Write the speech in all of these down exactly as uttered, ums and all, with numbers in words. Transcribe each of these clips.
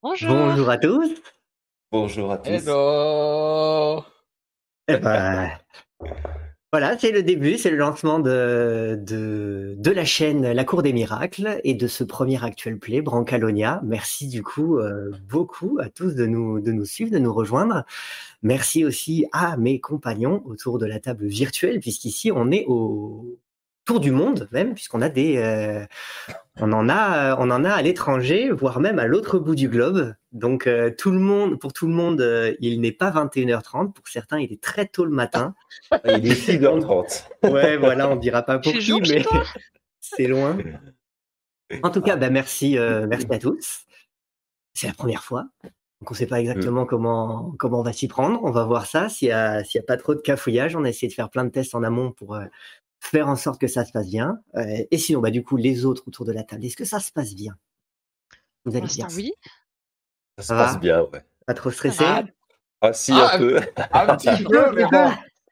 Bonjour. Bonjour à tous. Bonjour à tous. Hello. Eh ben, voilà, c'est le début, c'est le lancement de, de, de la chaîne La Cour des Miracles et de ce premier actual play, Brancalonia. Merci du coup euh, beaucoup à tous de nous, de nous suivre, de nous rejoindre. Merci aussi à mes compagnons autour de la table virtuelle, puisqu'ici on est au tour du monde même, puisqu'on a des... Euh, On en a, on en a à l'étranger, voire même à l'autre bout du globe. Donc euh, tout le monde, pour tout le monde, euh, il n'est pas vingt et une heures trente. Pour certains, il est très tôt le matin. Il est six heures trente. Ouais, voilà, on dira pas Il pour fait qui, jour chez mais toi c'est loin. En tout cas, bah, merci, euh, merci à tous. C'est la première fois, donc on ne sait pas exactement comment comment on va s'y prendre. On va voir ça. S'il y a s'il y a pas trop de cafouillage, on a essayé de faire plein de tests en amont pour euh, faire en sorte que ça se passe bien. Euh, et sinon, bah du coup, les autres autour de la table, est-ce que ça se passe bien? Vous Pour allez bien? l'instant, oui. Ça se Ça passe va? bien, ouais. Pas trop stressé? Ah, Ah si, Ah, un peu. un petit peu, mais bon.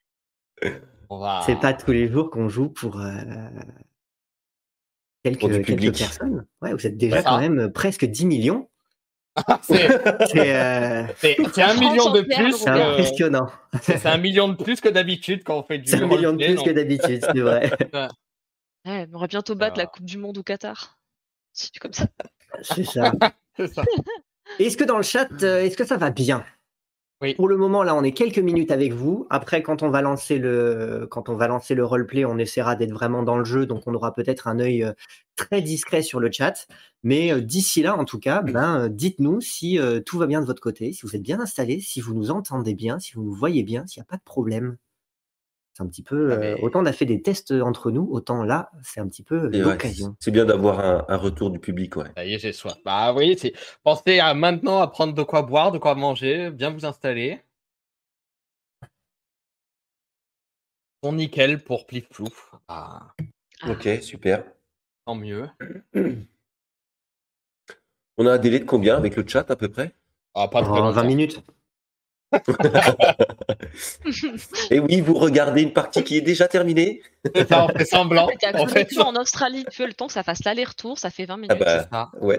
On C'est pas va. tous les jours qu'on joue pour euh, quelques, Pour du quelques public. personnes. Ouais, vous êtes déjà Ouais. quand Ah. même presque dix millions. C'est C'est euh, c'est- c'est un France million de entière, plus. le c'est Robert. que- impressionnant. C'est c'est un million de plus que d'habitude quand on fait du C'est un million de roleplay, plus donc- que d'habitude, c'est vrai. Ouais, on va bientôt battre Ah. la Coupe du Monde au Qatar. C'est comme ça. C'est ça. C'est ça. Est-ce que dans le chat, euh, est-ce que ça va bien? Oui. Pour le moment, là, on est quelques minutes avec vous. Après, quand on va lancer le, quand on va lancer le roleplay, on essaiera d'être vraiment dans le jeu, donc on aura peut-être un œil euh, très discret sur le chat. Mais euh, d'ici là, en tout cas, ben, euh, dites-nous si euh, tout va bien de votre côté, si vous êtes bien installés, si vous nous entendez bien, si vous nous voyez bien, s'il n'y a pas de problème. C'est un petit peu. Ah, euh, mais- autant on a fait des tests entre nous, autant là, c'est un petit peu Et ouais, l'occasion. c'est bien d'avoir un, un retour du public, ouais. Ça y est, j'ai soif. Bah oui, c'est pensez à maintenant à prendre de quoi boire, de quoi manger, bien vous installer. Bon nickel pour Plif Plouf. Ah, Ah. Ok, super. tant mieux. On a un délai de combien avec le chat à peu près? Ah, pas très En longtemps. vingt minutes. Et oui, vous regardez une partie qui est déjà terminée. C'est ça, on fait semblant. T'as On fait connexion en Australie, tu veux le temps que ça fasse l'aller-retour, ça fait vingt minutes. Ah bah, ça. ouais.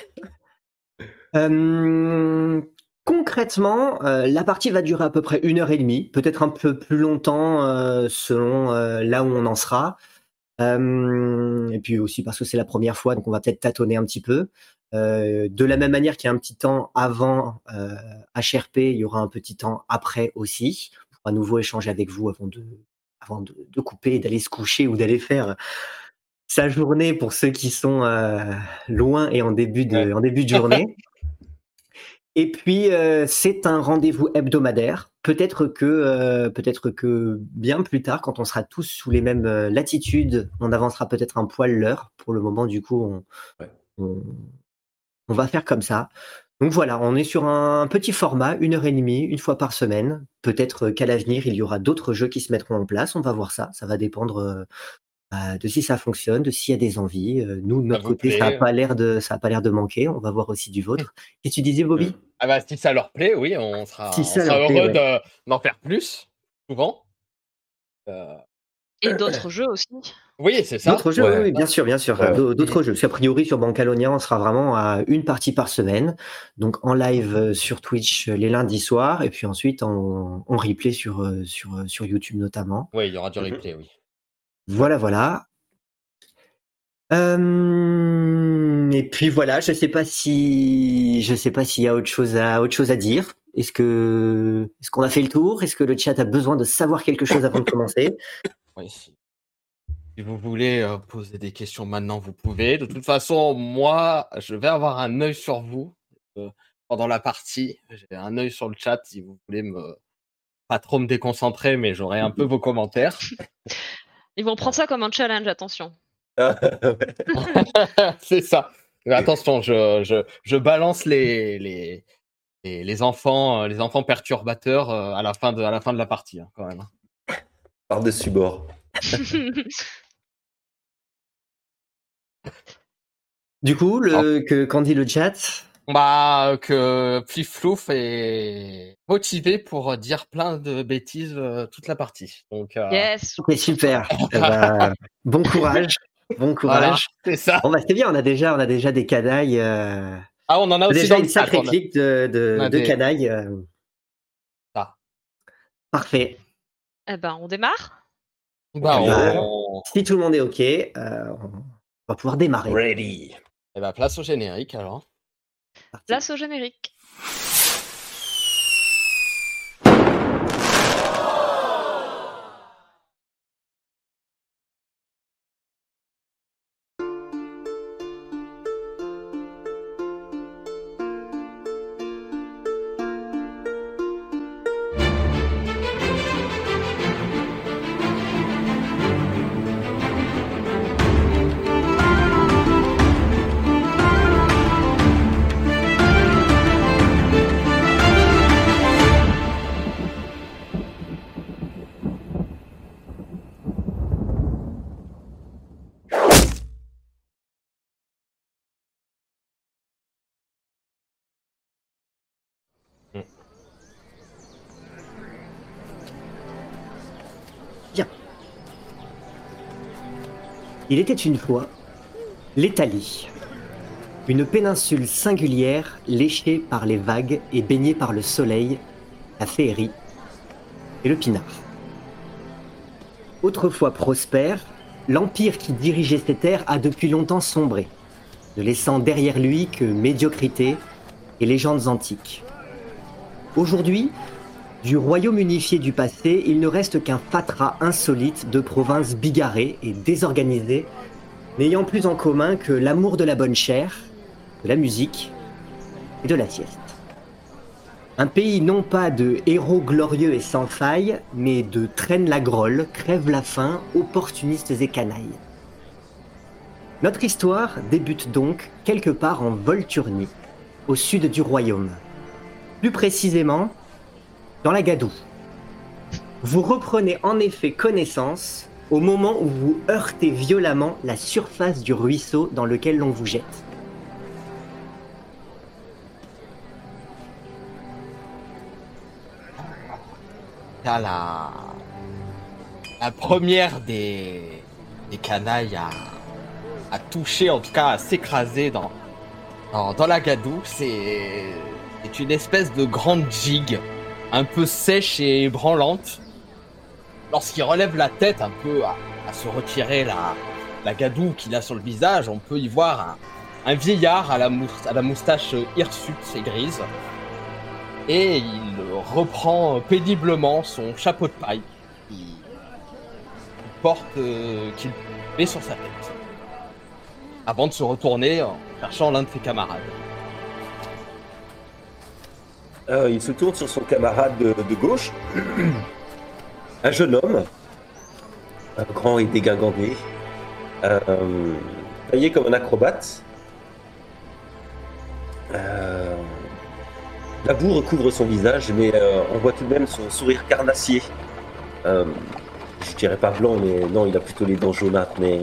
Euh, concrètement, euh, la partie va durer à peu près une heure et demie, peut-être un peu plus longtemps euh, selon euh, là où on en sera. Euh, et puis aussi parce que c'est la première fois, donc on va peut-être tâtonner un petit peu. Euh, de la même manière qu'il y a un petit temps avant euh, H R P, il y aura un petit temps après aussi. Pour à nouveau échanger avec vous avant de, avant de, de couper et d'aller se coucher ou d'aller faire sa journée pour ceux qui sont euh, loin et en début de, Ouais. en début de journée. Et puis euh, c'est un rendez-vous hebdomadaire. Peut-être que euh, peut-être que bien plus tard, quand on sera tous sous les mêmes euh, latitudes, on avancera peut-être un poil l'heure. Pour le moment, du coup, on, Ouais. on, on va faire comme ça. Donc voilà, on est sur un petit format, une heure et demie, une fois par semaine. Peut-être qu'à l'avenir, il y aura d'autres jeux qui se mettront en place. On va voir ça. Ça va dépendre euh, bah, de si ça fonctionne, de s'il y a des envies. Euh, nous, de notre vous côté, plaît. ça n'a pas l'air de, ça a pas l'air de manquer. On va voir aussi du vôtre. Qu'est-ce que tu disais, Bobby? Ah bah si ça leur plaît, oui, on sera, Si on ça sera leur heureux plaît, de- d'en faire plus, souvent. Euh, Et d'autres jeux aussi. Oui, c'est ça. D'autres jeux, Ouais. oui, oui, bien sûr, bien sûr. Ouais. D'au- D'autres jeux. Parce qu'a priori, sur Brancalonia, on sera vraiment à une partie par semaine. Donc, en live euh, sur Twitch euh, les lundis soirs. Et puis ensuite, en, en replay sur, euh, sur, euh, sur YouTube notamment. Oui, il y aura du Mhm. replay, oui. Voilà, voilà. Euh, et puis voilà, je sais pas si, je sais pas s'il y a autre chose à, autre chose à dire. Est-ce que, est-ce qu'on a fait le tour? Est-ce que le chat a besoin de savoir quelque chose avant de commencer? Oui, si. Si vous voulez euh, poser des questions maintenant, vous pouvez. De toute façon, moi, je vais avoir un œil sur vous euh, pendant la partie. J'ai un œil sur le chat si vous voulez me pas trop me déconcentrer, mais j'aurai un peu vos commentaires. Ils vont prendre ça comme un challenge, attention. Ah, ouais. C'est ça. Mais attention, je, je, je balance les, les, les, les enfants, euh, les enfants perturbateurs euh, à la fin de, à la fin de la partie, hein, quand même. Par-dessus bord. Du coup, le, que, qu'en dit le chat? Bah, que Pliflouf est motivé pour dire plein de bêtises euh, toute la partie. Donc, euh, Yes. Ok, super. Eh ben, bon courage. Bon voilà, courage. c'est ça. Bon, bah, c'est bien, on a déjà, on a déjà des canailles, euh, Ah, on en a aussi Déjà dans une le chat. sacrée on a- clique de, de, on a de des- canaille. euh. Ah. Parfait. Eh ben, on démarre. Bah, Oui. on... Si tout le monde est OK, euh, on va pouvoir démarrer. Ready. Eh ben, place au générique alors. Parti. Place au générique. Il était une fois l'Italie, une péninsule singulière léchée par les vagues et baignée par le soleil, la féerie et le pinard. Autrefois prospère, l'empire qui dirigeait ces terres a depuis longtemps sombré, ne laissant derrière lui que médiocrité et légendes antiques. Aujourd'hui, du royaume unifié du passé, il ne reste qu'un fatras insolite de provinces bigarrées et désorganisées, n'ayant plus en commun que l'amour de la bonne chair, de la musique et de la sieste. Un pays non pas de héros glorieux et sans faille, mais de traîne la grolle, crève la faim, opportunistes et canailles. Notre histoire débute donc quelque part en Volturnie, au sud du royaume. Plus précisément, dans la Gadoue. Vous reprenez en effet connaissance au moment où vous heurtez violemment la surface du ruisseau dans lequel l'on vous jette. T'as la... la première des, des canailles à... à toucher, en tout cas à s'écraser dans... dans, dans la Gadoue. C'est... c'est une espèce de grande gigue, un peu sèche et branlante. Lorsqu'il relève la tête un peu à, à se retirer la, la gadoue qu'il a sur le visage, on peut y voir un, un vieillard à la, mou- à la moustache hirsute et grise. Et il reprend péniblement son chapeau de paille qu'il qu'il porte, euh, qu'il met sur sa tête, avant de se retourner en cherchant l'un de ses camarades. Euh, il se tourne sur son camarade de, de gauche, un jeune homme, un grand et dégingandé, euh, taillé comme un acrobate. Euh, la boue recouvre son visage, mais euh, on voit tout de même son sourire carnassier. Euh, je dirais pas blanc, mais non, il a plutôt les dents jaunâtres, mais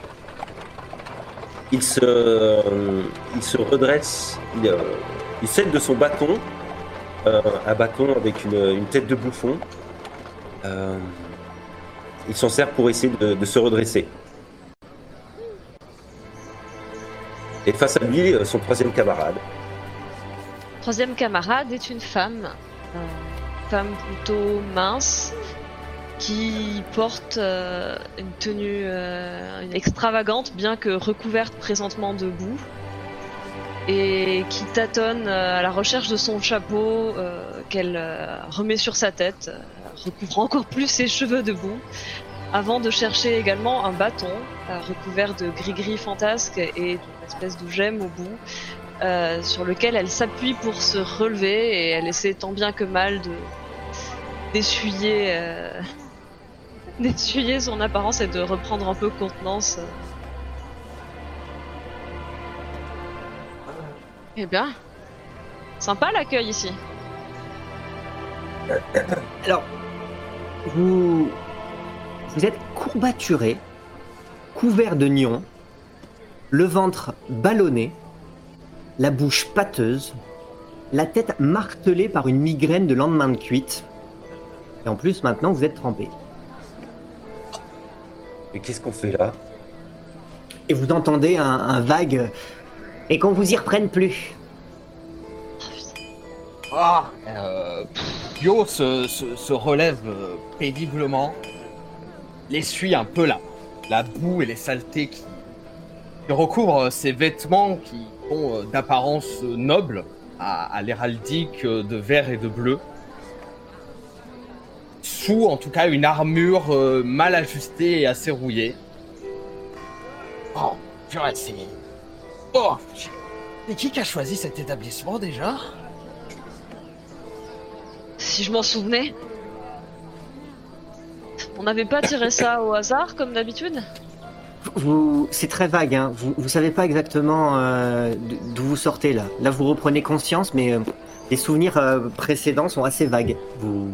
il se, euh, il se redresse, il, euh, il cède de son bâton. Euh, un bâton avec une, une tête de bouffon. Euh, il s'en sert pour essayer de, de se redresser. Et face à lui, son troisième camarade. Troisième camarade est une femme, euh, femme plutôt mince, qui porte euh, une tenue euh, une extravagante, bien que recouverte présentement de boue, et qui tâtonne euh, à la recherche de son chapeau euh, qu'elle euh, remet sur sa tête, euh, recouvrant encore plus ses cheveux de boue, avant de chercher également un bâton euh, recouvert de gris-gris fantasque et d'une espèce de gemme au bout, euh, sur lequel elle s'appuie pour se relever, et elle essaie tant bien que mal de d'essuyer euh, d'essuyer son apparence et de reprendre un peu contenance. Eh bien, sympa l'accueil ici. Alors, vous, vous êtes courbaturé, couvert de nions, le ventre ballonné, la bouche pâteuse, la tête martelée par une migraine de lendemain de cuite. Et en plus, maintenant, vous êtes trempé. Mais qu'est-ce qu'on fait là? Et vous entendez un, un vague « Et qu'on vous y reprenne plus !» Ah, euh, Pio se, se, se relève euh, péniblement, il essuie un peu la, la boue et les saletés qui, qui recouvrent ses vêtements qui sont euh, d'apparence noble à, à l'héraldique euh, de vert et de bleu. Sous, en tout cas, une armure euh, mal ajustée et assez rouillée. Oh, purée, c'est... Oh, c'est qui qui a choisi cet établissement, déjà ? Si je m'en souvenais. On n'avait pas tiré ça au hasard, comme d'habitude ? Vous, c'est très vague, hein. Vous, vous savez pas exactement euh, d'où vous sortez là. Là, vous reprenez conscience, mais euh, les souvenirs euh, précédents sont assez vagues. Vous...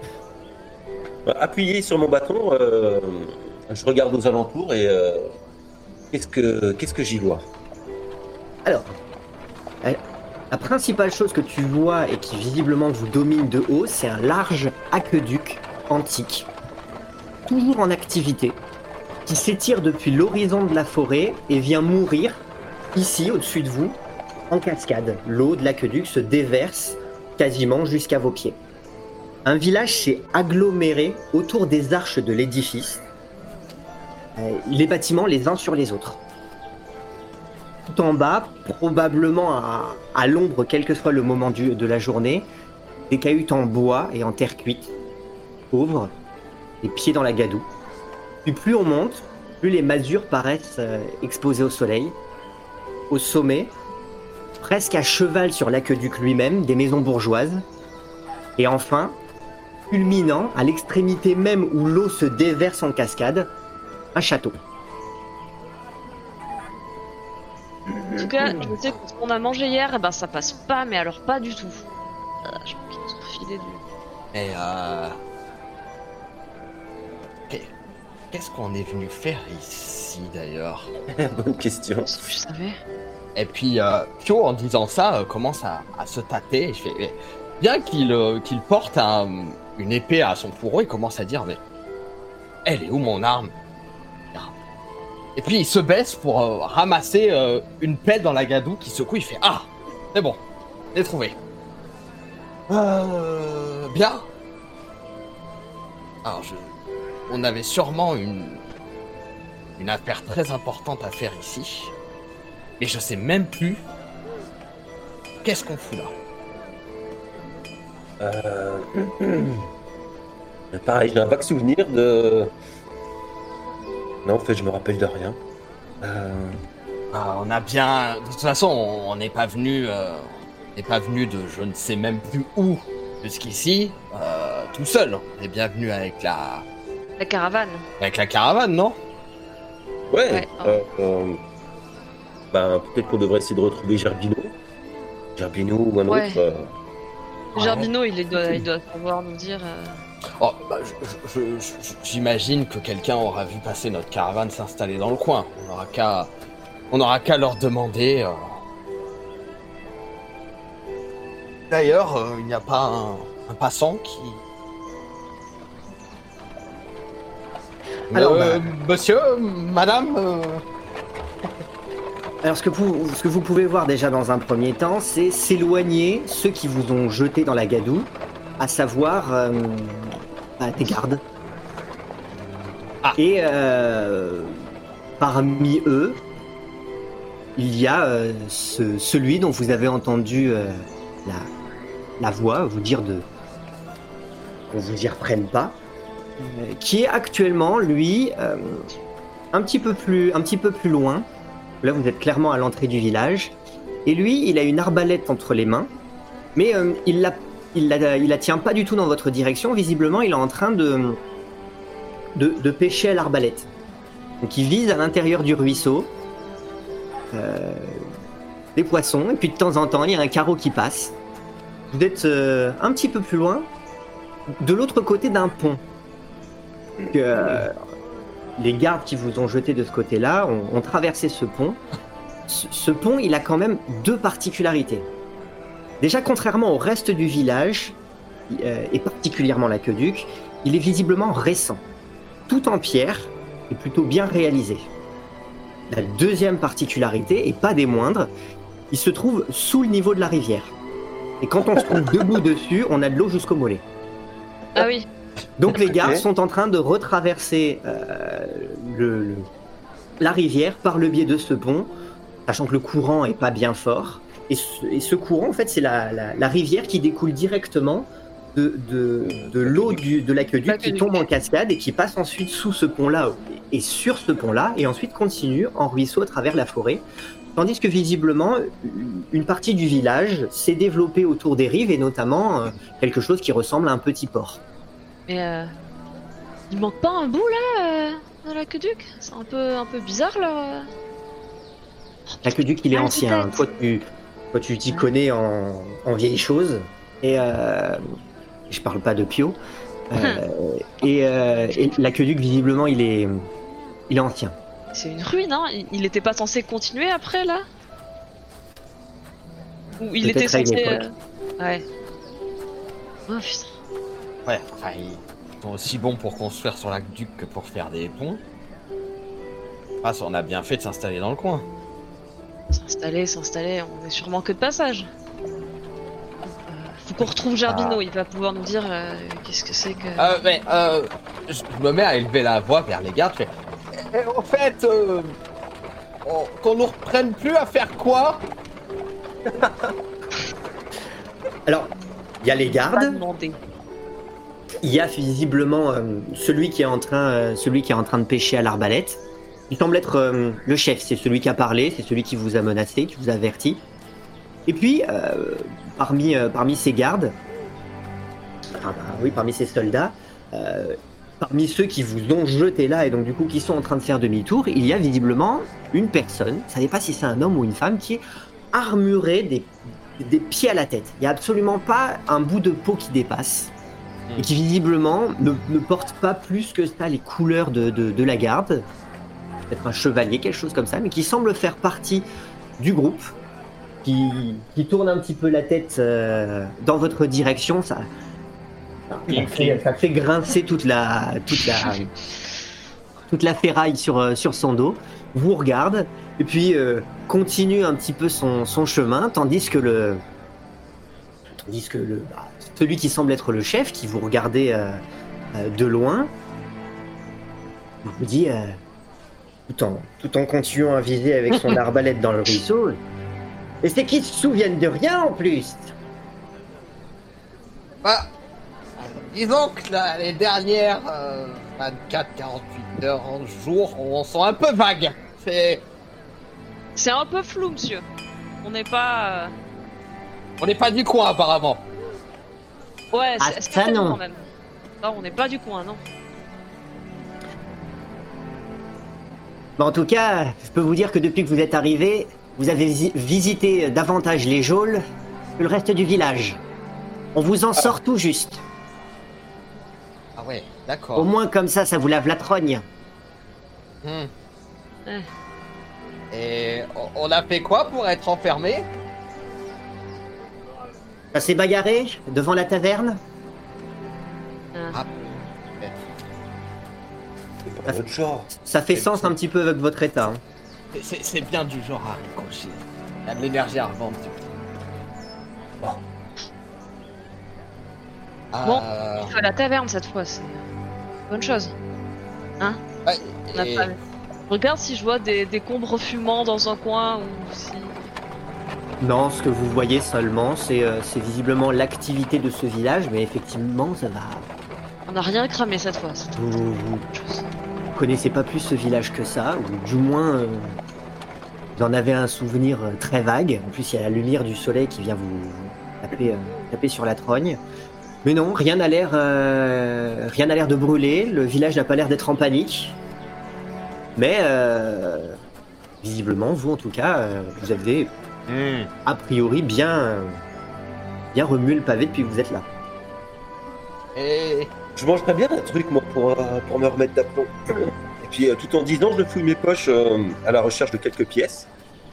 Appuyé sur mon bâton, euh, je regarde aux alentours et euh, qu'est-ce que qu'est-ce que j'y vois ? Alors, euh, la principale chose que tu vois et qui visiblement vous domine de haut, c'est un large aqueduc antique, toujours en activité, qui s'étire depuis l'horizon de la forêt et vient mourir ici, au-dessus de vous, en cascade. L'eau de l'aqueduc se déverse quasiment jusqu'à vos pieds. Un village s'est aggloméré autour des arches de l'édifice, euh, les bâtiments les uns sur les autres. Tout en bas, probablement à, à l'ombre, quel que soit le moment du, de la journée, des cahutes en bois et en terre cuite, pauvres, les pieds dans la gadoue. Puis plus on monte, plus les masures paraissent euh, exposées au soleil. Au sommet, presque à cheval sur l'aqueduc lui-même, des maisons bourgeoises. Et enfin, culminant à l'extrémité même où l'eau se déverse en cascade, un château. En tout cas, je sais que ce qu'on a mangé hier, eh ben, ça passe pas, mais alors pas du tout. Euh, je crois qu'ils nous ont filé du... Et euh... Qu'est-ce qu'on est venu faire ici, d'ailleurs ? Bonne question. Je savais. Et puis, euh, Pio, en disant ça, euh, commence à, à se tâter. Et je fais, mais, bien qu'il euh, qu'il porte un, une épée à son fourreau, il commence à dire, mais elle est où mon arme ? Et puis il se baisse pour euh, ramasser euh, une pelle dans la gadoue qui secoue. Il fait, ah, c'est bon, j'ai trouvé. Euh, bien. Alors, je, on avait sûrement une une affaire très importante à faire ici, mais je sais même plus qu'est-ce qu'on fout là. Euh... Pareil, j'ai un vague souvenir de... Non, en fait, je me rappelle de rien. Euh... Ah, on a bien... De toute façon, on n'est pas venu... Euh... On n'est pas venu de je ne sais même plus où jusqu'ici, euh, tout seul. On est bien venu avec la... La caravane. Avec la caravane, non ? Ouais, Ouais, euh, euh, ben, peut-être qu'on devrait essayer de retrouver Gerbino. Gerbino ou un Ouais. autre. Euh... Gerbino, il, est- doit, il doit pouvoir nous dire... euh, Oh, bah, je- je- je- j'imagine que quelqu'un aura vu passer notre caravane s'installer dans le coin. On n'aura qu'à... On n'aura qu'à leur demander... euh. D'ailleurs, euh, il n'y a pas un, un passant qui... Alors, Euh, bah- Monsieur, madame... euh, Alors ce que, vous, ce que vous pouvez voir déjà dans un premier temps, c'est s'éloigner ceux qui vous ont jeté dans la gadoue, à savoir euh, bah, des gardes. Ah. Et euh, parmi eux, il y a euh, ce- celui dont vous avez entendu euh, la, la voix vous dire de qu'on vous y reprenne pas, euh, qui est actuellement lui euh, un petit peu plus un petit peu plus loin. Là, vous êtes clairement à l'entrée du village. Et lui, il a une arbalète entre les mains, mais euh, il la, il, la, il la tient pas du tout dans votre direction. Visiblement, il est en train de, de, de pêcher à l'arbalète. Donc, il vise à l'intérieur du ruisseau euh, des poissons, et puis de temps en temps, il y a un carreau qui passe. Vous êtes euh, un petit peu plus loin, de l'autre côté d'un pont. Donc, euh, les gardes qui vous ont jeté de ce côté-là ont, ont traversé ce pont. Ce, ce pont, il a quand même deux particularités. Déjà, contrairement au reste du village, euh, et particulièrement l'aqueduc, il est visiblement récent. Tout en pierre et plutôt bien réalisé. La deuxième particularité, et pas des moindres, il se trouve sous le niveau de la rivière. Et quand on se trouve debout dessus, on a de l'eau jusqu'au mollet. Ah oui. Donc les gardes Ok. sont en train de retraverser euh, le, le- la rivière par le biais de ce pont, sachant que le courant est pas bien fort. Et ce, et ce courant, en fait, c'est la, la- la rivière qui découle directement de, de, de l'eau du- de l'aqueduc qui L'aqueduc. tombe en cascade et qui passe ensuite sous ce pont-là et sur ce pont-là, et ensuite continue en ruisseau à travers la forêt. Tandis que visiblement, une partie du village s'est développée autour des rives et notamment euh, quelque chose qui ressemble à un petit port. Mais euh, il manque pas un bout là euh, dans l'aqueduc? C'est un peu, un peu bizarre là. L'aqueduc, il est Ah, ancien. peut-être. Toi, tu, toi, tu t'y connais en, en vieilles choses. Et euh, je parle pas de Pio. Euh, et euh, et l'aqueduc, visiblement, il est, il est ancien. C'est une ruine, hein. Il, il était pas censé continuer après là? Ou il Peut-être était à une censé. époque. euh, Ouais. Oh putain. Ouais, enfin, ils sont aussi bons pour construire sur l'aqueduc que pour faire des ponts. Ah, ça, on a bien fait de s'installer dans le coin. S'installer, s'installer, on est sûrement que de passage. Euh, faut qu'on retrouve Gerbino, il va pouvoir nous dire euh, qu'est-ce que c'est que. Euh, mais, euh, je me mets à élever la voix vers les gardes. Je fais, eh, en fait, euh, on- qu'on nous reprenne plus à faire quoi? Alors, il y a les Pas gardes. demander. Il y a visiblement euh, celui qui est en train, euh, celui qui est en train de pêcher à l'arbalète. Il semble être euh, le chef. C'est celui qui a parlé. C'est celui qui vous a menacé, qui vous a averti. Et puis, euh, parmi, euh, parmi ces gardes, enfin, bah, oui, parmi ces soldats, euh, parmi ceux qui vous ont jeté là et donc du coup qui sont en train de faire demi-tour, il y a visiblement une personne, vous ne savez pas si c'est un homme ou une femme, qui est armurée des, des pieds à la tête. Il n'y a absolument pas un bout de peau qui dépasse. Et qui visiblement ne, ne porte pas plus que ça les couleurs de, de, de la garde. Peut-être un chevalier, quelque chose comme ça, mais qui semble faire partie du groupe. Qui, qui tourne un petit peu la tête euh, dans votre direction, ça, ça, fait, ça fait grincer toute la, toute la, toute la ferraille sur, euh, sur son dos, vous regarde, et puis euh, continue un petit peu son, son chemin, tandis que le, tandis que le, bah, celui qui semble être le chef, qui vous regardait euh, euh, de loin, vous dit, euh, tout en, tout en continuant à viser avec son arbalète dans le ruisseau. Et c'est qu'ils se souviennent de rien en plus. Bah, disons que là, les dernières euh, vingt-quatre à quarante-huit heures, jours, on sont un peu vagues. C'est, C'est un peu flou, monsieur. On n'est pas. euh, on n'est pas du coin apparemment. Ouais, Ah, c'est ça, certainement, non. même. Non, on n'est pas du coin, non. Mais en tout cas, je peux vous dire que depuis que vous êtes arrivé, vous avez visi- visité davantage les geôles que le reste du village. On vous en sort tout juste. Ah ouais, Au d'accord. moins comme ça, ça vous lave la trogne. Hmm. Ouais. Et on- on a fait quoi pour être enfermé? Ça s'est bagarré devant la taverne. Ah. C'est pas notre genre. Ça fait sens un petit peu avec votre état. hein. C'est- C'est c'est bien du genre à ricocher. Il y a de l'énergie à revendre. Bon. Bon, Euh, Il faut à la taverne cette fois, c'est bonne chose. ouais, On a et- pas- Regarde si je vois des, des combres fumants dans un coin ou si. Non, ce que vous voyez seulement, c'est euh, c'est visiblement l'activité de ce village, mais effectivement, ça va. On n'a rien cramé cette fois. C'est Vous, vous bonne chose. connaissez pas plus ce village que ça, ou du moins, euh, vous en avez un souvenir euh, très vague. En plus, il y a la lumière du soleil qui vient vous, vous taper, euh, taper sur la trogne. Mais non, rien n'a l'air, euh, rien n'a l'air de brûler. Le village n'a pas l'air d'être en panique. Mais euh, visiblement, vous en tout cas, euh, vous avez Hmm. a priori bien, euh, bien remué le pavé depuis que vous êtes là. Et Je mangerais bien un truc, moi, pour, euh, pour me remettre d'aplomb. Et puis, euh, tout en disant, je fouille mes poches euh, à la recherche de quelques pièces.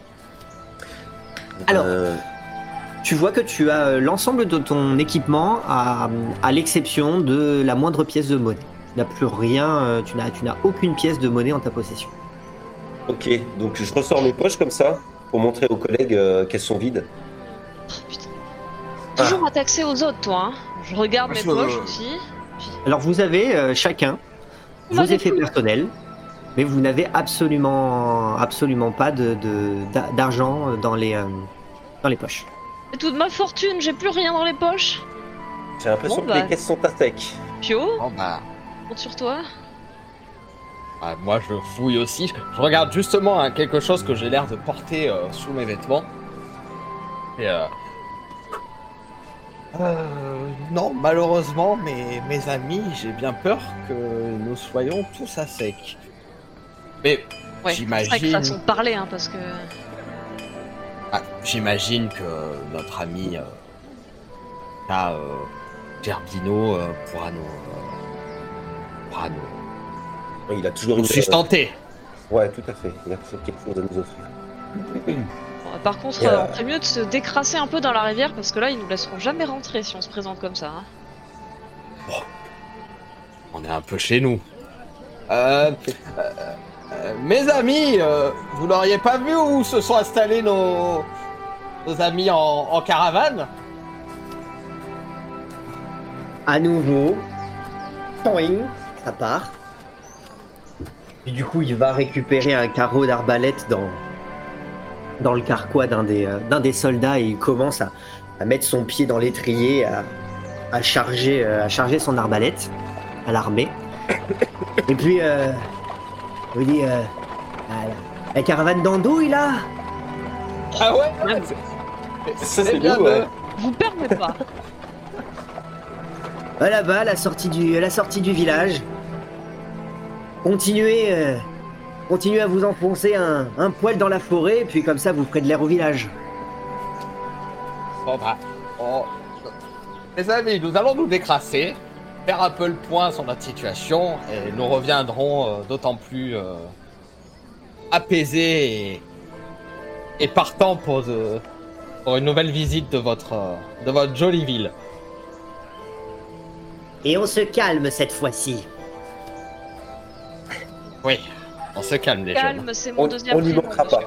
Alors, Euh, Tu vois que tu as euh, l'ensemble de ton équipement à, à l'exception de la moindre pièce de monnaie. Tu n'as plus rien, euh, tu n'as, tu n'as aucune pièce de monnaie en ta possession. ok, donc je ressors mes poches comme ça, pour montrer aux collègues euh, qu'elles sont vides. Oh, putain. toujours à taxer aux autres, toi. Hein. Je regarde mes Je- poches aussi. Alors vous avez euh, chacun On vos va des effets couilles. personnels, mais vous n'avez absolument, absolument pas de, de- d'a- d'argent dans les, euh, dans les poches. C'est toute ma fortune, j'ai plus rien dans les poches. J'ai l'impression Bon, que bah. les caisses sont à sec. Pio, Bon, bah, compte sur toi. bah, moi, je fouille aussi. Je regarde justement hein, quelque chose que j'ai l'air de porter euh, sous mes vêtements. Et euh... Euh, non, malheureusement, mes, mes amis, j'ai bien peur que nous soyons tous à sec. Mais Ouais, c'est vrai que j'imagine, façon de parler, hein, parce que. ah, j'imagine que notre ami euh, là, euh, Gerbino euh, pourra nous, euh, pourra nous, Il a toujours nous une. sustenter. Ouais, tout à fait. Il a toujours quelque chose à nous offrir. Bon, par contre, Et, euh, euh, on ferait mieux de se décrasser un peu dans la rivière parce que là, ils nous laisseront jamais rentrer si on se présente comme ça. Hein. On est un peu chez nous. Euh, euh, euh, mes amis, euh, vous n'auriez pas vu où se sont installés nos, nos amis en, en caravane? À nouveau, toing, ça part. Et du coup, il va récupérer un carreau d'arbalète dans, dans le carquois d'un des, euh, d'un des soldats et il commence à, à mettre son pied dans l'étrier, à, à, charger, euh, à charger son arbalète à l'armée. Et puis, euh, il vous dit euh, ah, la, la caravane d'andouille là. Ah ouais, Ouais. c'est- Ça, c'est bien nous, de- ouais. Vous permets pas. Ah, là-bas, à la sortie du, à la sortie du village. Continuez, euh, continuez à vous enfoncer un, un poil dans la forêt, et puis comme ça, vous ferez de l'air au village. Bon bah, on- mes amis, nous allons nous décrasser, faire un peu le point sur notre situation, et nous reviendrons euh, d'autant plus euh, apaisés et, et partants pour, de- pour une nouvelle visite de votre, euh, de votre jolie ville. Et on se calme cette fois-ci. Oui, on se calme les jeunes. Calme, c'est mon On- deuxième on n'y prénom, manquera monsieur. pas.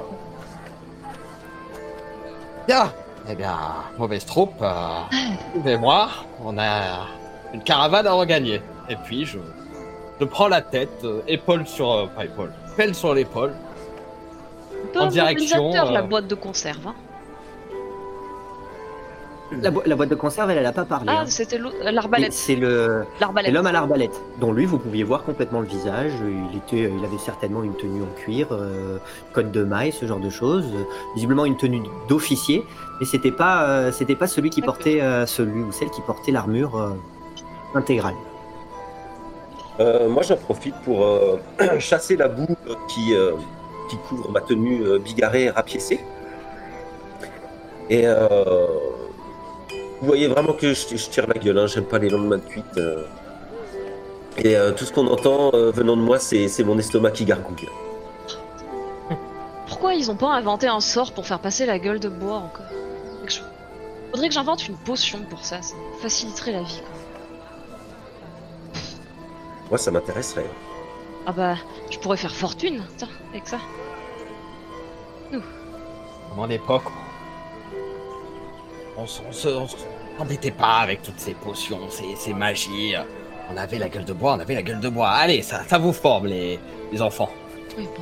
Bien, eh bien, mauvaise troupe, euh, suivez-moi, on a une caravane à regagner. Et puis je, je prends la tête, euh, épaule sur, euh, pas épaule, pelle sur l'épaule. Un peu En un direction, organisateur, la euh, boîte de conserve. Hein. La, bo- la boîte de conserve, elle, elle a pas parlé. Ah, hein. c'était l'au- euh, Et l'arbalète. C'est le, c'est L'arbalète. l'homme à l'arbalète, dont lui, vous pouviez voir complètement le visage. Il était, il avait certainement une tenue en cuir, euh, côte de maille, ce genre de choses. Visiblement une tenue d'officier, mais c'était pas, euh, c'était pas celui qui D'accord. portait, euh, celui ou celle qui portait l'armure euh, intégrale. Euh, moi, j'en profite pour euh, chasser la boue euh, qui, euh, qui couvre ma tenue euh, bigarrée et rapiécée. Et euh, vous voyez vraiment que je, je tire la gueule, hein, j'aime pas les lendemains de cuite. euh. Et euh, tout ce qu'on entend euh, venant de moi, c'est c'est mon estomac qui gargouille. Pourquoi ils ont pas inventé un sort pour faire passer la gueule de bois encore? Faudrait que je- Faudrait que j'invente une potion pour ça, ça faciliterait la vie. Quoi. Moi, ça m'intéresserait. Ah bah, je pourrais faire fortune, tiens, avec ça. Comme en époque, on, s- on se, on se embêtait pas avec toutes ces potions, ces, ces magies. On avait la gueule de bois, on avait la gueule de bois. Allez, ça, ça vous forme les, les enfants. Oui, bon.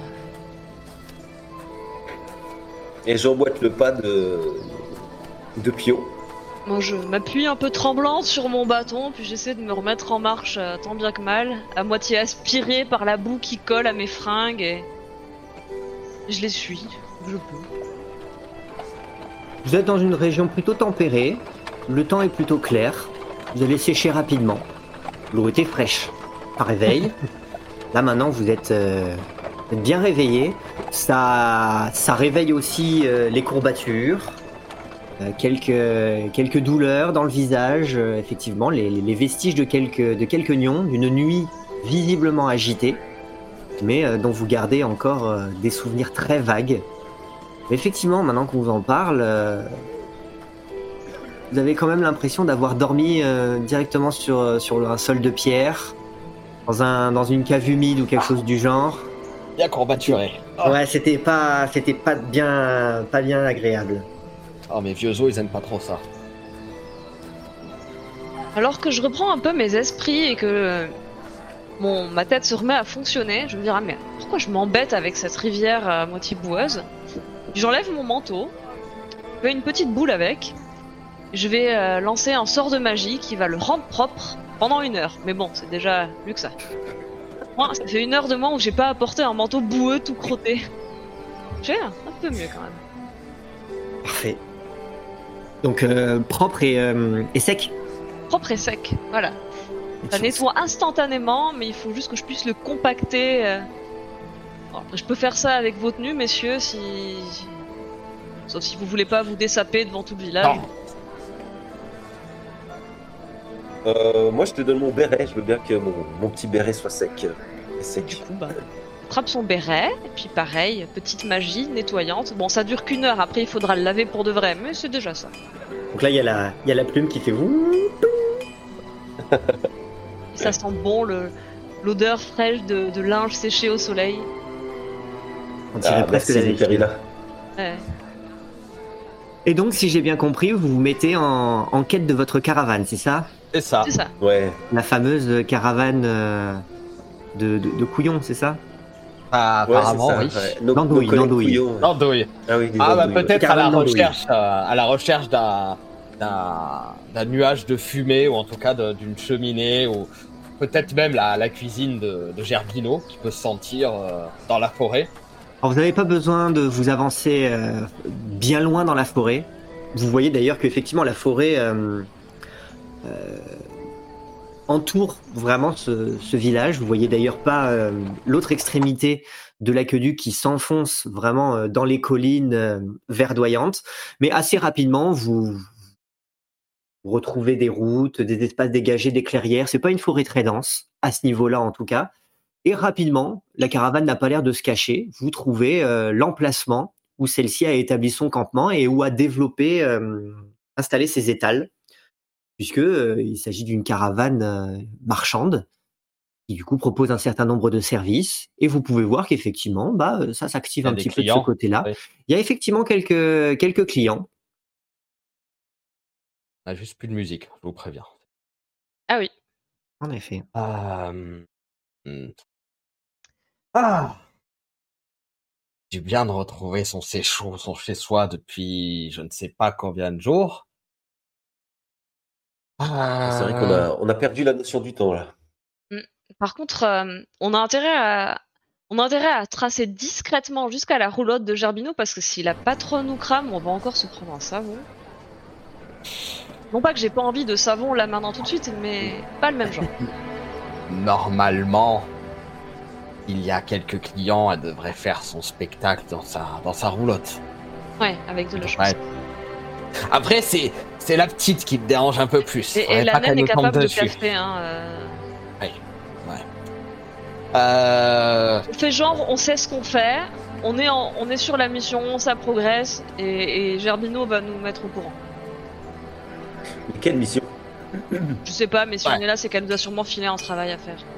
Et j'emboîte le pas de, de Pio. Moi, je m'appuie un peu tremblante sur mon bâton, puis j'essaie de me remettre en marche euh, tant bien que mal, à moitié aspirée par la boue qui colle à mes fringues, et je les suis, je peux. Vous êtes dans une région plutôt tempérée, le temps est plutôt clair, vous allez sécher rapidement, l'eau était fraîche, ça réveille. Là maintenant vous êtes, euh, vous êtes bien réveillé, ça, ça réveille aussi euh, les courbatures, euh, quelques, quelques douleurs dans le visage, euh, effectivement les, les vestiges de quelques, de quelques nions, d'une nuit visiblement agitée, mais euh, dont vous gardez encore euh, des souvenirs très vagues. Mais effectivement, maintenant qu'on vous en parle, euh, vous avez quand même l'impression d'avoir dormi euh, directement sur, sur un sol de pierre, dans, un, dans une cave humide ou quelque chose du genre. Bien courbaturé. Oh, Ouais, c'était pas, c'était pas bien, pas bien agréable. oh, mes vieux os, ils aiment pas trop ça. Alors que je reprends un peu mes esprits et que mon, ma tête se remet à fonctionner, je me dirais, mais pourquoi je m'embête avec cette rivière à moitié boueuse? J'enlève mon manteau, je fais une petite boule avec, je vais euh, lancer un sort de magie qui va le rendre propre pendant une heure. Mais bon, c'est déjà plus que ça. Moi, ça fait une heure de moins où j'ai pas apporté un manteau boueux tout crotté. J'ai un peu mieux quand même. Parfait. Donc euh, propre et, euh, et sec. Propre et sec, voilà. Ça nettoie instantanément, mais il faut juste que je puisse le compacter. euh. Bon, après, je peux faire ça avec vos tenues, messieurs, si... Sauf si vous voulez pas vous dessaper devant tout le village. Non. Euh, moi, je te donne mon béret. Je veux bien que mon, mon petit béret soit sec. euh, et Du sec. coup, bah, on attrape son béret, et puis pareil, petite magie nettoyante. Bon, ça dure qu'une heure, après il faudra le laver pour de vrai, mais c'est déjà ça. Donc là, il y, a la- il y a la plume qui fait ouh. Et ça sent bon, le, l'odeur fraîche de, de linge séché au soleil. On dirait Ah, presque merci, la vie. Perrilla. Ouais. Et donc, si j'ai bien compris, vous vous mettez en, en quête de votre caravane, c'est ça? C'est ça. C'est ça. Ouais. La fameuse caravane euh, de, de, de couillons, c'est ça? Ah, Ouais, apparemment, c'est oui. ça. ouais. Nos- L'andouille, nos collègues l'andouille. couillons, ouais. L'andouille. Ah oui, des Ah bah andouilles, ouais. peut-être à la Caravane d'andouille. recherche, euh, à la recherche d'un, d'un, d'un nuage de fumée ou en tout cas de- d'une cheminée ou peut-être même la, la cuisine de, de Gerbino qui peut se sentir euh, dans la forêt. Alors, vous n'avez pas besoin de vous avancer euh, bien loin dans la forêt. Vous voyez d'ailleurs qu'effectivement la forêt euh, euh, entoure vraiment ce, ce village. Vous voyez d'ailleurs pas euh, l'autre extrémité de l'aqueduc qui s'enfonce vraiment euh, dans les collines euh, verdoyantes. Mais assez rapidement, vous, vous retrouvez des routes, des espaces dégagés, des clairières. C'est pas une forêt très dense, à ce niveau-là en tout cas. Et rapidement, la caravane n'a pas l'air de se cacher. Vous trouvez euh, l'emplacement où celle-ci a établi son campement et où a développé, euh, installé ses étals, puisque euh, il s'agit d'une caravane euh, marchande qui du coup propose un certain nombre de services. Et vous pouvez voir qu'effectivement, bah, euh, ça s'active Il y a un des petit peu de clients, ce côté-là. oui. Il y a effectivement quelques quelques clients. On a juste plus de musique, je vous préviens. Ah oui. En effet. Euh, hmm. Ah, du bien de retrouver son séchaud, son chez-soi depuis je ne sais pas combien de jours. Ah, c'est vrai Euh, qu'on a, on a perdu la notion du temps là. Par contre, euh, on a intérêt à... On a intérêt à tracer discrètement jusqu'à la roulotte de Gerbino parce que si la patronne nous crame, on va encore se prendre un savon. Non pas que j'ai pas envie de savon là maintenant tout de suite, mais pas le même genre. Normalement, il y a quelques clients, elle devrait faire son spectacle dans sa, dans sa roulotte. Ouais, avec de la chance. Ouais. Après, c'est, c'est la petite qui me dérange un peu plus. Et, Faudrait et la pas qu'elle naine est nous tombe capable de dessus. café, hein. Euh... Euh, On fait genre, on sait ce qu'on fait, on est, en, on est sur la mission, ça progresse, et, et Gerbino va nous mettre au courant. Mais quelle mission? Je sais pas, mais si Ouais. on est là, c'est qu'elle nous a sûrement filé un travail à faire.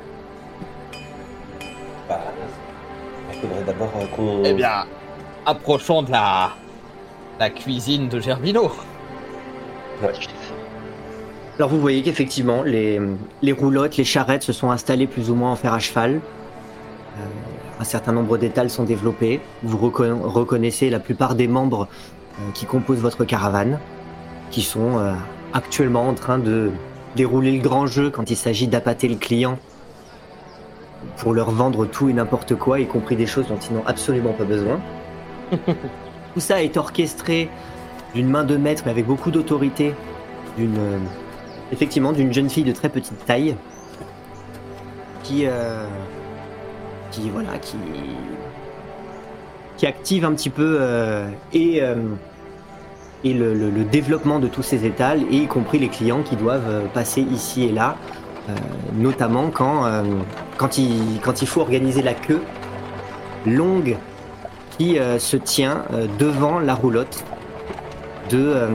Bah, il faudrait d'abord euh, qu'on. eh bien, approchons de la, la cuisine de Gerbino. Je l'ai fait. Alors vous voyez qu'effectivement, les, les roulottes, les charrettes se sont installées plus ou moins en fer à cheval. Euh, un certain nombre d'étals sont développés. Vous reconna- reconnaissez la plupart des membres euh, qui composent votre caravane, qui sont euh, actuellement en train de dérouler le grand jeu quand il s'agit d'appâter le client pour leur vendre tout et n'importe quoi, y compris des choses dont ils n'ont absolument pas besoin. Tout ça est orchestré d'une main de maître, mais avec beaucoup d'autorité, d'une euh, effectivement d'une jeune fille de très petite taille, qui euh, qui voilà qui qui active un petit peu euh, et euh, et le, le, le développement de tous ces étals, et y compris les clients qui doivent euh, passer ici et là, euh, notamment quand euh, quand il quand il faut organiser la queue longue qui euh, se tient euh, devant la roulotte de euh,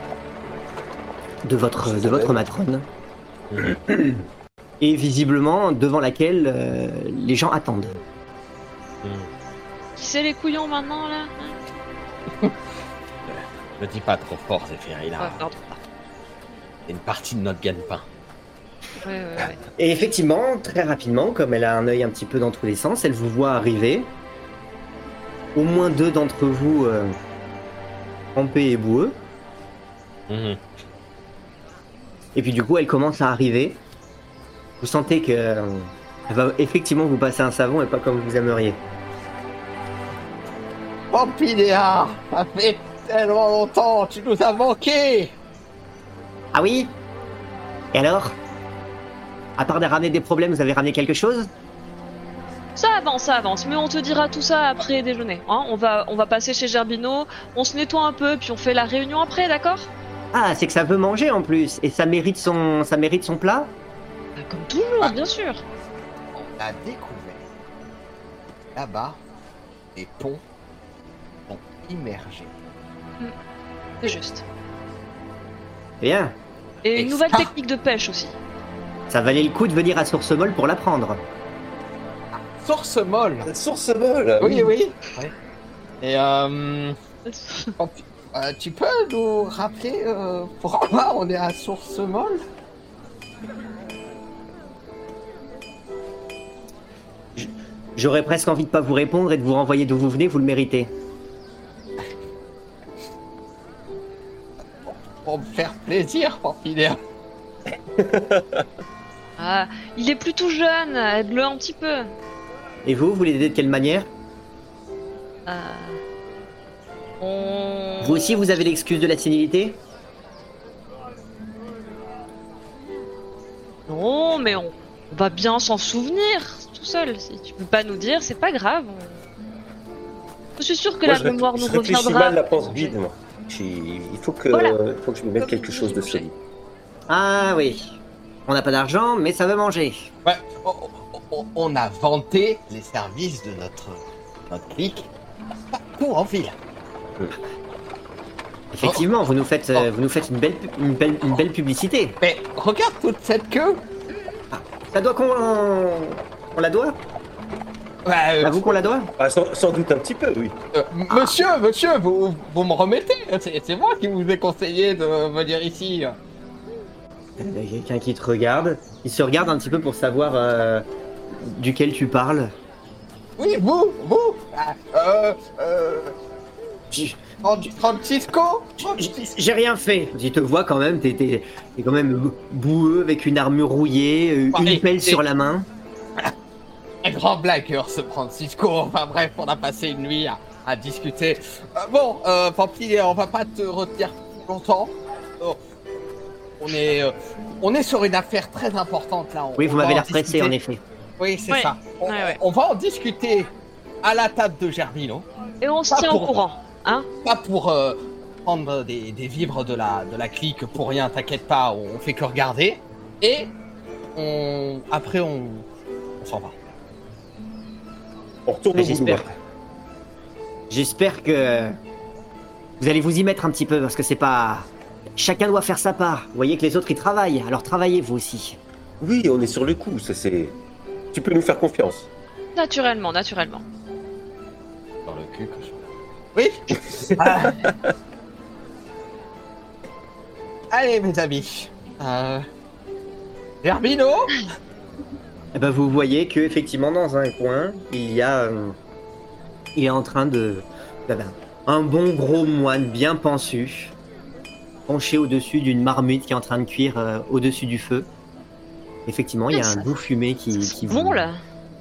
de votre de votre matrone, et visiblement devant laquelle euh, les gens attendent. Qui c'est les couillons maintenant là hein? Ne dis pas trop fort, Zéphiri, là. Ouais, pardon. C'est une partie de notre gagne-pain. Ouais, ouais, ouais. Et effectivement, très rapidement, comme elle a un œil un petit peu dans tous les sens, elle vous voit arriver. Au moins deux d'entre vous euh, trempés et boueux. Mhm. Et puis du coup, elle commence à arriver. Vous sentez que euh, elle va effectivement vous passer un savon et pas comme vous aimeriez. Pampidea, ça fait tellement longtemps, tu nous as manqué. Ah oui? Et alors? À part de ramener des problèmes, vous avez ramené quelque chose? Ça avance, ça avance, mais on te dira tout ça après déjeuner. Hein, on, va, on va passer chez Gerbino, on se nettoie un peu, puis on fait la réunion après, d'accord? Ah, c'est que ça peut manger en plus. Et ça mérite son, ça mérite son plat? Bah, comme toujours, Ah. bien sûr. On a découvert là-bas les ponts sont immergés. C'est juste. Bien. Et une Et nouvelle ça- technique de pêche aussi. Ça valait le coup de venir à Source Molle pour l'apprendre. Source molle. La source molle. Oui, oui. Ouais. Et euh, Pampi- euh, tu peux nous rappeler euh, pourquoi on est à source molle? J'aurais presque envie de pas vous répondre et de vous renvoyer d'où vous venez, vous le méritez. Pour me faire plaisir, Pampidea. Ah, il est plutôt jeune, aide-le un petit peu. Et vous, vous l'aidez de quelle manière? Euh, On... Vous aussi, vous avez l'excuse de la sénilité? Non, mais on, on va bien s'en souvenir tout seul. Si tu peux pas nous dire, c'est pas grave. on- Je suis sûr que Moi, la je, ré- mémoire je nous réfléchis reviendra. mal la pense vide, moi. J'ai- Il faut que, Voilà. il faut que je me mette Comme quelque tu chose dis, de manger. solide. Ah oui. On n'a pas d'argent, mais ça veut manger. Ouais, on, on- on a vanté les services de notre, notre clique partout en ville. Effectivement, vous nous faites, euh, vous nous faites une belle, pu- une belle, une belle publicité. Mais regarde toute cette queue. Ça doit qu'on, on la doit? Ouais, euh, À vous qu'on la doit? Ah, sans, sans doute un petit peu, oui. euh, monsieur, monsieur, vous, vous me remettez. C'est c'est moi qui vous ai conseillé de venir ici. Il y a quelqu'un qui te regarde. Il se regarde un petit peu pour savoir euh, duquel tu parles. Oui, vous, vous. Ah, Euh, euh, J- Fran- Francisco. j- J'ai rien fait. Je te vois quand même, t'es t'es- t'es quand même boueux avec une armure rouillée, euh, Ouais, une et- pelle et- sur la main. Un grand blagueur, ce Francisco. Enfin bref, on a passé une nuit à, à discuter. Euh, bon, euh, Pampy, on va pas te retenir longtemps. Oh, on est, euh, on est sur une affaire très importante là. On- Oui, on vous va m'avez en l'air pressé discuter. en effet. Oui, c'est Ouais. ça. On, Ouais, ouais. on va en discuter à la table de Gerbino. Et on se Pas tient au pour- courant, hein? Pas pour euh, prendre des, des vivres de la, de la clique pour rien, t'inquiète pas, on fait que regarder. Et on, après, on, on s'en va. On retourne Mais au boulot. j'espère. après. J'espère que vous allez vous y mettre un petit peu parce que c'est pas. Chacun doit faire sa part. Vous voyez que les autres ils travaillent, alors travaillez vous aussi. Oui, on est sur le coup, ça c'est... Tu peux nous faire confiance. Naturellement, naturellement. Dans le cul que je... Oui. Ah. Allez, mes amis. Euh... Gerbino. Eh ben, vous voyez que effectivement dans un coin il y a, euh, il est en train de, il y a un bon gros moine bien pensu, penché au-dessus d'une marmite qui est en train de cuire euh, au-dessus du feu. Effectivement, il y a un Ça- doux fumé qui, C'est qui bon vous- là.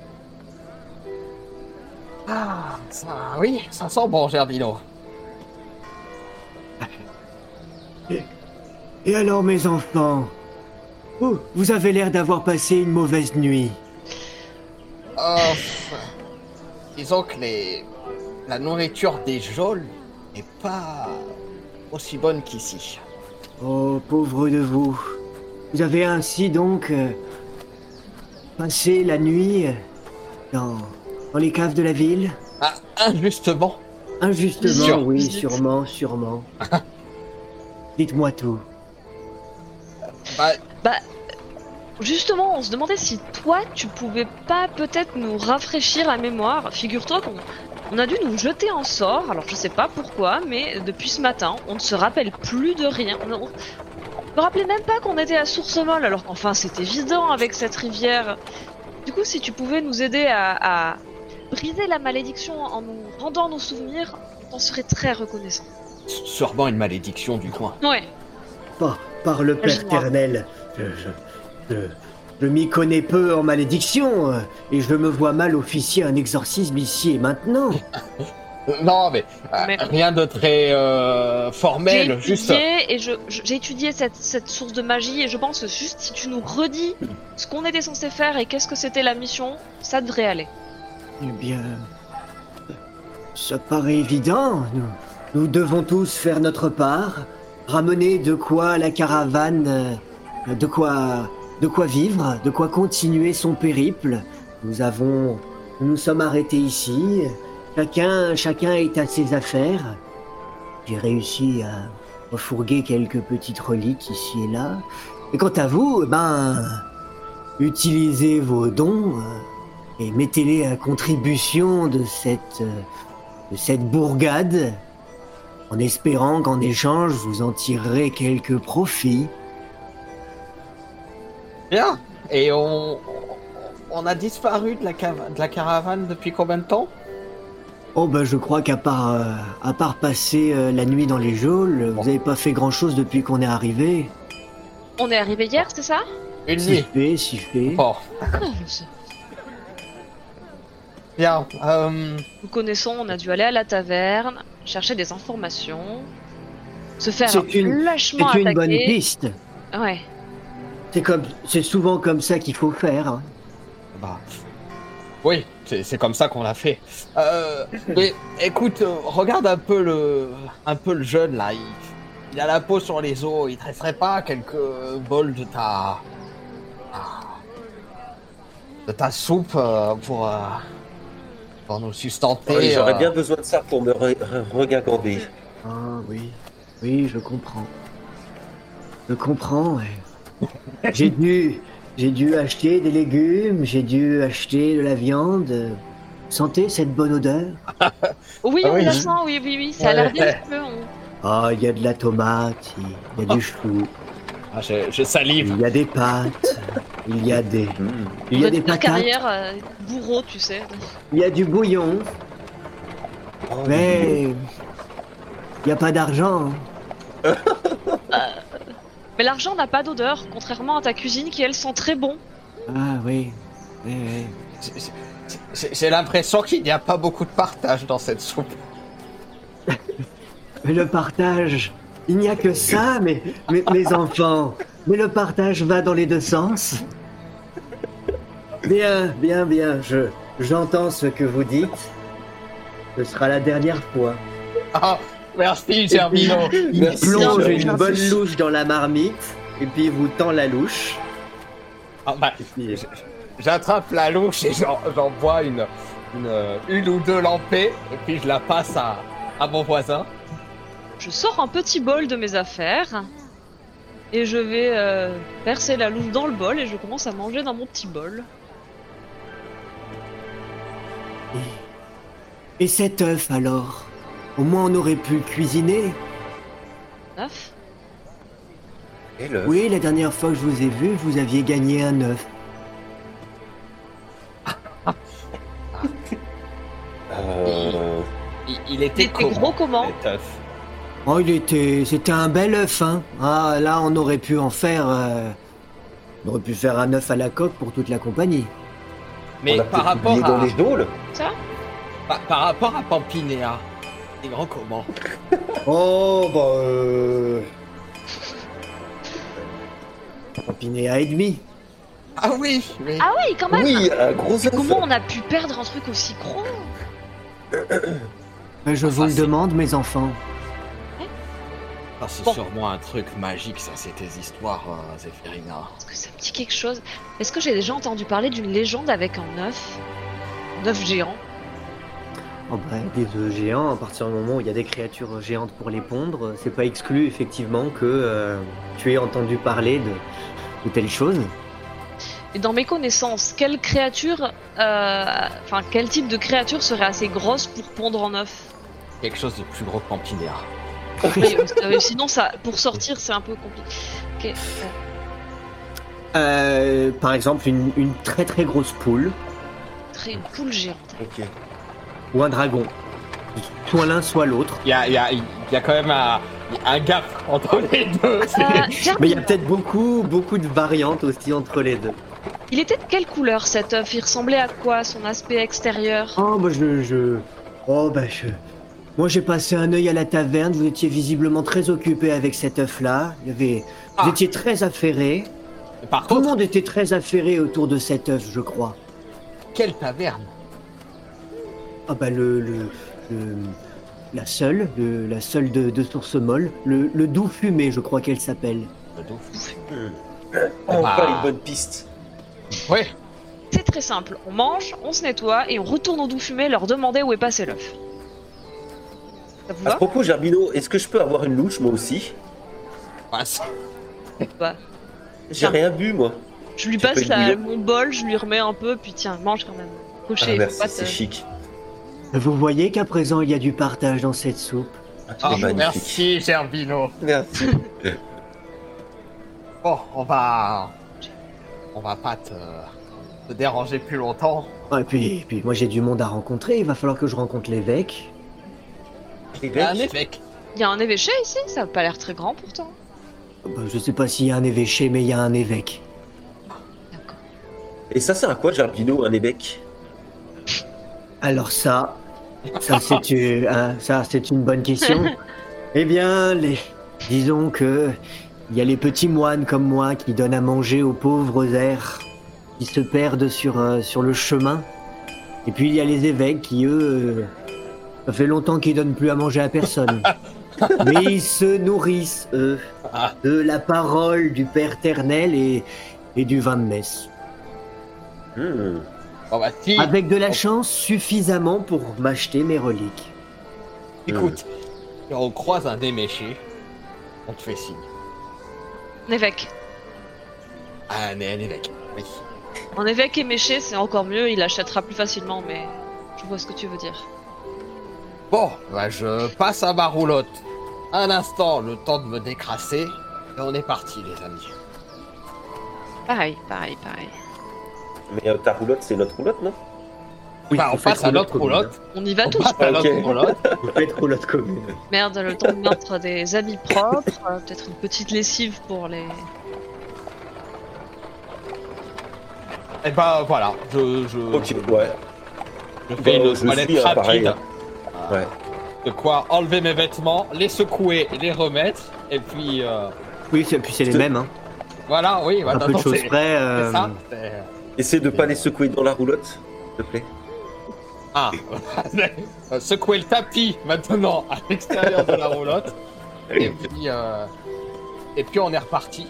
Ah, ça, oui, ça sent bon, Gerbino. Et alors mes enfants, oh, vous avez l'air d'avoir passé une mauvaise nuit. Euh, disons que les... la nourriture des geôles n'est pas aussi bonne qu'ici. Oh, pauvre de vous. Vous avez ainsi donc euh, passé la nuit euh, dans, dans les caves de la ville? Ah, injustement. Injustement, Sûr. oui, sûrement, sûrement. Dites-moi tout. Bah, Justement, on se demandait si toi, tu pouvais pas peut-être nous rafraîchir la mémoire. Figure-toi qu'on on a dû nous jeter un sort, alors je sais pas pourquoi, mais depuis ce matin, on ne se rappelle plus de rien. On, Je me rappelais même pas qu'on était à Source Molle, alors qu'enfin c'est évident avec cette rivière. Du coup, si tu pouvais nous aider à, à briser la malédiction en nous rendant nos souvenirs, on t'en serait très reconnaissant. Sûrement une malédiction du coin. Ouais. Par, par le Père Imagine-moi. éternel, je, je, je, je m'y connais peu en malédiction, euh, et je me vois mal officier un exorcisme ici et maintenant. Euh, Non, mais, euh, Mais- rien de très euh, J'ai formel, juste. étudié et je, je- j'ai étudié cette, cette source de magie et je pense que juste si tu nous redis ce qu'on était censé faire et qu'est-ce que c'était la mission, ça devrait aller. Eh bien, ça paraît évident. Nous, nous devons tous faire notre part, ramener de quoi la caravane, euh, de quoi, de quoi vivre, de quoi continuer son périple. Nous avons, nous nous sommes arrêtés ici. Chacun, chacun est à ses affaires. J'ai réussi à refourguer quelques petites reliques ici et là. Et quant à vous, ben, utilisez vos dons. euh, et mettez-les à contribution de cette, euh, de cette bourgade, en espérant qu'en échange vous en tirerez quelques profits. Bien. Et on, on a disparu de la, cava- de la caravane depuis combien de temps? Oh ben je crois qu'à part, euh, à part passer euh, la nuit dans les geôles, vous avez pas fait grand-chose depuis qu'on est arrivé. On est arrivé hier, c'est ça? Une Si nuit. fait, si fait. Bon, Ah, je sais. bien. Euh, Nous connaissons, on a dû aller à la taverne, chercher des informations, se faire C'est une- lâchement C'est une attaquer. bonne piste. Ouais. C'est comme, c'est souvent comme ça qu'il faut faire. hein. bah, oui, c'est c'est comme ça qu'on l'a fait. Euh, mais écoute, euh, regarde un peu le, un peu le jeune là. Il, il a la peau sur les os. Il te resterait pas quelques bols de ta, de ta soupe euh, pour, euh, pour nous sustenter. Ouais, J'aurais euh, bien besoin de ça pour me re- re- regagander. Ah oui, oui, je comprends. Je comprends, ouais. J'ai dû, j'ai dû acheter des légumes, j'ai dû acheter de la viande. Sentez cette bonne odeur? Oui, Ah on oui. la sent, oui, oui, oui, ça a l'air Ouais. délicieux. on- Ah, il y a de la tomate, il y a du chou, ah, je, je salive. il y a des pâtes, il y a des, Mmh. il y a Notre des patates, carrière euh, bourreau, tu sais. il y a du bouillon, Oh, mais il n'y a pas d'argent. hein. Mais l'argent n'a pas d'odeur, contrairement à ta cuisine qui, elle, sent très bon. Ah oui, oui, oui. C'est- c'est- c'est- J'ai l'impression qu'il n'y a pas beaucoup de partage dans cette soupe. Mais le partage, il n'y a que ça, mais, mais- mes enfants. Mais le partage va dans les deux sens. Bien, bien, bien. Je, j'entends ce que vous dites. Ce sera la dernière fois. Ah, merci Germino. Il Merci, plonge Germino. une bonne louche dans la marmite, et puis il vous tend la louche. Ah, bah, Et puis, j'attrape la louche et j'en j'en bois une, une, euh, une ou deux lampées et puis je la passe à, à mon voisin. Je sors un petit bol de mes affaires et je vais euh, verser la louche dans le bol et je commence à manger dans mon petit bol. et cet œuf alors? Au moins on aurait pu le cuisiner. Neuf. Et le... Oui, la dernière fois que je vous ai vu, vous aviez gagné un œuf. Euh, Il, il Il était, était gros comment? cet œuf Oh, il était, c'était un bel œuf, hein. Ah, là, on aurait pu en faire, euh, on aurait pu faire un œuf à la coque pour toute la compagnie. Mais on l'a par peut-être rapport, oublié dans à, les geôles. par, par rapport à Pampinéa, c'est grand comment? Oh, bah, euh... Papinéa et demi. Ah oui, oui. Ah oui, quand même. Oui, un gros œuf. Comment on a pu perdre un truc aussi gros? Mais je Ah, vous ça, le c'est- demande, mes enfants. Ah, c'est Bon. sûrement un truc magique, ça, c'est tes histoires, euh, Zéphirina. Est-ce que ça me dit quelque chose? Est-ce que j'ai déjà entendu parler d'une légende avec un œuf? Un œuf géant? Oh, bah, des œufs géants, à partir du moment où il y a des créatures géantes pour les pondre, c'est pas exclu, effectivement, que euh, tu aies entendu parler de, de telles choses. Et dans mes connaissances, quelle créature, euh, enfin quel type de créature serait assez grosse pour pondre en œuf? Quelque chose de plus gros que Pampinéa. Oui, parce que, euh, sinon, ça, pour sortir, c'est un peu compliqué. Ok. Euh, par exemple, une, une très très grosse poule Très une poule géante. Ok. ou un dragon. Soit l'un, soit l'autre. Il y a, il y, a, il y a quand même un, un gap entre les deux. c'est- Euh, Gerbino, Mais il y a peut-être beaucoup, beaucoup de variantes aussi entre les deux. il était de quelle couleur cet œuf? Il ressemblait à quoi, son aspect extérieur? Oh, bah je... je... Oh, bah je... Moi, j'ai passé un œil à la taverne. Vous étiez visiblement très occupé avec cet œuf-là. Il y avait... Ah. Vous étiez très affairé. Par Tout le contre, monde était très affairé autour de cet œuf, je crois. quelle taverne? Ah bah le... le, le- la seule, le- la seule de, de Source Molle. Le, le Doux Fumé, je crois qu'elle s'appelle. Enfin, bah. une bonne piste. Ouais. C'est très simple. On mange, on se nettoie et on retourne au doux fumé leur demander où est passé l'œuf. Ça vous À ce va? propos, Gerbino, est-ce que je peux avoir une louche, moi aussi? Bah, c'est- Bah, J'ai rien bu, moi. je lui Tu peux passe le la- bouillon. mon bol, je lui remets un peu, puis tiens, mange quand même. Ah, Cocher, faut merci, pas c'est te- chic. Vous voyez qu'à présent, il y a du partage dans cette soupe. Ah, tu Ah, es magnifique. merci, Gerbino. Merci. Bon, on va. On va pas te, te déranger plus longtemps. Ah, Et puis, et puis moi, j'ai du monde à rencontrer. Il va falloir que je rencontre l'évêque. Il y a un évêque. Il y a un évêché ici? Ça a pas l'air très grand pourtant. Bah, je sais pas s'il y a un évêché, mais il y a un évêque. D'accord. Et ça sert à quoi, Gerbino, un évêque? Alors ça, ça c'est une, hein, ça c'est une bonne question. Eh bien, les, disons que il y a les petits moines comme moi qui donnent à manger aux pauvres airs qui se perdent sur euh, sur le chemin. Et puis il y a les évêques qui eux, euh, ça fait longtemps qu'ils donnent plus à manger à personne. Mais ils se nourrissent eux Ah. de la parole du Père Ternel et et du vin de messe. Hmm. Bon, bah, si. Avec de la chance, suffisamment pour m'acheter mes reliques. Écoute, si on croise un déméché, on te fait signe. Un évêque. Ah, un, un évêque, oui. Un évêque éméché, c'est encore mieux, il achètera plus facilement, mais je vois ce que tu veux dire. Bon, bah, je passe à ma roulotte. Un instant, le temps de me décrasser. Et on est parti, les amis. Pareil, pareil, pareil. Mais euh, ta roulotte, c'est notre roulotte, non? Oui, Bah, on vous faites passe à notre commune. roulotte. On y va On tous. passe à Ok. notre roulotte. Vous faites roulotte commune. Merde, le temps de mettre des habits propres, euh, peut-être une petite lessive pour les... Et bah voilà, je, je, Ok, je, ouais. je fais Bah, une je toilette suis, hein, rapide. pareil, hein. Ouais. De quoi enlever mes vêtements, les secouer, les remettre, et puis euh, Oui, c'est- puis c'est les C'est- mêmes. Hein. voilà, oui, Un voilà, peu de non, choses c'est près. c'est euh, ça. c'est- Essaie de pas les secouer dans la roulotte, s'il te plaît. Ah, euh, secouer le tapis maintenant à l'extérieur de la roulotte, et puis euh, et puis on est reparti.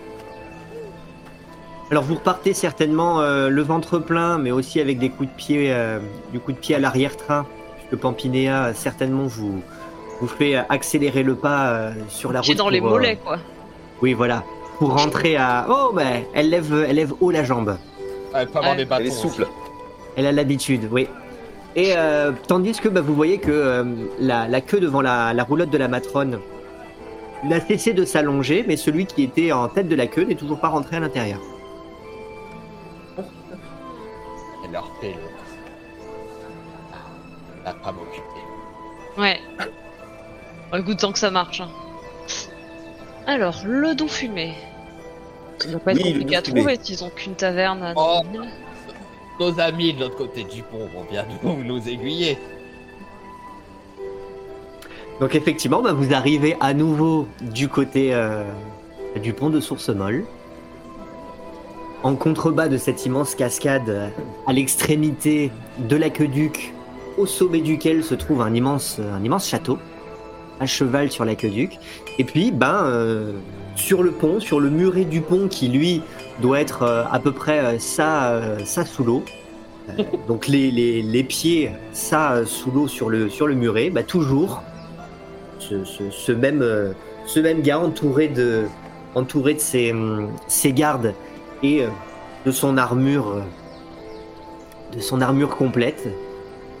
Alors vous repartez certainement euh, le ventre plein, mais aussi avec des coups de pied, euh, du coup de pied à l'arrière-train, puisque Pampinéa euh, certainement vous vous fait accélérer le pas euh, sur la route. J'ai dans les pour, euh, mollets, quoi. Oui, voilà, pour rentrer à. Oh, ben, elle lève, elle lève haut la jambe. Elle peut avoir Ouais. des bâtons. Elle est souple. aussi. Elle a l'habitude, oui. Et euh, tandis que bah, vous voyez que euh, la, la queue devant la, la roulotte de la matrone n'a cessé de s'allonger, mais celui qui était en tête de la queue n'est toujours pas rentré à l'intérieur. Elle leur fait le... la femme occupée. Ouais. Bon, écoute, tant que ça marche. hein. Alors, le doux fumé. Ça doit pas être Oui, le compliqué doux à fumé. trouver, ils ont qu'une taverne à Oh. deux mille. Nos amis de l'autre côté du pont vont bien nous, nous aiguiller. Donc effectivement, bah, vous arrivez à nouveau du côté euh, du pont de Source Molle. En contrebas de cette immense cascade, euh, à l'extrémité de l'aqueduc, au sommet duquel se trouve un immense, un immense château, à cheval sur l'aqueduc. Et puis, ben, euh, sur le pont, sur le muret du pont qui, lui, doit être euh, à peu près euh, ça, euh, ça sous l'eau. Euh, donc les, les, les pieds, ça euh, sous l'eau sur le, sur le muret, bah, toujours ce, ce, ce même, euh, ce même gars entouré de, entouré de ses, hum, ses gardes et euh, de son armure, euh, de son armure complète.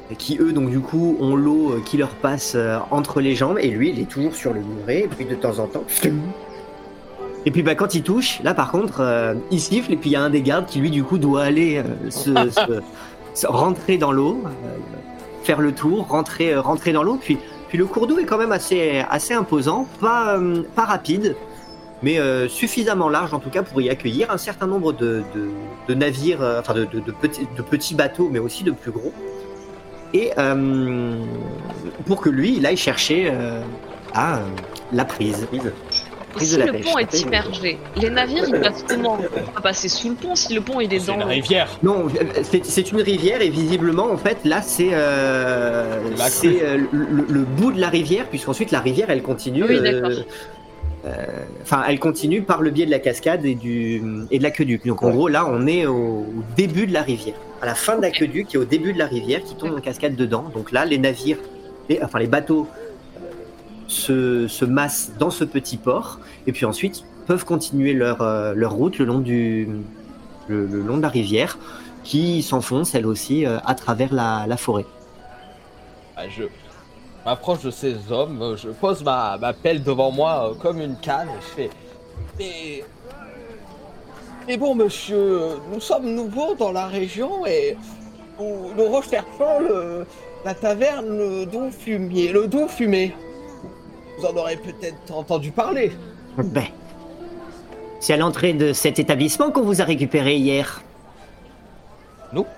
qui eux donc du coup ont l'eau qui leur passe euh, entre les jambes et lui il est toujours sur le muret et puis de temps en temps et puis bah quand il touche là par contre euh, il siffle et puis il y a un des gardes qui lui du coup doit aller euh, se, se, se rentrer dans l'eau, euh, faire le tour, rentrer euh, rentrer dans l'eau puis puis le cours d'eau est quand même assez assez imposant, pas euh, pas rapide mais euh, suffisamment large en tout cas pour y accueillir un certain nombre de de, de navires, euh, enfin de, de, de petits de petits bateaux mais aussi de plus gros. Et euh, pour que lui, il aille chercher euh, à, euh, la prise. Prise. Et si le pont est immergé, les navires ils passent comment? On va passer sous le pont si le pont il est C'est dans une l'eau. rivière. Non, c'est, c'est une rivière et visiblement, en fait, là, c'est, euh, La c'est crue. euh, le, le bout de la rivière, puisqu'ensuite la rivière, elle continue. Oui, d'accord. euh, Enfin, elle continue par le biais de la cascade et, du, et de l'aqueduc. Donc, en Ouais. gros, là, on est au, au début de la rivière. À la fin de l'aqueduc et au début de la rivière qui tombe en cascade dedans. Donc là, les navires, les, enfin les bateaux euh, se, se massent dans ce petit port et puis ensuite peuvent continuer leur, euh, leur route le long, du, le, le long de la rivière qui s'enfonce elle aussi euh, à travers la, la forêt. Ah, je m'approche de ces hommes, euh, je pose ma, ma pelle devant moi euh, comme une canne et je fais mais... mais bon monsieur, euh, nous sommes nouveaux dans la région et nous, nous recherchons le, la taverne le Doux Fumier, le Doux Fumé. Vous en aurez peut-être entendu parler. Ben, c'est à l'entrée de cet établissement qu'on vous a récupéré hier. Nous?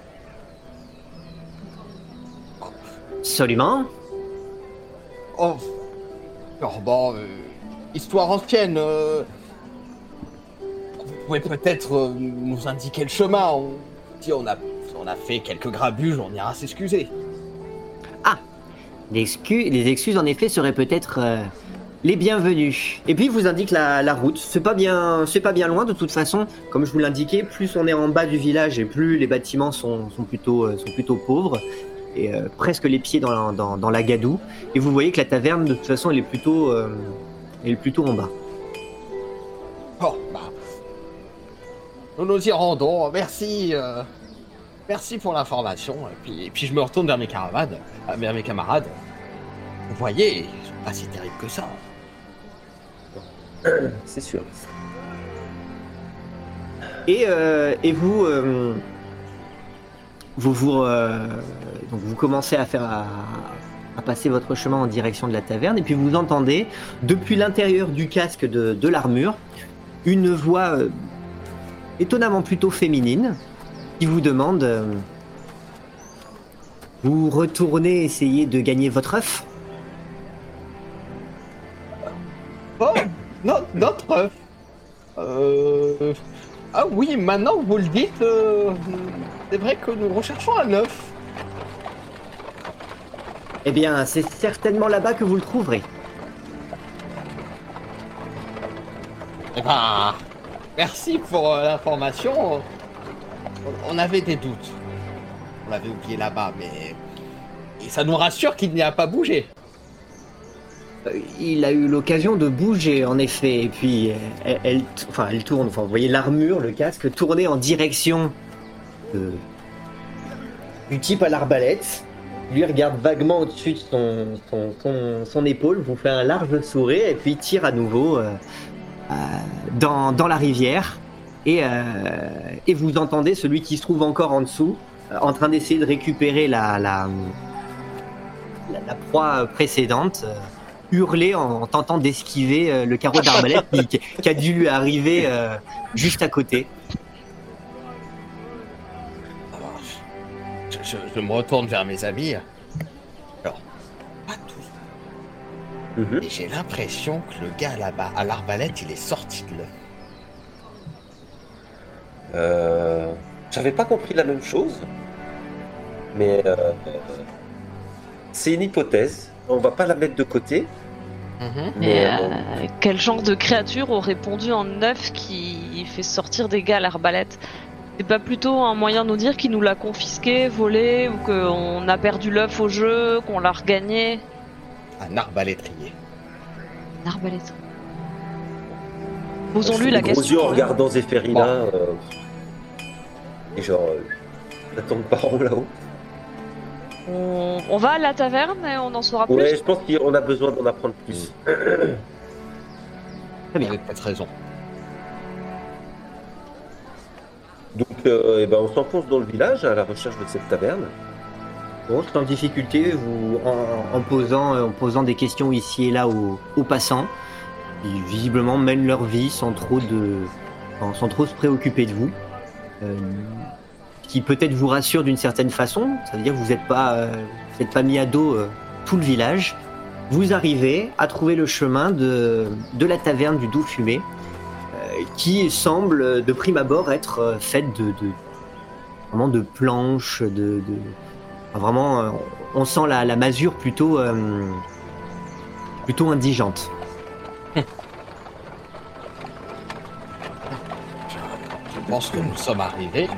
Absolument. Oh, alors bon, euh, histoire ancienne. Euh, vous pouvez peut-être euh, nous indiquer le chemin. On, si on a, si on a fait quelques grabuges, on ira s'excuser. Les excuses, les excuses en effet seraient peut-être euh, les bienvenues. Et puis il vous indique la, la route. C'est pas bien, c'est pas bien loin de toute façon. Comme je vous l'indiquais, plus on est en bas du village et plus les bâtiments sont, sont plutôt, euh, sont plutôt pauvres et euh, presque les pieds dans la, dans, dans la gadoue. Et vous voyez que la taverne de toute façon elle est plutôt, euh, elle est plutôt en bas. Oh, bah, nous nous y rendons. Merci, euh, merci pour l'information. Et puis, et puis je me retourne vers mes camarades, euh, vers mes camarades. Vous voyez, ils sont pas si terribles que ça. C'est sûr. Et, euh, et vous, euh, vous, vous, euh, donc vous commencez à faire à, à passer votre chemin en direction de la taverne, et puis vous entendez depuis l'intérieur du casque de, de l'armure une voix euh, étonnamment plutôt féminine qui vous demande euh, vous retournez essayer de gagner votre œuf? Oh, no- notre œuf. Euh... Ah oui, maintenant que vous le dites, euh, c'est vrai que nous recherchons un œuf. Eh bien, c'est certainement là-bas que vous le trouverez. Eh ben, merci pour euh, l'information. On, on avait des doutes. On l'avait oublié là-bas, mais... Et ça nous rassure qu'il n'y a pas bougé. Euh, Il a eu l'occasion de bouger, en effet, et puis euh, elle, elle, enfin, elle tourne, enfin, vous voyez l'armure, le casque, tourner en direction de- du type à l'arbalète. Lui regarde vaguement au-dessus de son, son, son, son épaule, vous fait un large sourire, et puis tire à nouveau euh, euh, dans, dans la rivière. Et, euh, et vous entendez celui qui se trouve encore en dessous, euh, en train d'essayer de récupérer la, la, la, la proie précédente. euh, hurler en, en tentant d'esquiver euh, le carreau d'arbalète qui, qui- qui a dû lui arriver euh, juste à côté. Alors, je, je- je me retourne vers mes amis. Alors, pas tous. Mhm. Et j'ai l'impression que le gars là-bas, à l'arbalète, il est sorti de l'œuf. Euh, J'avais pas compris la même chose, mais euh, c'est une hypothèse. On va pas la mettre de côté. Mhm. Mais, Mais euh, euh, quel genre de créature aurait pondu en œuf qui fait sortir des gars à l'arbalète? C'est pas plutôt un moyen de nous dire qu'il nous l'a confisqué, volé, ou qu'on a perdu l'œuf au jeu, qu'on l'a regagné? Un arbalétrier. Une arbalète. je Posons-lui fais la des gros question. yeux en quand même. regardant Zéphérina. euh, et genre, euh, j'attends le baron là-haut. On, on va à la taverne et on en saura plus. Ouais, je pense qu'on a besoin d'en apprendre plus. Vous avez peut-être raison. Donc, euh, eh ben, on s'enfonce dans le village à la recherche de cette taverne. Bon, sans difficulté, vous, en, en, posant, en posant des questions ici et là aux, aux passants, qui visiblement mènent leur vie sans trop, de, sans trop se préoccuper de vous. Euh, qui peut-être vous rassure d'une certaine façon, ça veut dire que vous n'êtes pas, euh, vous n'êtes pas mis à dos euh, tout le village. Vous arrivez à trouver le chemin de, de la taverne du Doux Fumé, euh, qui semble de prime abord être euh, faite de, de, vraiment de planches, de, de enfin, vraiment, euh, on sent la, la masure plutôt, euh, plutôt indigente. Je pense que nous sommes arrivés.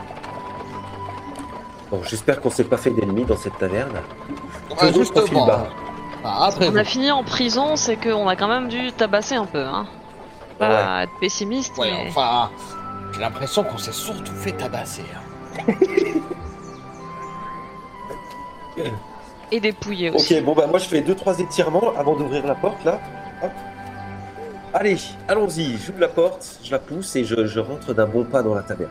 Bon, j'espère qu'on s'est pas fait d'ennemis dans cette taverne. Ouais, justement. Bas. Ah, après, On vous. a fini en prison, c'est qu'on a quand même dû tabasser un peu. Hein. Pas Ouais. être pessimiste, Ouais, mais... enfin, j'ai l'impression qu'on s'est surtout fait tabasser. hein. Et dépouiller aussi. Ok, bon bah moi je fais deux trois étirements avant d'ouvrir la porte là. Hop. Allez, allons-y. J'ouvre la porte, je la pousse et je, je rentre d'un bon pas dans la taverne.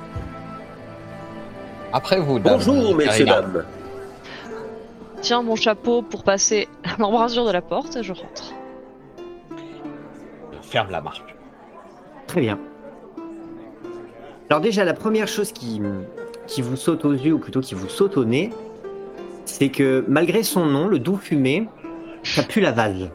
Après vous, dame. Bonjour, messieurs, Karina. dames. Tiens mon chapeau pour passer l'embrasure de la porte et je rentre. Ferme la marche. Très bien. Alors déjà, la première chose qui, qui vous saute aux yeux, ou plutôt qui vous saute au nez, c'est que malgré son nom, le Doux Fumé, ça pue la vase.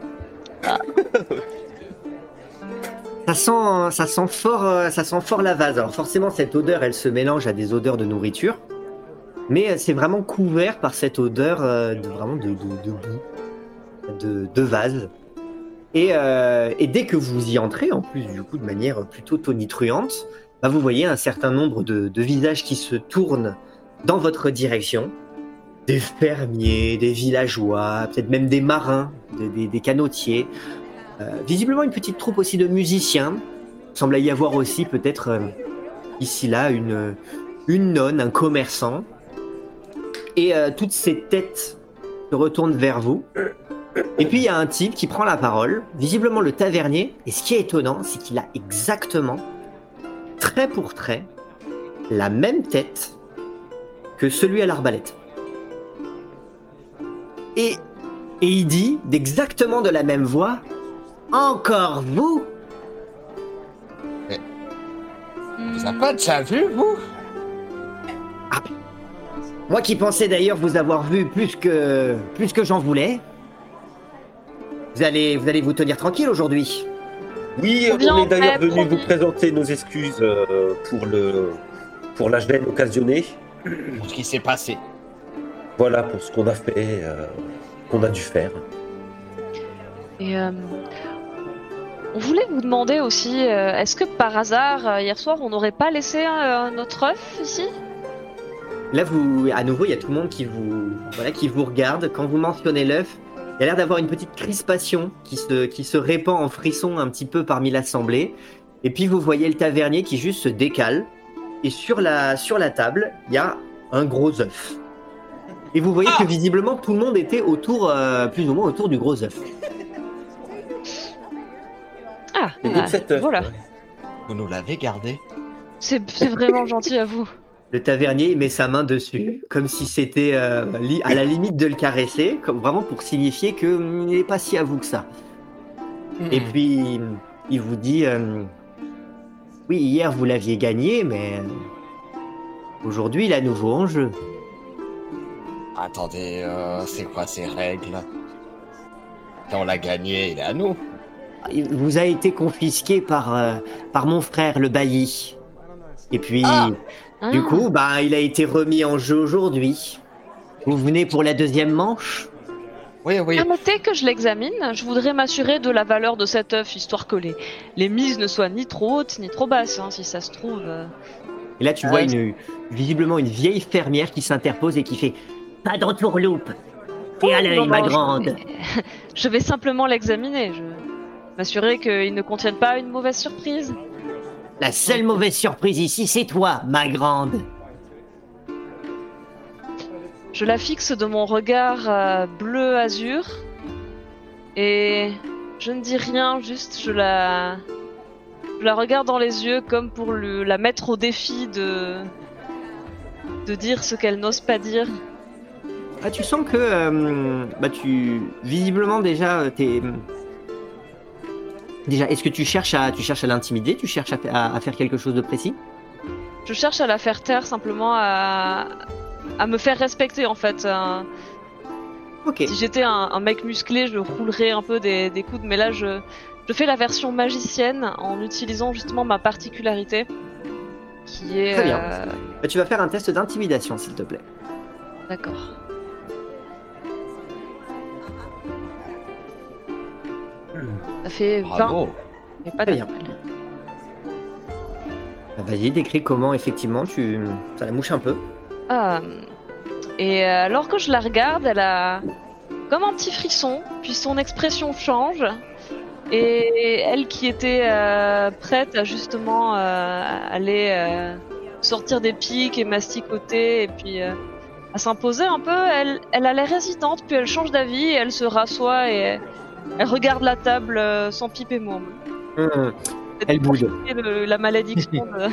Ça sent, ça sent fort, euh, ça sent fort la vase. Alors forcément, cette odeur, elle se mélange à des odeurs de nourriture, mais euh, c'est vraiment couvert par cette odeur euh, de vraiment de, de, de boue, de, de vase. Et, euh, et dès que vous y entrez, en plus du coup de manière plutôt tonitruante, bah, vous voyez un certain nombre de, de visages qui se tournent dans votre direction. Des fermiers, des villageois, peut-être même des marins, des, des, des canotiers. Euh, visiblement une petite troupe aussi de musiciens. Il semble y avoir aussi peut-être euh, ici là une, une nonne, un commerçant. Et euh, toutes ces têtes se retournent vers vous. Et puis il y a un type qui prend la parole, visiblement le tavernier. Et ce qui est étonnant, c'est qu'il a exactement, trait pour trait, la même tête que celui à l'arbalète. Et, et il dit, d'exactement de la même voix, « Encore vous ?» Vous avez pas déjà vu, vous? Moi qui pensais d'ailleurs vous avoir vu plus que, plus que j'en voulais. Vous allez, vous allez vous tenir tranquille aujourd'hui. Oui, On on, vient est en d'ailleurs paix, venu promis. vous présenter nos excuses euh, pour le pour la gêne occasionnée. Pour ce qui s'est passé. Voilà pour ce qu'on a fait, euh, qu'on a dû faire. Et euh, on voulait vous demander aussi, euh, est-ce que par hasard, euh, hier soir, on n'aurait pas laissé euh, notre œuf ici? Là, vous, à nouveau, il y a tout le monde qui vous, voilà, qui vous regarde. Quand vous mentionnez l'œuf, il y a l'air d'avoir une petite crispation qui se, qui se répand en frisson un petit peu parmi l'assemblée. Et puis vous voyez le tavernier qui juste se décale. Et sur la, sur la table, il y a un gros œuf. Et vous voyez Ah que visiblement tout le monde était autour, euh, plus ou moins autour du gros œuf. Ah, Et ah, donc cet œuf, voilà. ouais. Vous nous l'avez gardé. C'est c'est vraiment gentil à vous. Le tavernier met sa main dessus, comme si c'était euh, li- à la limite de le caresser, comme vraiment pour signifier qu'il n'est pas si à vous que ça. Et puis, il vous dit euh, oui, hier vous l'aviez gagné, mais euh, aujourd'hui il est à nouveau en jeu. Attendez, euh, c'est quoi ces règles? Si on l'a gagné, il est à nous. Il vous a été confisqué par, euh, par mon frère, le bailli. Et puis, Ah du Ah. coup, bah, il a été remis en jeu aujourd'hui. Vous venez pour la deuxième manche? Oui, oui. Permettez que je l'examine. Je voudrais m'assurer de la valeur de cet œuf, histoire que les, les mises ne soient ni trop hautes ni trop basses, hein, si ça se trouve. euh. Et là, tu Ah, vois oui. une, visiblement une vieille fermière qui s'interpose et qui fait « Pas d'entourloupe et à l'œil, Non, ma non, je- grande !» Je vais simplement l'examiner. Je m'assurer qu'il ne contienne pas une mauvaise surprise. La seule mauvaise surprise ici, c'est toi, ma grande. je la fixe de mon regard euh, bleu azur et je ne dis rien, juste je la, je la regarde dans les yeux comme pour le, la mettre au défi de, de dire ce qu'elle n'ose pas dire. Ah, tu sens que euh, bah tu visiblement déjà t'es déjà. Est-ce que tu cherches à tu cherches à l'intimider, tu cherches à, à, à faire quelque chose de précis? Je cherche à la faire taire, simplement à, à me faire respecter en fait. Euh, Ok. Si j'étais un, un mec musclé, je roulerais un peu des, des coudes, mais là je, je fais la version magicienne en utilisant justement ma particularité, qui est. Très bien. euh, Bah, tu vas faire un test d'intimidation, s'il te plaît. D'accord. Ça fait vingt, Bravo. mais pas Très bien. d'appel. Bah, vas-y, décris comment effectivement tu ça la mouche un peu. Ah, et euh, alors que je la regarde, elle a comme un petit frisson, puis son expression change. Et elle qui était euh, prête à justement euh, aller euh, sortir des pics et masticoter et puis euh, à s'imposer un peu, elle, elle a l'air hésitante, puis elle change d'avis, et elle se rassoit et elle regarde la table euh, sans pipe et môme. Hum, Elle bouge. C'est le- la malédiction de...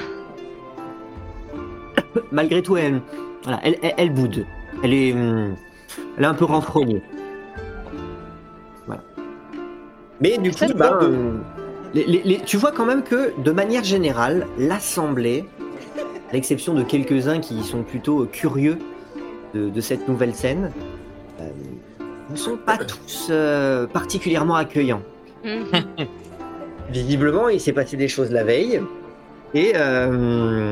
Malgré tout, elle, voilà, elle, elle, elle boude. Elle est, hum, elle est un peu renfrognée. Voilà. Mais du coup, C'est bah, bon. hum, les, les- les- tu vois quand même que, de manière générale, l'assemblée, à l'exception de quelques-uns qui sont plutôt curieux de, de cette nouvelle scène, euh, ne sont pas tous euh, particulièrement accueillants. Mhm. Visiblement, il s'est passé des choses la veille, et euh,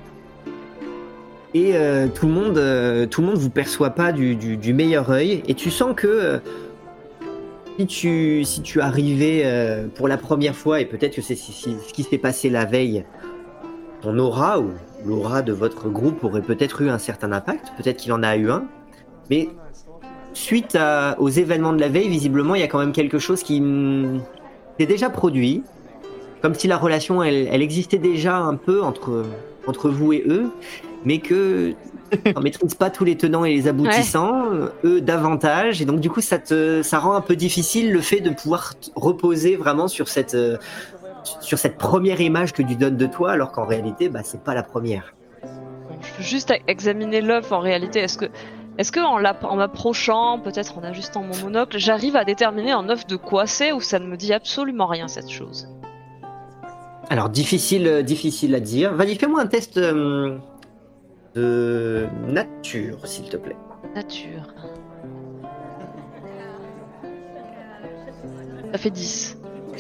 et euh, tout le monde, euh, tout le monde vous perçoit pas du, du, du meilleur œil, et tu sens que euh, si tu si tu arrivais euh, pour la première fois, et peut-être que c'est si- si- ce qui s'est passé la veille, ton aura ou l'aura de votre groupe aurait peut-être eu un certain impact, peut-être qu'il en a eu un, mais suite à- aux événements de la veille, visiblement, il y a quand même quelque chose qui mm, s'est déjà produit, comme si la relation, elle, elle existait déjà un peu entre, entre vous et eux, mais que on maîtrise pas tous les tenants et les aboutissants, euh, eux davantage, et donc du coup ça te ça rend un peu difficile le fait de pouvoir te reposer vraiment sur cette euh, sur cette première image que tu donnes de toi, alors qu'en réalité, bah c'est pas la première. Je veux juste a- examiner l'œuf en réalité. Est-ce que, est-ce que en, l'app- en m'approchant, peut-être en ajustant mon monocle, j'arrive à déterminer un œuf de quoi c'est, ou ça ne me dit absolument rien cette chose? Alors difficile, euh, difficile à dire. Vas-y, fais-moi un test euh, de nature, s'il te plaît. Nature. Ça fait dix.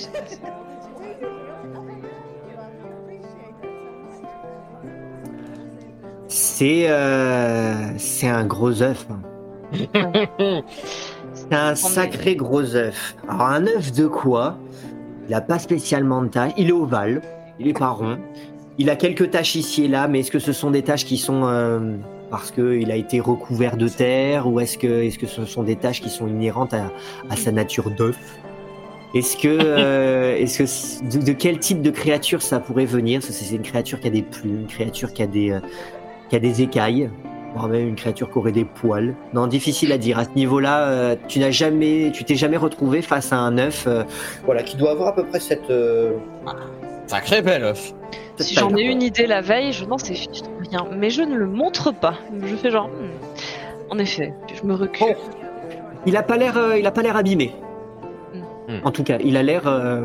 C'est euh, c'est un gros œuf. hein. C'est un sacré gros œuf. Alors un œuf de quoi? Il n'a pas spécialement de taches. Il est ovale, il est pas rond. Il a quelques taches ici et là, mais est-ce que ce sont des taches qui sont euh, parce qu'il a été recouvert de terre, ou est-ce que, est-ce que ce sont des taches qui sont inhérentes à, à sa nature d'œuf? Est-ce que, euh, est-ce que de, de quel type de créature ça pourrait venir? Est-ce que c'est une créature qui a des plumes, une créature qui a des, euh, qui a des écailles, voire même une créature qui aurait des poils? Non, difficile à dire. À ce niveau-là, euh, tu n'as jamais, tu t'es jamais retrouvé face à un œuf, euh, voilà, qui doit avoir à peu près cette. euh, Sacré bel œuf. cette Si j'en taille. ai une idée la veille, je n'en sais fiche de rien, mais je ne le montre pas. Je fais genre, hmm, en effet, puis je me recule. Bon. Il a pas l'air, euh, il a pas l'air abîmé. Hmm. En tout cas, il a l'air. euh,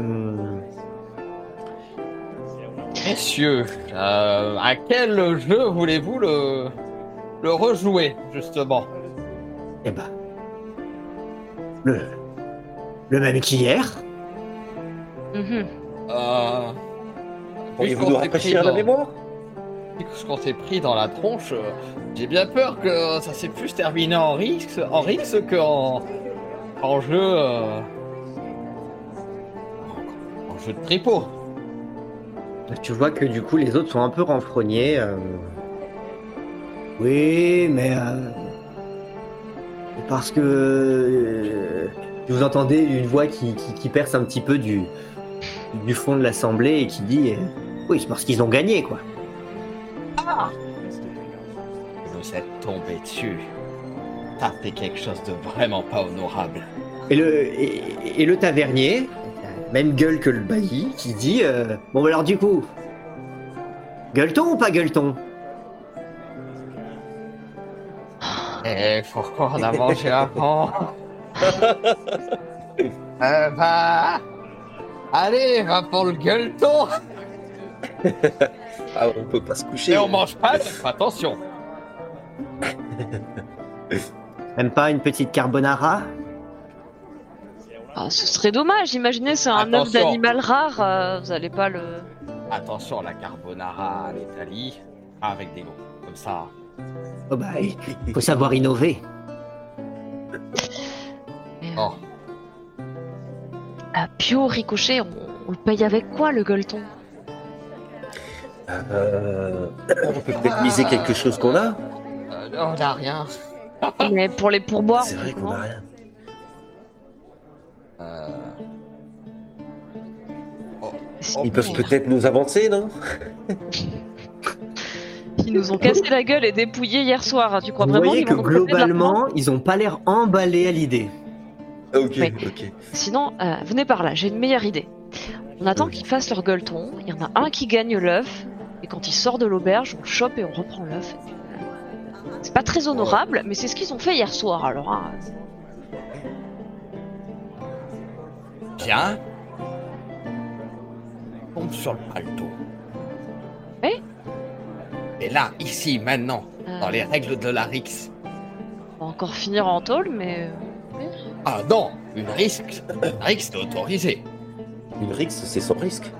Messieurs, euh, à quel jeu voulez-vous le, le rejouer, justement? Eh ben, le, le même qu'hier. Mhm. Euh, Pourriez-vous puisqu'on nous s'est rafraîchir pris la dans- mémoire? Puisqu'on s'est pris dans la tronche, euh, j'ai bien peur que ça s'est plus terminé en risque, en risque qu'en en jeu, euh, en jeu de tripot. Tu vois que du coup, les autres sont un peu renfrognés. euh. Oui, mais euh, parce que euh, vous entendez une voix qui, qui, qui perce un petit peu du, du fond de l'assemblée et qui dit euh, oui, c'est parce qu'ils ont gagné, quoi. Vous êtes tombé dessus. t'as fait quelque chose de vraiment pas honorable. Et le, et, et le tavernier, la même gueule que le bailli, qui dit euh, bon, alors du coup, gueuleton ou pas gueuleton? Eh, pourquoi on a mangé avant? euh, bah... Allez, va pour le gueuleton. Ah, on peut pas se coucher. Et on mange pas, donc attention. Même pas une petite carbonara? Ah, ce serait dommage, imaginez, c'est un œuf Attention. d'animal rare, euh, vous allez pas le... Attention, la carbonara à l'Italie, avec des goûts, comme ça. Oh bah, il faut savoir innover. Oh. Ah, Pio, Ricochet, on, on le paye avec quoi, le gueuleton? Euh, on peut peut-être miser quelque chose qu'on a. Euh, on n'a rien. Mais pour les pourboires, C'est vrai qu'on non. a rien. Euh... Ils peuvent peut-être nous avancer, non? Ils nous ont cassé la gueule et dépouillé hier soir. Tu crois Vous vraiment voyez qu'ils que vont nous prêter de l'argent? globalement, ils ont pas l'air emballés à l'idée. Ok, Oui. ok. Sinon, euh, venez par là, j'ai une meilleure idée. On attend Oui. qu'ils fassent leur gueuleton, il y en a un qui gagne l'œuf, et quand il sort de l'auberge, on le chope et on reprend l'œuf. C'est pas très honorable, mais c'est ce qu'ils ont fait hier soir, alors... Hein. Bien. Tombe sur le paletot. Oui. Et là, ici, maintenant, Euh, dans les règles de la R I X. On va encore finir en tôle, mais... Ah non, une risque. Une R I X est autorisée. Une rixe, c'est sans risque.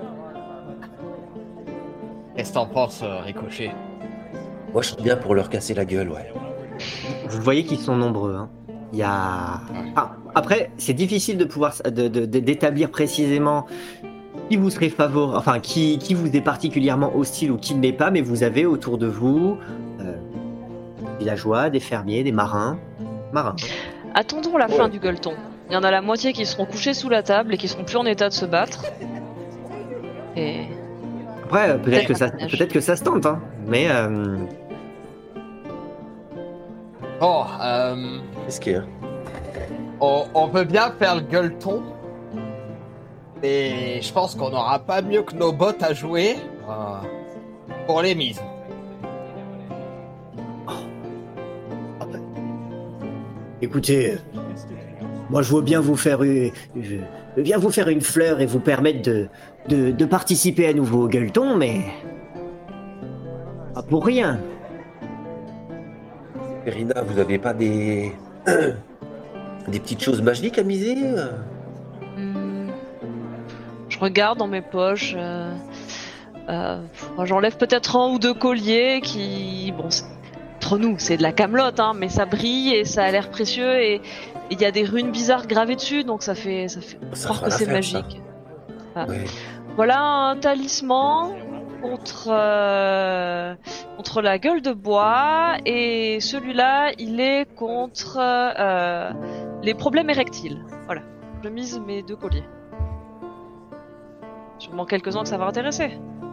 Qu'est-ce que t'en penses, euh, Ricochet? Moi, je suis bien pour leur casser la gueule, ouais. Vous voyez qu'ils sont nombreux. Hein. Il y a. Ah, après, c'est difficile de pouvoir de- de- de- d'établir précisément qui vous serait favorable, enfin qui, qui vous est particulièrement hostile ou qui ne l'est pas, mais vous avez autour de vous euh, des villageois, des fermiers, des marins, marins. Attendons la fin Ouais. du gueuleton. Il y en a la moitié qui seront couchés sous la table et qui seront plus en état de se battre. Et... Après, euh, peut-être que ça, Davantage. peut-être que ça se tente, hein. Mais euh, Bon, euh, Qu'est-ce qu'il y a? on, on peut bien faire le gueuleton. Mais je pense qu'on n'aura pas mieux que nos bottes à jouer euh, pour les mises. écoutez, moi je veux bien vous faire une, je veux bien vous faire une fleur et vous permettre de, de, de participer à nouveau au gueuleton, mais pas pour rien. Perrina, vous avez pas des... des petites choses magiques à miser? Hmm. Je regarde dans mes poches. Euh... Euh... moi, j'enlève peut-être un ou deux colliers qui... Bon, c'est- entre nous, c'est de la camelote, hein, mais ça brille et ça a l'air précieux et il y a des runes bizarres gravées dessus, donc ça fait, ça fait Ça croire fera que c'est l'affaire, ça. magique. Ah. Ouais. Voilà un talisman contre, euh, contre la gueule de bois et celui-là il est contre euh, les problèmes érectiles. Voilà, je mise mes deux colliers. Sûrement quelques-uns que ça va intéresser.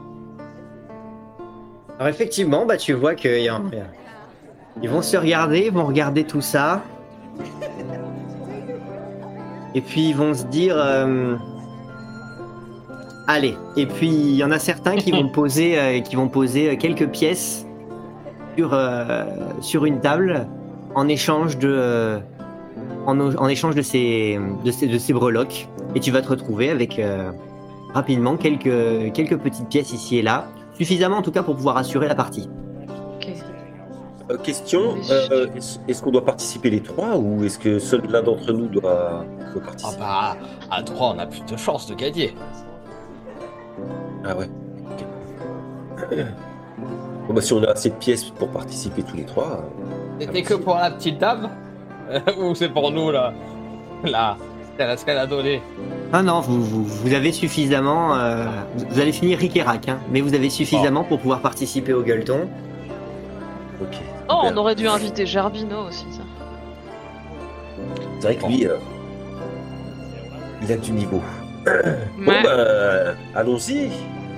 Alors effectivement, bah tu vois que y a- ils vont se regarder, ils vont regarder tout ça, et puis ils vont se dire, euh, allez. Et puis il y en a certains qui vont poser, euh, qui vont poser quelques pièces sur euh, sur une table en échange de euh, en, en échange de ces de ces de ces breloques, et tu vas te retrouver avec euh, rapidement quelques quelques petites pièces ici et là. Suffisamment en tout cas pour pouvoir assurer la partie. Ok. Euh, question, Mais euh, est-ce est-ce qu'on doit participer les trois ou est-ce que seul l'un d'entre nous doit, doit Ah participer? bah, à trois, on a plus de chances de gagner. Ah ouais. Ok. Bon bah si on a assez de pièces pour participer tous les trois. euh, C'était que pour la petite dame? Ou c'est pour nous, là? Là, c'est ce qu'elle a donné. Ah non, vous, vous, vous avez suffisamment. euh, vous allez finir ric et rac, hein, mais vous avez suffisamment pour pouvoir participer au gueuleton. Ok. Oh, Super. on aurait dû inviter Gerbino aussi. Ça. C'est vrai que lui, euh, il a du niveau. Bon Ouais. bah, allons-y.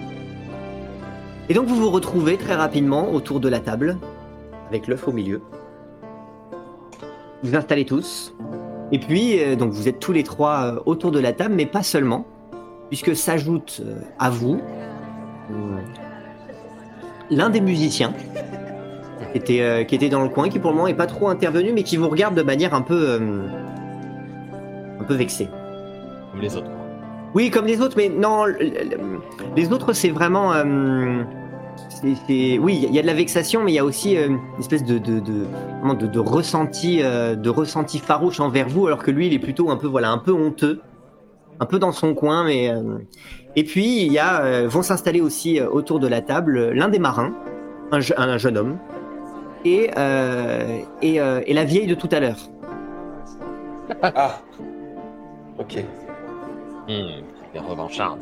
Et donc vous vous retrouvez très rapidement autour de la table, avec l'œuf au milieu. vous installez tous. Et puis, euh, donc vous êtes tous les trois euh, autour de la table, mais pas seulement, puisque s'ajoute euh, à vous euh, l'un des musiciens qui était, euh, qui était dans le coin, qui pour le moment n'est pas trop intervenu, mais qui vous regarde de manière un peu, euh, un peu vexée. Comme les autres. Oui, comme les autres, mais non, le- le- les autres, c'est vraiment... euh, c'est- c'est- oui, il y a de la vexation, mais il y a aussi euh, une espèce de, de, de, vraiment de, de ressenti, euh, de ressenti farouche envers vous, alors que lui, il est plutôt un peu, voilà, un peu honteux, un peu dans son coin. Mais euh, et puis il y a, euh, vont s'installer aussi euh, autour de la table euh, l'un des marins, un, je- un jeune homme, et euh, et, euh, et la vieille de tout à l'heure. Ah. Ok. Hum, les revanchardes.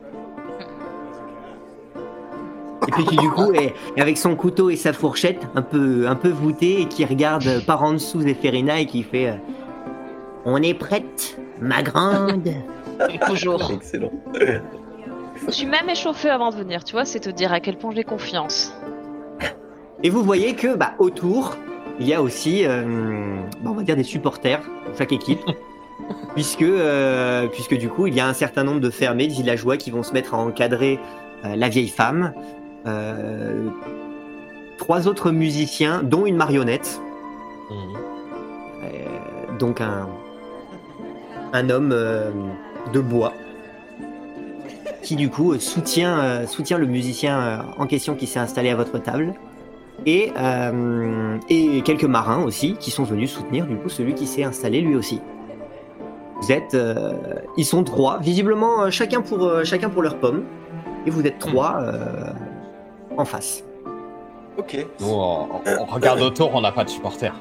Et puis qui du coup est est avec son couteau et sa fourchette un peu un peu voûtée et qui regarde euh, par en dessous Zéphérina et qui fait euh, on est prête, ma grande. Toujours. Excellent. Je me suis même échauffée avant de venir, tu vois, c'est te dire à quel point j'ai confiance. Et vous voyez que bah, autour il y a aussi euh, bah, on va dire des supporters pour chaque équipe. Puisque, euh, puisque du coup, il y a un certain nombre de fermés, de villageois qui vont se mettre à encadrer euh, la vieille femme. Euh, trois autres musiciens, dont une marionnette. Hum. Euh, donc un, un homme euh, de bois qui du coup euh, soutient, euh, soutient le musicien euh, en question qui s'est installé à votre table. Et, euh, et quelques marins aussi qui sont venus soutenir du coup celui qui s'est installé lui aussi. Vous êtes, euh, ils sont trois, visiblement euh, chacun pour euh, chacun pour leur pomme, et vous êtes trois euh, en face. Ok. Nous, on, on regarde autour, on n'a pas de supporters.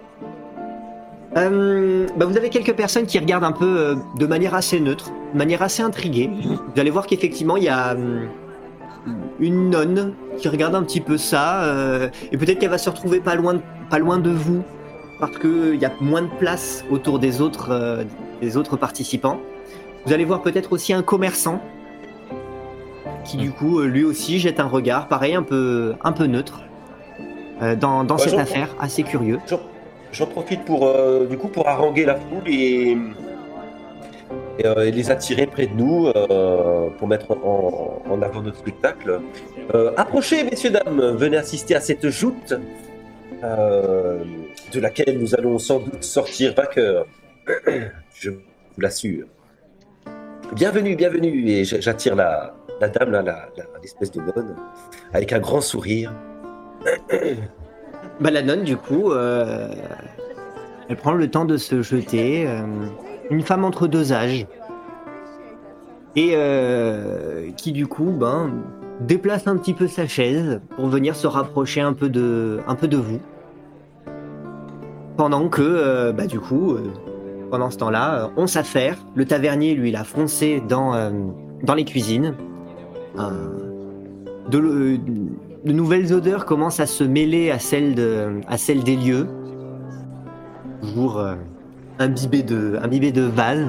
Euh, bah, vous avez quelques personnes qui regardent un peu euh, de manière assez neutre, de manière assez intriguée. Vous allez voir qu'effectivement il y a hum, une nonne qui regarde un petit peu ça, euh, et peut-être qu'elle va se retrouver pas loin de, pas loin de vous, parce qu'il y a moins de place autour des autres, euh, des autres participants. Vous allez voir peut-être aussi un commerçant qui du coup euh, lui aussi jette un regard pareil un peu, un peu neutre euh, dans, dans Ouais, cette j'en- affaire, assez curieux. J'en, j'en profite pour euh, du coup pour haranguer la foule et, et, euh, et les attirer près de nous euh, pour mettre en, en avant notre spectacle. Euh, approchez, messieurs dames, venez assister à cette joute euh, de laquelle nous allons sans doute sortir vainqueurs. Je vous l'assure. Bienvenue, bienvenue, et j- j'attire la, la dame, là, la, la- l'espèce de nonne, avec un grand sourire. Bah, la nonne, du coup, euh, elle prend le temps de se jeter. euh, une femme entre deux âges. Et euh, qui, du coup, ben, déplace un petit peu sa chaise pour venir se rapprocher un peu de, un peu de vous. Pendant que, euh, bah, du coup, euh, pendant ce temps-là, euh, on s'affaire. Le tavernier, lui, il a foncé dans, euh, dans les cuisines. Euh, de, le- de nouvelles odeurs commencent à se mêler à celles, de, à celles des lieux. Toujours euh, imbibé de, imbibé de vase.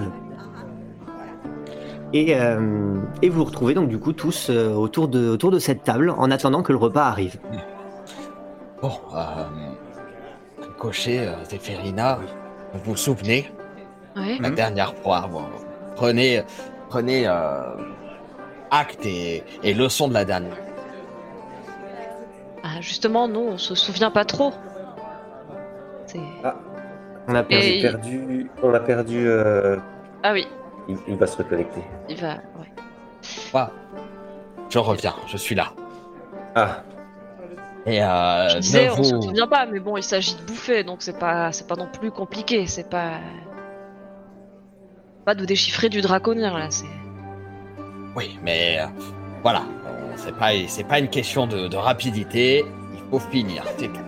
Et, euh, et vous vous retrouvez donc du coup tous euh, autour, de, autour de cette table en attendant que le repas arrive. Bon, euh, Ricochet, euh, Zéphérina, vous vous souvenez, Ouais. la Mhm. dernière fois, bon, prenez, prenez euh, acte et, et leçon de la dernière. Ah, justement, non, on se souvient pas trop. C'est... On a On perdu. Et- a perdu. On a perdu. euh, Ah oui, il, il va se reconnecter. il va. Ouais. Voilà. Je reviens, je suis là. Ah, Et euh, Je disais, ne on se vous- souvient pas, mais bon, il s'agit de bouffer, donc c'est pas, c'est pas non plus compliqué. C'est pas, pas de déchiffrer du draconien là. C'est. Oui, mais euh, voilà, euh, c'est pas, c'est pas une question de, de rapidité, il faut finir, c'est tout.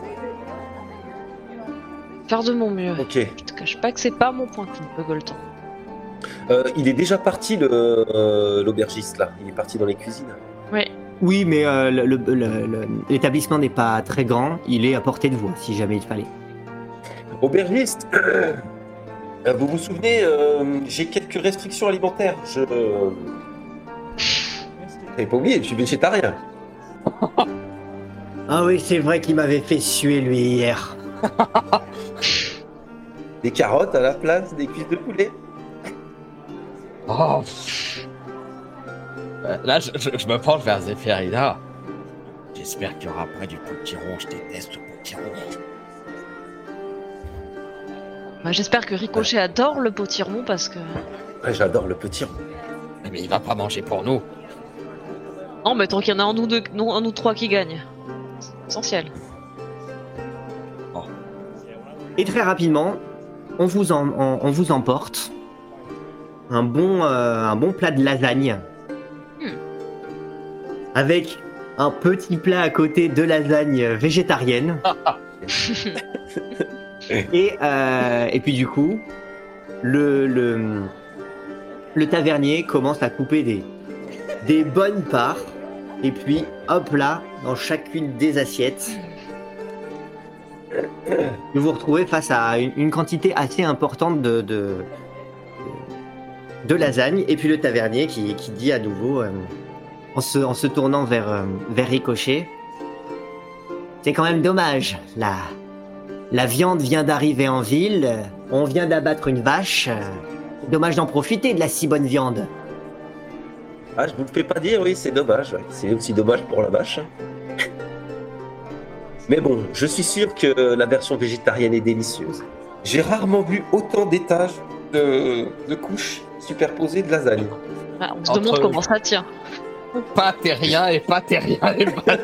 Faire de mon mieux. ok. Je te cache pas que c'est pas mon point de Golton. Euh, il est déjà parti, le, euh, l'aubergiste, là. Il est parti dans les cuisines. Oui. Oui, mais euh, le- le- le- le- l'établissement n'est pas très grand. Il est à portée de voix si jamais il fallait. Aubergiste, euh, vous vous souvenez, euh, j'ai quelques restrictions alimentaires. Je. Euh... T'avais pas oublié, je suis végétarien. Ah oui, c'est vrai qu'il m'avait fait suer lui hier. des carottes à la place des cuisses de poulet. Oh, pff. Euh, Là, je, je- je me penche vers Zéphérina. J'espère qu'il n'y aura pas du potiron. Je déteste le potiron. Bah, j'espère que Ricochet adore le potiron parce que. Ouais, j'adore le potiron. Mais il va pas manger pour nous. Non, mais tant qu'il y en a un ou deux, non, un ou trois qui gagnent. C'est essentiel. Et très rapidement, on vous, en- on, on vous emporte un bon, euh, un bon plat de lasagne. Hmm. Avec un petit plat à côté de lasagne végétarienne. et, euh, et puis du coup, le, le, le tavernier commence à couper des, des bonnes parts. Et puis, hop là, dans chacune des assiettes, vous vous retrouvez face à une, une quantité assez importante de, de, de lasagne. Et puis le tavernier qui, qui dit à nouveau, euh, en, se, en se tournant vers, euh, vers Ricochet, c'est quand même dommage. La, la viande vient d'arriver en ville, on vient d'abattre une vache. euh, Dommage d'en profiter de la si bonne viande. Ah, je vous le fais pas dire, oui, c'est dommage. Ouais. C'est aussi dommage pour la vache. Mais bon, je suis sûr que la version végétarienne est délicieuse. J'ai rarement vu autant d'étages de, de couches superposées de lasagne. Ah, on se Entre- demande comment ça tient. Pas terrien et pas terrien et pas...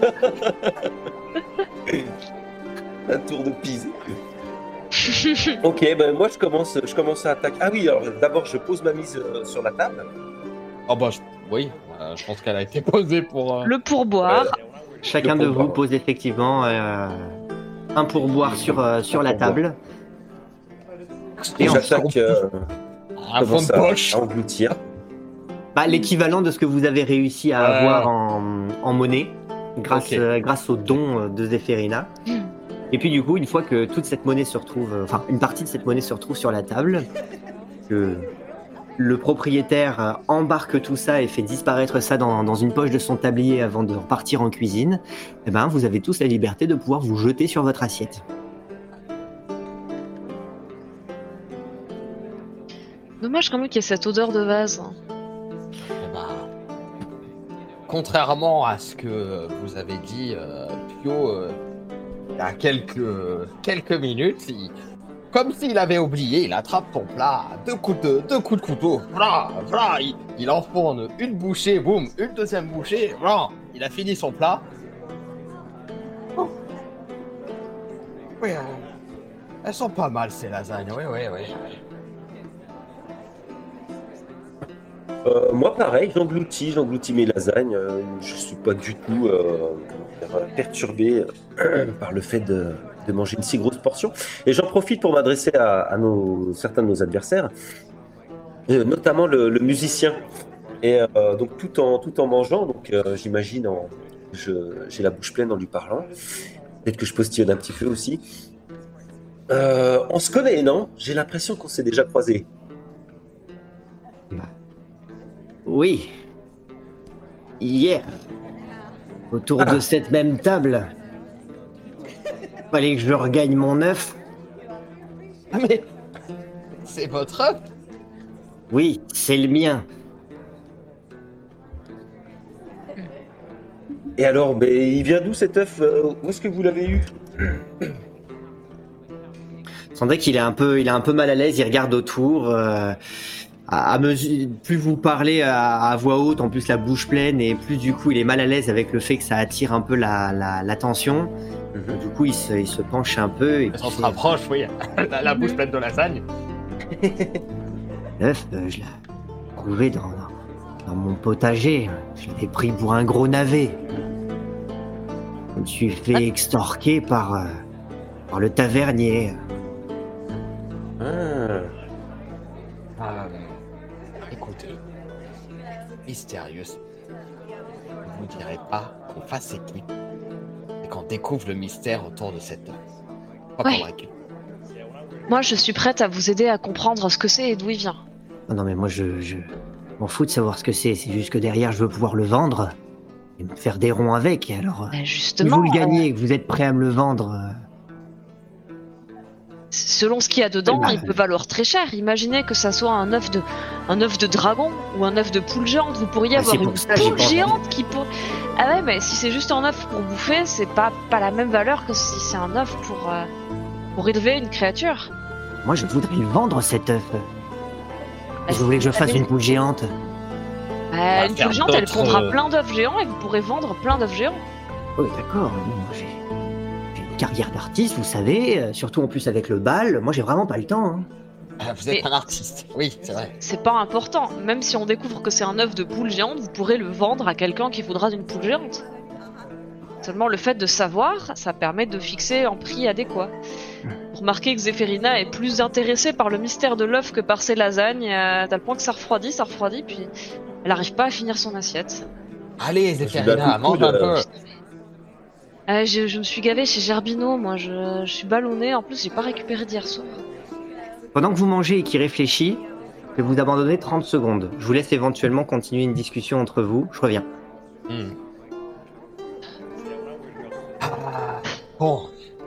La tour de Pise. Ok, ben moi je commence, je commence à attaquer. Ah oui, alors d'abord je pose ma mise euh, sur la table. Oh bah, je- oui. euh, je pense qu'elle a été posée pour... euh, Le pourboire. Chacun Le de vous pourboire. pose effectivement euh, un pourboire sur, euh, sur la pourboire. table. Et Et on j'attaque, euh, un fond commence de à, poche. à engloutir. Bah, l'équivalent de ce que vous avez réussi à Ouais. avoir en, en monnaie grâce, Ok. euh, grâce au don euh, de Zéphérina. Mm. Et puis du coup, une fois que toute cette monnaie se retrouve, euh, enfin une partie de cette monnaie se retrouve sur la table, que le propriétaire euh, embarque tout ça et fait disparaître ça dans, dans une poche de son tablier avant de repartir en cuisine, eh ben, vous avez tous la liberté de pouvoir vous jeter sur votre assiette. Dommage quand même qu'il y ait cette odeur de vase. Eh ben, contrairement à ce que vous avez dit, euh, Pio, euh, il y a quelques, quelques minutes, il- comme s'il avait oublié, il attrape son plat, deux coups de, deux coups de couteau, voilà, voilà, il, il enfourne une bouchée, boum, une deuxième bouchée, voilà, il a fini son plat. Oh. Oui, euh, elles sont pas mal ces lasagnes, oui, oui, oui. Euh, moi pareil, j'engloutis, j'engloutis mes lasagnes. Euh, je suis pas du tout euh, comment dire, perturbé euh, par le fait de, de manger une si grosse portion. Et j'en profite pour m'adresser à, à nos, certains de nos adversaires, euh, notamment le, le musicien. Et euh, donc tout en, tout en mangeant, donc euh, j'imagine, en- je- j'ai la bouche pleine en lui parlant. Peut-être que je postillonne un petit peu aussi. Euh, on se connaît, non? J'ai l'impression qu'on s'est déjà croisés. Oui. Hier, autour de Ah. cette même table, fallait que je regagne mon œuf. Ah mais, c'est votre œuf? Oui, c'est le mien. Et alors, mais il vient d'où cet œuf? euh, Où est-ce que vous l'avez eu? Sandré qu'il est un peu, il est un peu mal à l'aise. Il regarde autour. euh, à, à mesure, plus vous parlez à, à voix haute, en plus la bouche pleine, et plus du coup il est mal à l'aise avec le fait que ça attire un peu la, la, l'attention. Mhm. Du coup, il se, il se penche un peu. Et On puis, se rapproche, oui. La, la bouche pleine de lasagne. l'œuf, euh, je l'ai trouvé dans, dans, dans mon potager. Je l'avais pris pour un gros navet. Je me suis fait extorquer par, euh, par le tavernier. Ah. Euh, écoutez, mystérieux. Je vous dirai pas qu'on fasse équipe et qu'on découvre le mystère autour de cette œuf. Pas Ouais. convaincu. Moi, je suis prête à vous aider à comprendre ce que c'est et d'où il vient. Non, non, mais moi, je, je m'en fous de savoir ce que c'est. C'est juste que derrière, je veux pouvoir le vendre et me faire des ronds avec. Alors, euh, Ben si justement, vous le euh, gagnez et que vous êtes prêt à me le vendre, euh, selon ce qu'il y a dedans, Ah, il peut valoir très cher. Imaginez que ça soit un œuf de, un œuf de dragon ou un œuf de poule géante. Vous pourriez Ah, avoir c'est pour une ça, j'ai poule pas entendu. géante qui peut. Ah ouais, mais si c'est juste un œuf pour bouffer, c'est pas, pas la même valeur que si c'est un œuf pour, euh, pour élever une créature. Moi, je voudrais le vendre, cet œuf. Ah, Vous voulez que je vous fasse savez, une poule géante? euh, une faire poule géante, elle d'autres, pondra euh, plein d'œufs géants et vous pourrez vendre plein d'œufs géants. Oui, d'accord. Bon, j'ai j'ai une carrière d'artiste, vous savez, euh, surtout en plus avec le bal. Moi, j'ai vraiment pas le temps. Hein. Ah, vous êtes Mais- un artiste. Oui, c'est vrai. C'est pas important. Même si on découvre que c'est un œuf de poule géante, vous pourrez le vendre à quelqu'un qui voudra d'une poule géante. Seulement le fait de savoir, ça permet de fixer un prix adéquat. Vous remarquez que Zéphérina est plus intéressée par le mystère de l'œuf que par ses lasagnes, à tel point que ça refroidit, ça refroidit, puis elle arrive pas à finir son assiette. Allez, Je suis Zéphérina, beaucoup mange un de- peu. Euh, je, je me suis gavée chez Gerbino, moi je, je suis ballonnée, en plus j'ai pas récupéré d'hier soir. Pendant que vous mangez et qu'il réfléchit, je vais vous abandonner trente secondes. Je vous laisse éventuellement continuer une discussion entre vous. Je reviens. Hmm. Ah, bon.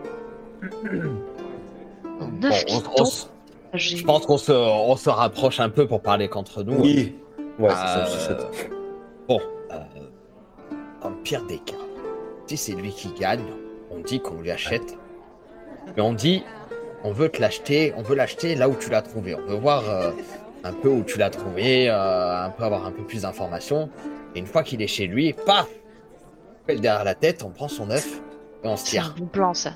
Un Bon, œuf qui on- on tombe, s- j'ai- je pense qu'on se, on se rapproche un peu pour parler qu'entre nous. Oui. Ouais, c'est ça, Euh, c'est ça. Bon, euh, dans le pire des cas, si c'est lui qui gagne, on dit qu'on lui achète. Mais on dit, on veut te l'acheter, on veut l'acheter là où tu l'as trouvé. On veut voir euh, un peu où tu l'as trouvé, euh, un peu avoir un peu plus d'informations. Et une fois qu'il est chez lui, paf, on fait le derrière la tête, on prend son œuf et on se C'est un tire. bon plan ça.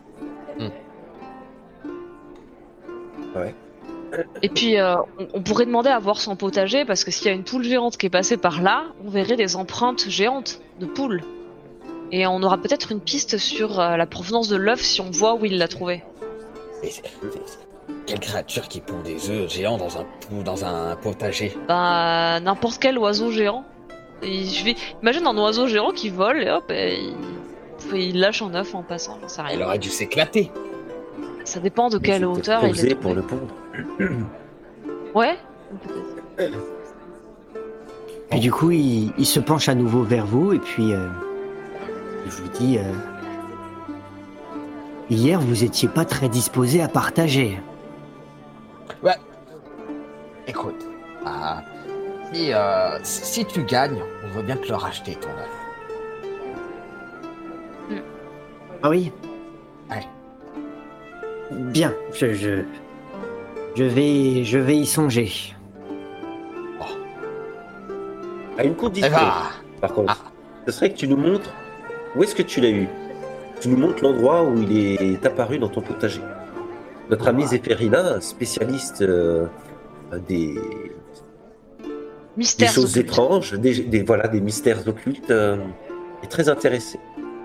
Ouais. Et puis, euh, on, on pourrait demander à voir son potager, parce que s'il y a une poule géante qui est passée par là, on verrait des empreintes géantes de poules. Et on aura peut-être une piste sur euh, la provenance de l'œuf si on voit où il l'a trouvé. Et c'est- c'est- Quelle créature qui pond des œufs géants dans un, pou- dans un potager? Ben, n'importe quel oiseau géant. Et je vais... Imagine un oiseau géant qui vole et hop, et il... il lâche un œuf en passant, j'en sais Elle rien. aurait dû s'éclater. Ça dépend de quelle Mais c'était hauteur il posé est pour tombé. le pondre. Ouais. Puis du coup, il, il se penche à nouveau vers vous et puis euh, il vous dit euh, hier, vous étiez pas très disposé à partager. Écoute, euh, si, euh, si tu gagnes, on veut bien te le racheter, ton œuf. Ah oui. Ouais. Bien, je, je, je vais, je vais y songer. À une Eh condition, ben, par contre. Ah. Ce serait que tu nous montres où est-ce que tu l'as eu. Tu nous montres l'endroit où il est apparu dans ton potager. Notre amie Zéphérina, spécialiste euh, des, des Mystère. choses occulte. étranges, des, des- voilà, des mystères occultes, euh, est très intéressée.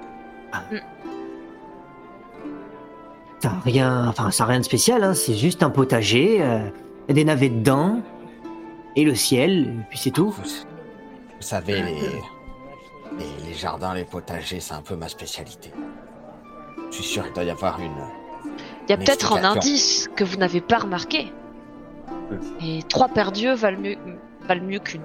Ça a rien, enfin, ça a rien de spécial, hein, c'est juste un potager, euh, y a des navets dedans, et le ciel, et puis c'est tout. vous, vous savez, les, les, les jardins, les potagers, c'est un peu ma spécialité. Je suis sûr qu'il doit y avoir une... Il y a Une peut-être un explication. indice que vous n'avez pas remarqué. Et trois paires d'yeux valent mieux, valent mieux qu'une.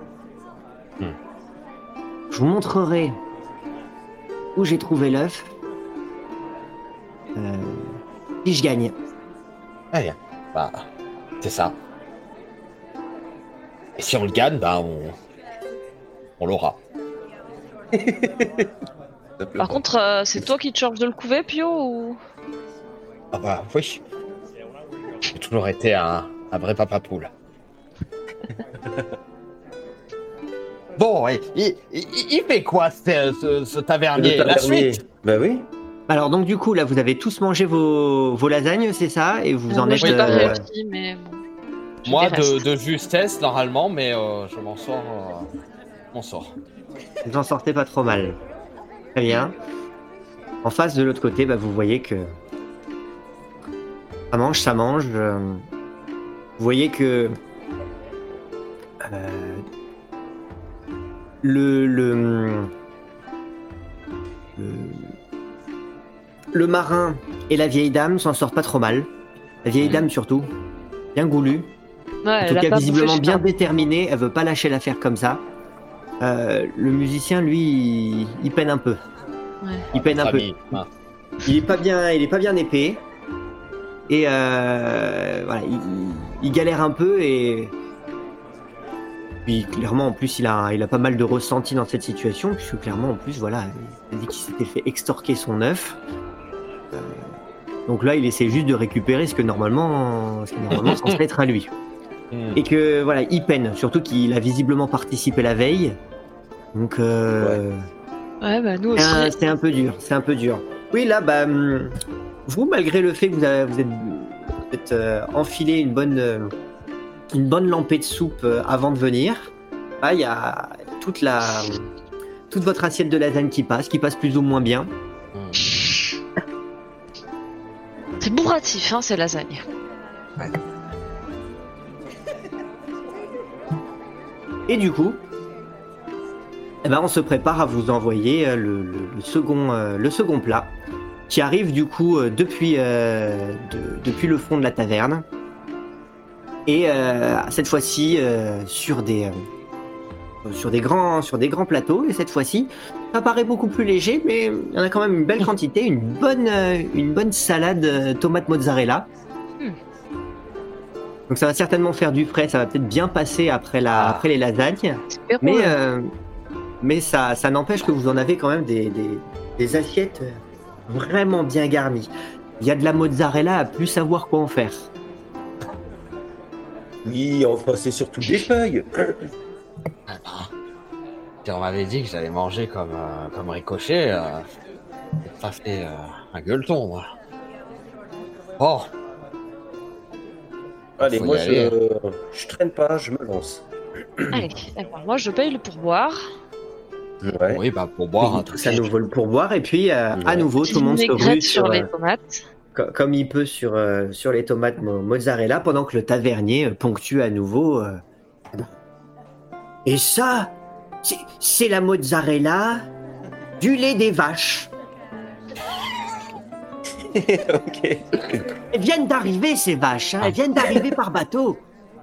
Je vous montrerai où j'ai trouvé l'œuf. Euh, si je gagne. Allez, bah, c'est ça. Et si on le gagne, bah, on, on l'aura. Par contre, euh, c'est toi qui te charges de le couver, Pio, ou... Ah bah, oui. J'ai toujours été un, un vrai papa poule. Bon, et, il, il, il fait quoi, ce, ce, ce tavernier? Le La tavernier. suite? Bah oui. Alors donc du coup, là, vous avez tous mangé vos, vos lasagnes, c'est ça? Et vous en Moi, êtes... je l'ai pas euh, réussi, mais bon. J'ai Moi, des de, restes. de justesse, normalement, mais euh, je m'en sors. Euh, je m'en sors. Vous en sortez pas trop mal. Très bien. En face, de l'autre côté, bah, vous voyez que ça mange, ça mange. euh, Vous voyez que euh, le, le le le marin et la vieille dame s'en sortent pas trop mal. La vieille Mhm. dame surtout, bien goulue. Ouais, En elle tout a cas, pas visiblement bouffé bien chez moi. déterminée, elle veut pas lâcher l'affaire comme ça. Euh, le musicien, lui, il, il peine un peu. Ouais. Il peine un peu. Famille, hein. Il est pas bien, il est pas bien épais. Et euh, voilà, il, il galère un peu et puis clairement en plus il a, il a pas mal de ressenti dans cette situation puisque clairement en plus voilà, il a dit qu'il s'était fait extorquer son œuf. Euh, donc là il essaie juste de récupérer ce que normalement, ce qui est normalement censé être à lui. Et que voilà, il peine, surtout qu'il a visiblement participé la veille. Donc euh, ouais. ouais, bah nous c'est aussi. un, c'est un peu dur, c'est un peu dur. Oui, là, bah, vous, malgré le fait que vous, avez, vous êtes, vous êtes euh, enfilé une bonne, euh, une bonne lampée de soupe euh, avant de venir, il ah, y a toute la, toute votre assiette de lasagne qui passe, qui passe plus ou moins bien. C'est bourratif, hein, ces lasagnes. Ouais. Et du coup, eh ben, on se prépare à vous envoyer euh, le, le, le, second, euh, le second plat, qui arrive du coup euh, depuis, euh, de, depuis le fond de la taverne. Et euh, cette fois-ci euh, sur, des, euh, sur, des grands, sur des grands plateaux. Et cette fois-ci, ça paraît beaucoup plus léger, mais il y en a quand même une belle quantité, une bonne, euh, une bonne salade euh, tomate mozzarella. Mm. Donc ça va certainement faire du frais, ça va peut-être bien passer après, la, Ah. après les lasagnes. Espérons, Mais, ouais. euh, mais ça, ça n'empêche que vous en avez quand même des, des, des assiettes vraiment bien garnies. Il y a de la mozzarella à plus savoir quoi en faire. Oui, enfin, c'est surtout des feuilles. Ah, si on m'avait dit que j'allais manger comme, euh, comme Ricochet, euh, j'ai pas fait euh, un gueuleton, moi. Oh, Allez, Faut y moi, aller. je, je traîne pas, je me lance. Allez, d'accord. Moi, je paye le pourboire. Ouais. oui, bah pour boire Oui, un tout truc. ça nous vaut le pourboire. Et puis, euh, à Ouais. nouveau, tout le monde se Vinaigrette rue sur sur, les euh, tomates. co- comme il peut sur, euh, sur les tomates mo- mozzarella, pendant que le tavernier euh, ponctue à nouveau. euh, Et ça, c'est- c'est la mozzarella du lait des vaches. Ok. Elles viennent d'arriver, ces vaches. Hein. Elles viennent d'arriver par bateau.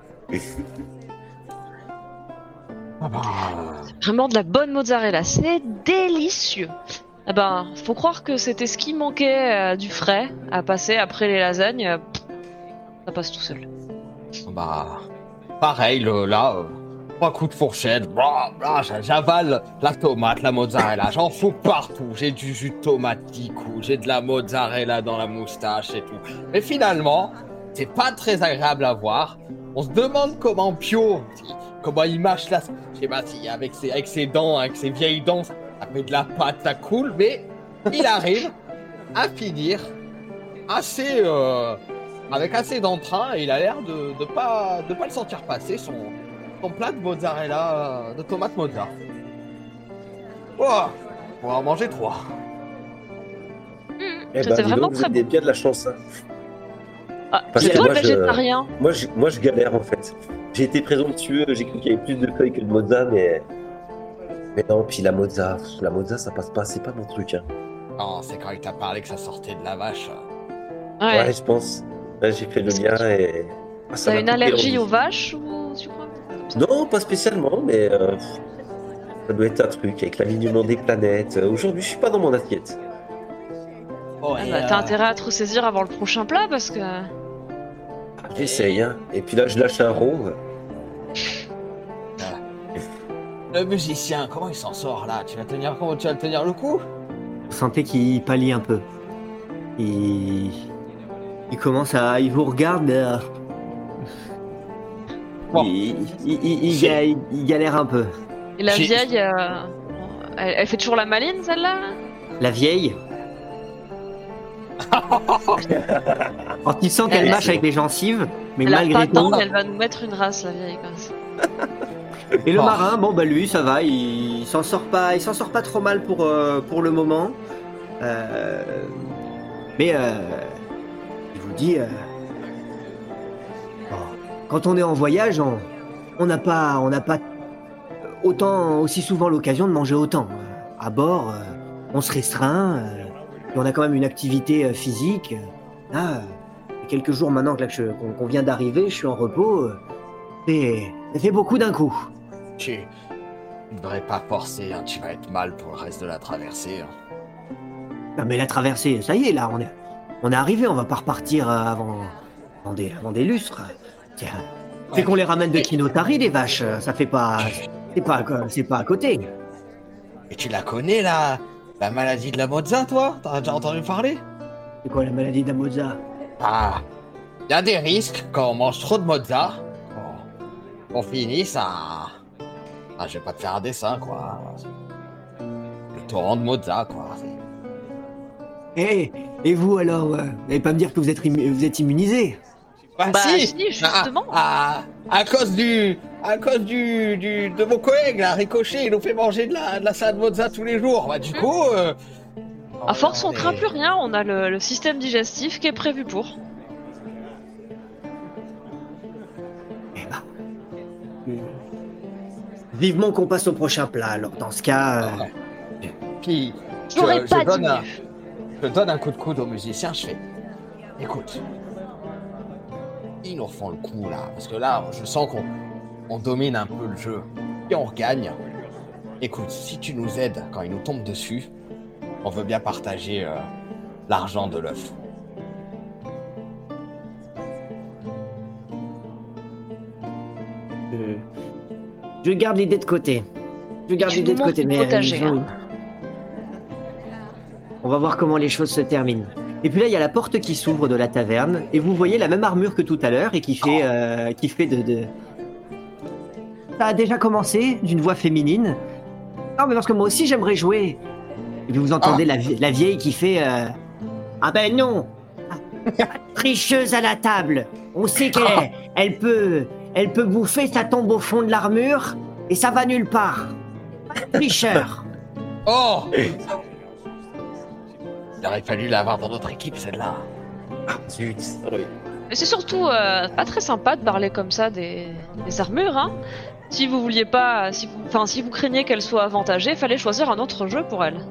Ah bah, Vraiment de la bonne mozzarella. C'est délicieux. Ah ben, faut croire que c'était ce qui manquait euh, du frais à passer après les lasagnes. euh, pff, ça passe tout seul. bah, pareil, le- là, euh, trois coups de fourchette, blah, blah, j'a- j'avale la tomate, la mozzarella, j'en fous partout. J'ai du jus de tomate qui coule, j'ai de la mozzarella dans la moustache et tout. Mais finalement, c'est pas très agréable à voir. On se demande comment Pio, comment il mâche la, je sais pas si avec ses, avec ses dents, avec ses vieilles dents, ça met de la pâte, ça coule, mais il arrive à finir assez, euh, avec assez d'entrain et il a l'air de, de pas, de pas le sentir passer son, son plat de mozzarella, euh, de tomate mozza. Oh, on va en manger trois. Mmh, Eh C'était ben, dis vraiment donc, vous très avez bon. bien de la chance. Hein. Ah, Parce c'est que toi le moi, je- végétarien. Moi, je, moi, je galère en fait. J'ai été présomptueux, j'ai cru qu'il y avait plus de feuilles que de mozza, mais. Mais non, puis la mozza, la mozza, ça passe pas, c'est pas mon truc. Hein. Non, c'est quand il t'a parlé que ça sortait de la vache. Ouais. Ouais, je pense. Là, j'ai fait le lien et. Ah, ça T'as m'a une coupé allergie l'envie. aux vaches ou tu crois? Non, pas spécialement, mais. euh, Ça doit être un truc avec l'alignement des planètes. Euh, Aujourd'hui, je suis pas dans mon assiette. Oh, Ah et, bah, euh, T'as intérêt à te ressaisir avant le prochain plat parce que. J'essaye, hein. Et puis là, je lâche un rond. Le musicien, comment il s'en sort là? Tu vas tenir, comment tu vas tenir le coup? Vous sentez qu'il pâlit un peu. Il, il commence à... Il vous regarde. euh, Bon. Il, il, il- il ga- il- il galère un peu. Et la J'ai- vieille, euh, elle, elle fait toujours la maline celle-là? La vieille. Quand il sent qu'elle Elle- mâche avec les gencives, mais Elle a malgré pas tant, tout. mais elle va nous mettre une race la vieille comme ça. Et le Oh. marin, bon bah lui, ça va, il, il s'en sort pas, il s'en sort pas trop mal pour euh, pour le moment. Euh, mais euh, je vous dis, euh, bon, quand on est en voyage, on on n'a pas on n'a pas autant aussi souvent l'occasion de manger autant. À bord, euh, on se restreint, euh, et on a quand même une activité euh, physique. Là, euh, il y a quelques jours maintenant que là, que je- qu'on qu'on vient d'arriver, je suis en repos. euh, et ça fait beaucoup d'un coup. Tu ne devrais pas forcer, hein, tu vas être mal pour le reste de la traversée. hein. Non mais la traversée, ça y est là, on est, on est arrivé, on va pas repartir euh, avant, avant, des, avant des lustres. Tiens, c'est qu'on les ramène de Kinotari, les vaches. Ça fait pas... C'est pas, à co- c'est pas à côté. Et tu la connais, la, la maladie de la mozza, toi? T'en as déjà entendu parler? C'est quoi la maladie d'Amoza? Ah, il y a des risques quand on mange trop de mozza. On, on finisse à... Ah, je vais pas te faire un dessin, quoi. Le torrent de mozza, quoi. Eh, et vous alors, euh, vous n'allez pas me dire que vous êtes, immu- vous êtes immunisé? Bah, Bah, si, si, justement. À, à, à cause du... À cause du, du... de mon collègue, là, Ricochet, il nous fait manger de la, de la salade mozza tous les jours. Bah, du coup... euh, À force, on mais- craint plus rien, on a le, le système digestif qui est prévu pour. Eh ben, euh, vivement qu'on passe au prochain plat. Alors dans ce cas, euh, Puis, J'aurais je, pas je donne dit un, mieux. je donne un coup de coude au musicien, je fais... Écoute, ils nous refont le coup, là, parce que là, je sens qu'on on domine un peu le jeu, et on regagne. Écoute, si tu nous aides quand ils nous tombent dessus, on veut bien partager euh, l'argent de l'œuf. euh, je garde l'idée de côté. Je garde Tu l'idée nous de côté, montres mais le potager, euh, hein. on va voir comment les choses se terminent. Et puis là, il y a la porte qui s'ouvre de la taverne, et vous voyez la même armure que tout à l'heure, et qui fait, euh, qui fait de, de... Ça a déjà commencé, d'une voix féminine. Non, mais parce que moi aussi, j'aimerais jouer. Et puis vous entendez la, vie- la vieille qui fait... euh, Ah ben non. Tricheuse à la table. On sait qu'elle est- elle peut, elle peut bouffer, ça tombe au fond de l'armure, et ça va nulle part. Tricheur. Oh! Il aurait fallu l'avoir dans notre équipe, celle-là. Zut. Mais c'est surtout euh, pas très sympa de parler comme ça des, des armures, hein. Si vous vouliez pas, si vous, enfin, si vous craignez qu'elle soit avantagée, fallait choisir un autre jeu pour elle.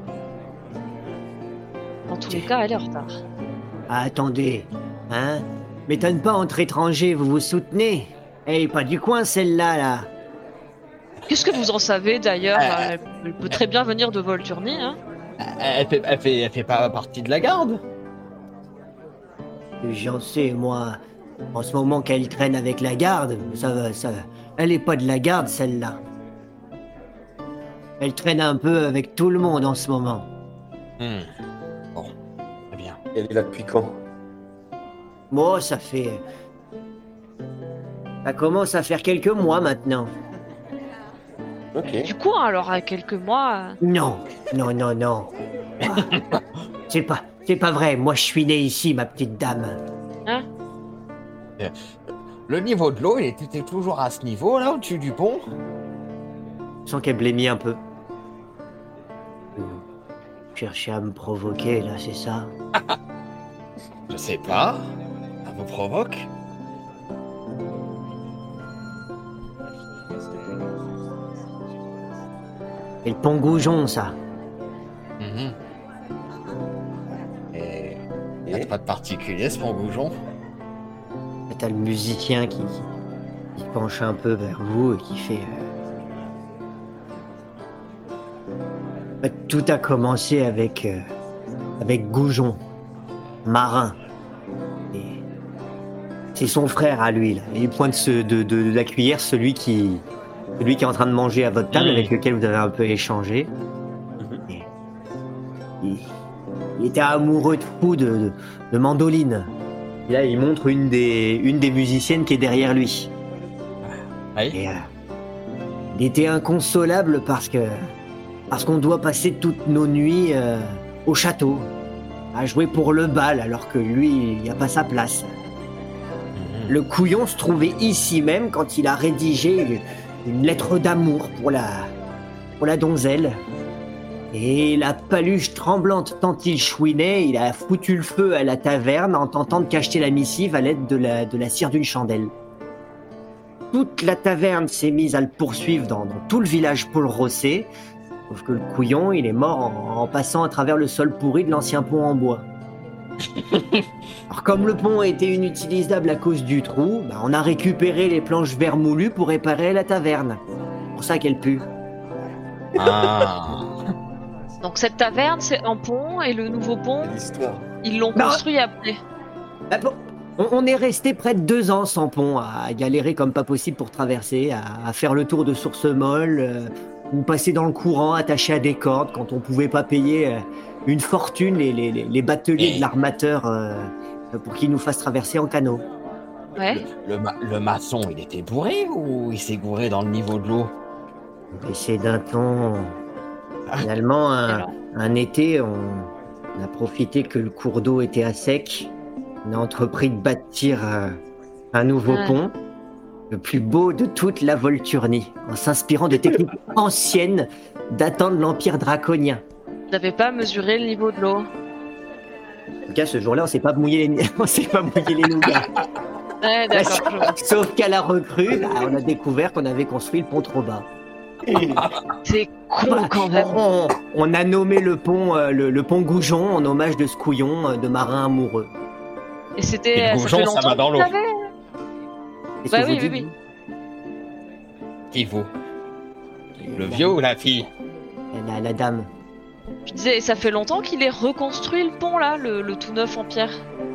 Dans tous les cas, elle est en retard. Ah, attendez, hein? M'étonne pas entre étrangers, vous vous soutenez? Elle est pas du coin, celle-là, là. Qu'est-ce que vous en savez d'ailleurs? Euh. Elle, elle peut très bien venir de Volturni, hein. Elle fait, elle, fait, elle fait pas partie de la garde? J'en sais, moi. En ce moment qu'elle traîne avec la garde, ça va, ça va. Elle est pas de la garde, celle-là. Elle traîne un peu avec tout le monde en ce moment. Hmm. Bon, très bien. Elle est là depuis quand? Moi, ça fait... Ça commence à faire quelques mois maintenant. Ok. Du coup, alors à quelques mois, euh, Non, non, non, non. C'est pas, c'est pas vrai. Moi, je suis né ici, ma petite dame. Le niveau de l'eau, il était toujours à ce niveau, là, au-dessus du pont? Je sens qu'elle blêmit un peu. Vous cherchez à me provoquer, là, c'est ça? Je sais pas. Ça vous provoque? C'est le pont Goujon, ça. Mhm. Et... Et- y a pas de particulier, ce pont Goujon? T'as le musicien qui, qui, qui penche un peu vers vous et qui fait... euh, bah, tout a commencé avec... euh, avec Goujon, marin. Et c'est son frère à lui, là. Et il pointe ce- de, de, de la cuillère celui qui... Celui qui est en train de manger à votre table, Mmh. avec lequel vous avez un peu échangé. Mhm. Et il, il était amoureux de fou de, de, de mandoline. Et là, il montre une des, une des musiciennes qui est derrière lui. Oui. Et euh, il était inconsolable parce que parce qu'on doit passer toutes nos nuits euh, au château à jouer pour le bal alors que lui, il n'y a pas sa place. Mhm. Le couillon se trouvait ici même quand il a rédigé une lettre d'amour pour la pour la donzelle. Et la paluche tremblante tant il chouinait, il a foutu le feu à la taverne en tentant de cacheter la missive à l'aide de la, de la cire d'une chandelle. Toute la taverne s'est mise à le poursuivre dans, dans tout le village Paul Rosset, sauf que le couillon, il est mort en, en passant à travers le sol pourri de l'ancien pont en bois. Alors comme le pont était inutilisable à cause du trou, bah, on a récupéré les planches vermoulues pour réparer la taverne. C'est pour ça qu'elle pue. Ah. Donc cette taverne, c'est un pont, et le nouveau pont, L'histoire. ils l'ont Non. construit après. Ah bon, on, on est resté près de deux ans sans pont, à galérer comme pas possible pour traverser, à, à faire le tour de sources molles, euh, ou passer dans le courant attaché à des cordes quand on pouvait pas payer euh, une fortune les, les, les, les bateliers Et- de l'armateur euh, pour qu'ils nous fassent traverser en canot. Ouais. Le, ma- le maçon, il était bourré ou il s'est gouré dans le niveau de l'eau? Et c'est d'un ton. Finalement, un, Alors. un été, on, on a profité que le cours d'eau était à sec. On a entrepris de bâtir euh, un nouveau Ouais. pont, le plus beau de toute la Volturnie, en s'inspirant de techniques anciennes datant de l'Empire draconien. Vous n'avez pas mesuré le niveau de l'eau. En tout cas, ce jour-là, on s'est pas mouillé les, on s'est pas mouillé les nougats. Ouais, d'accord. je vois. Sauf qu'à la recrue, bah, on a découvert qu'on avait construit le pont trop bas. C'est con quand même. On, on a nommé le pont, euh, le, le pont Goujon en hommage de Scouillon, euh, de marin amoureux. Et Et c'était. le Ça goujon, fait ça longtemps va dans que vous l'eau. l'avez Qu'est-ce Bah que oui, vous oui, dites, oui. Qui vous? vous Le vieux ou la fille? la, la dame. Je disais, ça fait longtemps qu'il ait reconstruit le pont là, le, le tout neuf en pierre.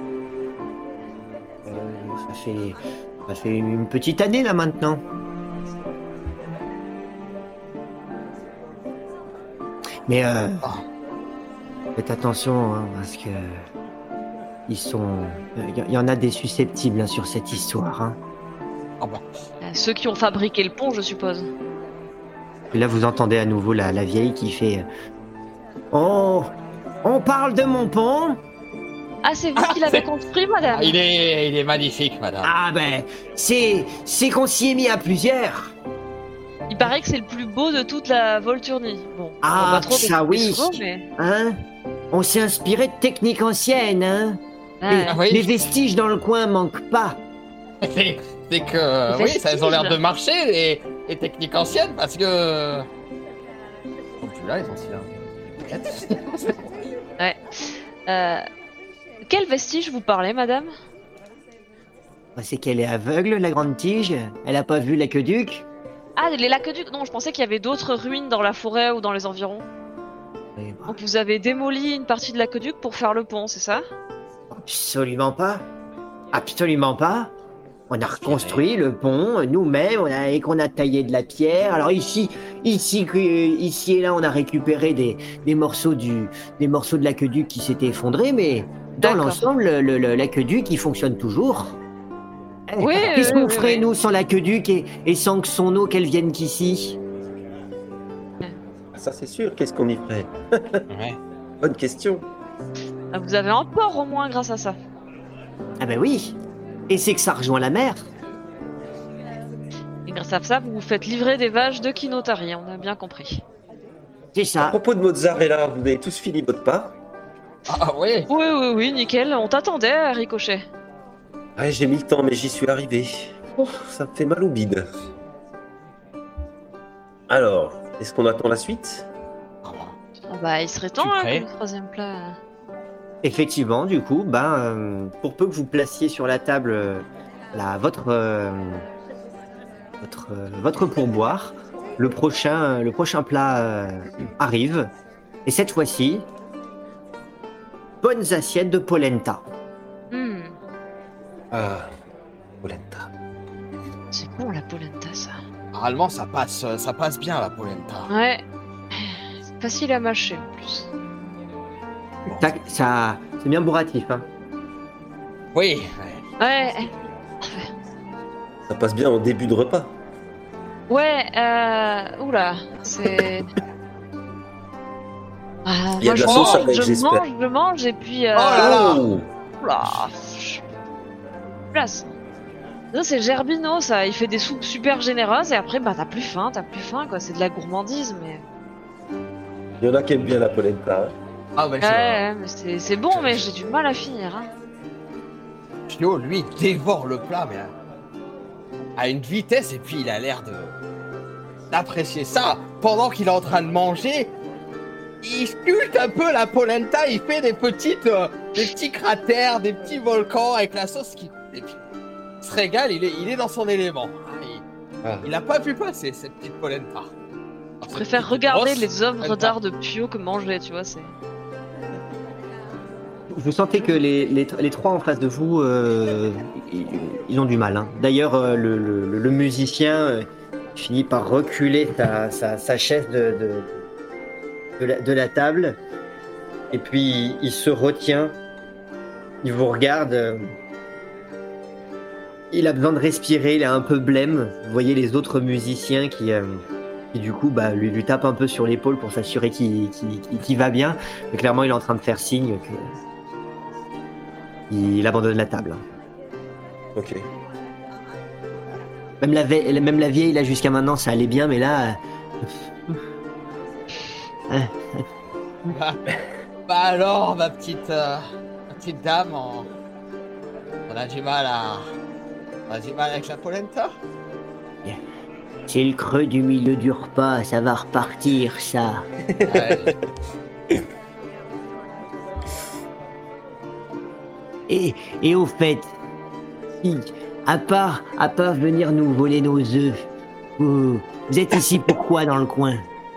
Euh, ça fait, ça fait une petite année là maintenant. Mais euh, Ah. faites attention hein, parce que ils sont, il y, y en a des susceptibles hein, sur cette histoire. Hein. Ah bah, Euh, Ceux qui ont fabriqué le pont, je suppose. Et là vous entendez à nouveau la, la vieille qui fait, oh, on parle de mon pont. Ah, c'est vous qui l'avez construit, madame? ah, il est, il est magnifique, madame. Ah ben, c'est, c'est qu'on s'y est mis à plusieurs. Il paraît que c'est le plus beau de toute la Volturnie. Bon, Ah, on va pas trop ça développer oui. souvent, mais... Hein? On s'est inspiré de techniques anciennes, hein? Ouais. Les, Ah oui. les vestiges dans le coin manquent pas. C'est c'est que, Les oui, ça, elles ont l'air de vestiges. marcher, les, les techniques anciennes, parce que... Ils sont plus là, les anciens. Euh, quel vestige vous parlez, madame? Bah, c'est qu'elle est aveugle, la grande tige. Elle a pas vu l'aqueduc. Ah, les laqueducs. Non, je pensais qu'il y avait d'autres ruines dans la forêt ou dans les environs. Eh ben, Donc vous avez démoli une partie de l'aqueduc pour faire le pont, c'est ça? absolument pas. Absolument pas. On a reconstruit le pont nous-mêmes, on a, et qu'on a taillé de la pierre. Alors ici, ici, euh, ici et là, on a récupéré des, des morceaux du, des morceaux de l'aqueduc qui s'étaient effondrés, mais dans D'accord. l'ensemble, le- le- l'aqueduc, il fonctionne toujours. Eh, Oui, Qu'est-ce oui, qu'on oui, ferait, oui. nous, sans l'aqueduc et, et sans que son eau, qu'elle vienne qu'ici? Ça, c'est sûr. Qu'est-ce qu'on y ferait? Ouais. Bonne question. Ah, vous avez un port au moins grâce à ça. Ah ben oui. Et c'est que ça rejoint la mer. Et grâce à ça, vous vous faites livrer des vaches de Kinotari, on a bien compris. C'est À ça. propos de mozzarella, vous avez tous fini votre part? Ah oui. Oui, oui, oui, nickel, on t'attendait, Ricochet. Ouais, j'ai mis le temps, mais j'y suis arrivé. Oh, ça me fait mal au bide. Alors, est-ce qu'on attend la suite? Ah bah, Ah bah, il serait temps Tu hein, prêt que le troisième plat... Effectivement, du coup, ben, euh, pour peu que vous placiez sur la table euh, la, votre, euh, votre, euh, votre pourboire, le prochain, le prochain plat euh, arrive. Et cette fois-ci, bonnes assiettes de polenta. Hmm, Ah, polenta. c'est bon la polenta, ça. Normalement, ça passe, ça passe bien, la polenta. Ouais. C'est facile à mâcher, en plus. Ça, ça- c'est bien bourratif. Hein. Oui. ouais. Ouais, Ça passe bien en début de repas. ouais, euh... Oula, c'est... Ah, Il y a moi, de je la sauce mange, avec, je j'espère. mange, je mange, et puis... Euh... Oh là là. Oh, Oula, je- place. Ça, c'est Gerbino, ça. Il fait des soupes super généreuses, et après, bah, t'as plus faim, t'as plus faim, quoi. C'est de la gourmandise, mais... il y en a qui aiment bien la polenta. hein. Ah bah, Ouais, ouais, mais c'est c'est bon, mais j'ai du mal à finir, hein. Chio, lui, il dévore le plat, mais à- à une vitesse, et puis il a l'air de d'apprécier ça. Pendant qu'il est en train de manger, il sculpte un peu la polenta, il fait des petites, euh, des petits cratères, des petits volcans avec la sauce qui... Et puis, il se régale, il est, il est dans son élément. Ah, Il, Ah. il a pas pu passer, cette petite polenta. Je préfère regarder les œuvres d'art de Pio que manger, tu vois. C'est. Vous sentez que les, les, les trois en face de vous, euh, ils, ils ont du mal. Hein. D'ailleurs, euh, le, le, le musicien euh, finit par reculer sa, sa, sa chaise de, de, de, la, de la table. Et puis, il se retient. Il vous regarde. Euh, il a besoin de respirer. Il est un peu blême. Vous voyez les autres musiciens qui... Euh, qui du coup bah, lui, lui tapent un peu sur l'épaule pour s'assurer qu'il, qu'il, qu'il va bien. Mais clairement, il est en train de faire signe que... Il abandonne la table. Ok. Même la, ve- même la vieille, là, jusqu'à maintenant, ça allait bien, mais là... euh, Bah, bah alors, ma petite, euh, ma petite dame, on... on a du mal à... On a du mal avec la polenta. C'est le creux du milieu du repas, ça va repartir, ça. Ouais. Et, et au fait, si, à part, à part venir nous voler nos œufs, vous, vous êtes ici pourquoi dans le coin?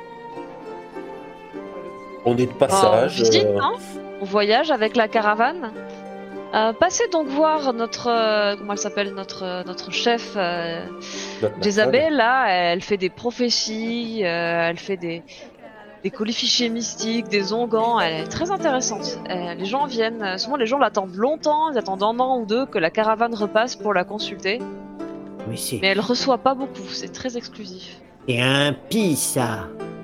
On est de Oh, passage. visite, euh, hein. On voyage avec la caravane. Euh, passez donc voir notre, euh, comment elle s'appelle, notre, euh, notre chef, euh, notre Jézabel. Là, elle fait des prophéties, euh, elle fait des, des colifichets mystiques, des onguents. Elle est très intéressante. Euh, les gens viennent, euh, souvent les gens l'attendent longtemps, ils attendent un an ou deux que la caravane repasse pour la consulter. Mais c'est, Mais elle reçoit pas beaucoup, c'est très exclusif. c'est impie, ça.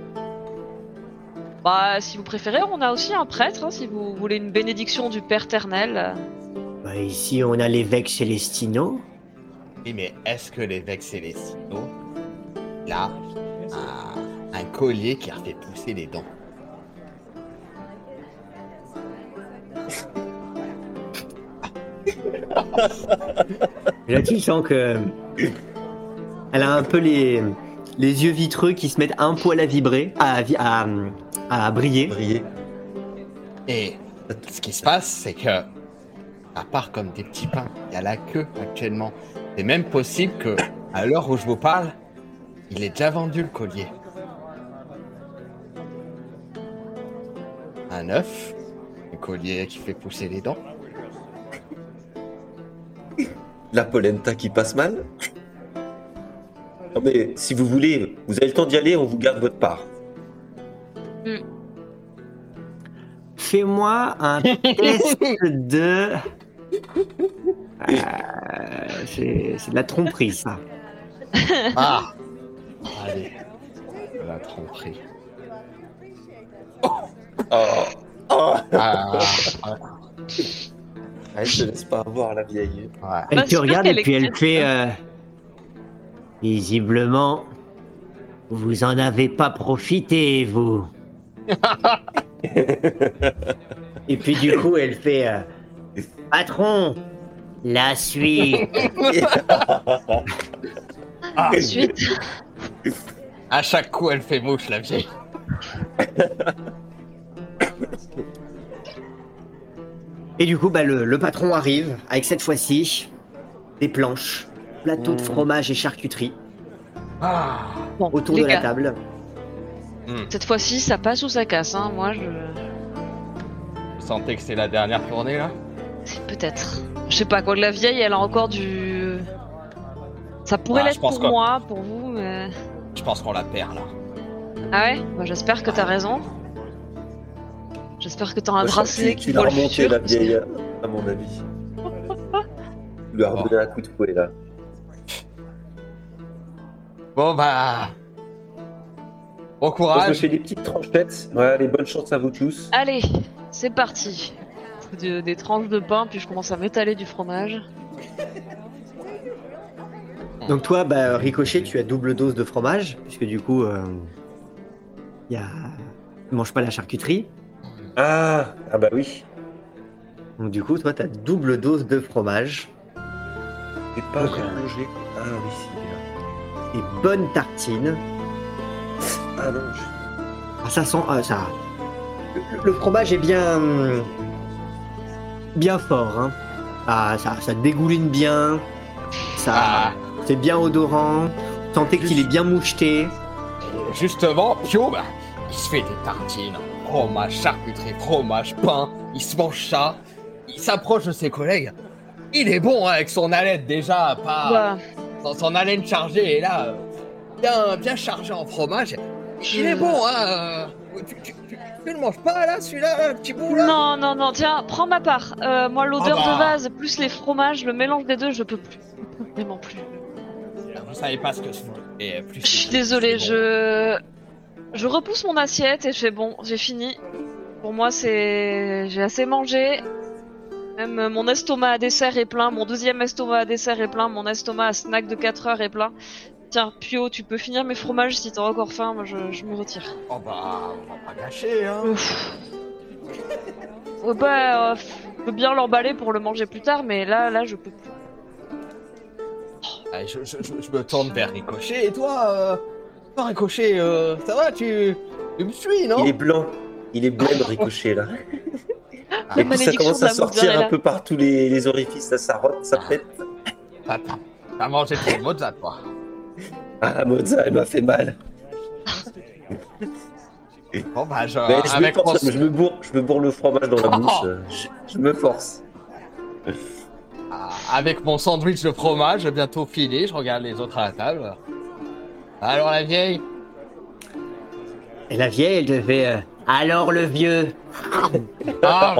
Bah, si vous préférez, on a aussi un prêtre, hein, si vous voulez une bénédiction du Père Ternel. Bah, ici, on a l'évêque Célestino. Oui, mais est-ce que l'évêque Célestino, là, a un collier qui a fait pousser les dents? Là, tu sens que... Elle a un peu les, les yeux vitreux qui se mettent un poil à vibrer, à, vi- à, à briller. Briller. Et ce qui se passe, c'est que, à part comme des petits pains, il y a la queue actuellement. C'est même possible que, à l'heure où je vous parle, il est déjà vendu le collier. Un œuf, un collier qui fait pousser les dents. La polenta qui passe mal. Non mais si vous voulez, vous avez le temps d'y aller, on vous garde votre part. Fais-moi un test de... Euh, c'est, c'est de la tromperie, ça. Ah, allez, la tromperie. Oh, oh. Ah, Elle se laisse pas avoir la vieille. ouais. Elle Bah, te c'est regarde qu'elle et puis est elle fait... euh, Visiblement, vous en avez pas profité, vous. Et puis du coup, elle fait... euh, Patron, la suite. Ah, Ensuite, à chaque coup, elle fait mouche, la vieille. Et du coup, bah, le, le patron arrive avec cette fois-ci des planches, plateau de fromage et charcuterie Ah. bon, autour les de la gars, table. cette fois-ci, ça passe ou ça casse, hein. Moi, je... Vous sentez que c'est la dernière tournée, là? Peut-être. Je sais pas, quoi que la vieille, elle a encore du... Ça pourrait Ah, je l'être pense pour que- moi, pour vous, mais... Je pense qu'on la perd, là. Ah ouais? Bah, j'espère que t'as raison. J'espère que t'as un Moi, je bracelet tu, qui tu l'as voit le remonté futur. la vieille, à mon avis. Tu lui as redonné un coup de fouet là. Bon, bah... Bon Moi, je me courage. fais des petites tranchettes. Ouais, allez, bonne chance à vous tous. Allez, c'est parti. De- des tranches de pain, puis je commence à m'étaler du fromage. Donc toi, bah, Ricochet, tu as double dose de fromage, puisque du coup, euh, y a... tu manges pas la charcuterie. Ah, ah bah oui. Donc du coup, toi, tu as double dose de fromage. J'ai pas Ok. mangé. Ah oui, si, il est là. Et bonne tartine. Ah non, je... Ah, ça sent... ah, ça... Le, le fromage est bien... hum, bien fort. Hein. Ah, ça, ça dégouline bien. Ça... Ah. C'est bien odorant. Vous sentez qu'il est bien moucheté. justement, Pio, bah, il se fait des tartines, fromage, charcuterie, fromage, pain, il se mange ça, il s'approche de ses collègues. Il est bon hein, avec son haleine déjà, pas Bah, son, son haleine chargée et là, euh, bien, bien chargé en fromage. Je- Il est bon, hein. euh, tu, tu, tu, tu le manges pas là, celui-là, là, le petit bout là? non, non, non, tiens, prends ma part. Euh, moi, l'odeur Ah bah. de vase plus les fromages, le mélange des deux, je peux plus. Je peux vraiment plus. Vous savez pas ce que c'est. Et plus Je suis c'est- désolée, c'est bon. je... Je repousse mon assiette et je fais bon, j'ai fini. Pour moi, c'est... J'ai assez mangé. Même mon estomac à dessert est plein, mon deuxième estomac à dessert est plein, mon estomac à snack de quatre heures est plein. Tiens, Pio, tu peux finir mes fromages si t'as encore faim, moi je, je me retire. Oh bah, on va pas gâcher, hein. Ouf. Ouais, bah, euh, je peux bien l'emballer pour le manger plus tard, mais là, là, je peux plus. Allez, je, je, je, je me tourne vers Ricochet, et toi, euh, toi Ricochet, euh, ça va, tu, tu me suis, non? Il est blanc. Il est blême, Ricochet, là. Ah, Et puis ça malédiction commence de à la sortir mozzarella. un peu par tous les, les orifices, ça, ça rote, ça pète. T'as, t'as- t'as mangé trop de mozza, toi. Ah, Mozza, elle m'a fait mal. Bon bah, je, Mais je, me avec mon... force, je, me bourre, je me bourre le fromage dans la bouche. euh, Je, je me force. Ah, avec mon sandwich de fromage, bientôt fini, je regarde les autres à la table. Alors la vieille? Et la vieille, elle devait. euh, Alors le vieux. Ah,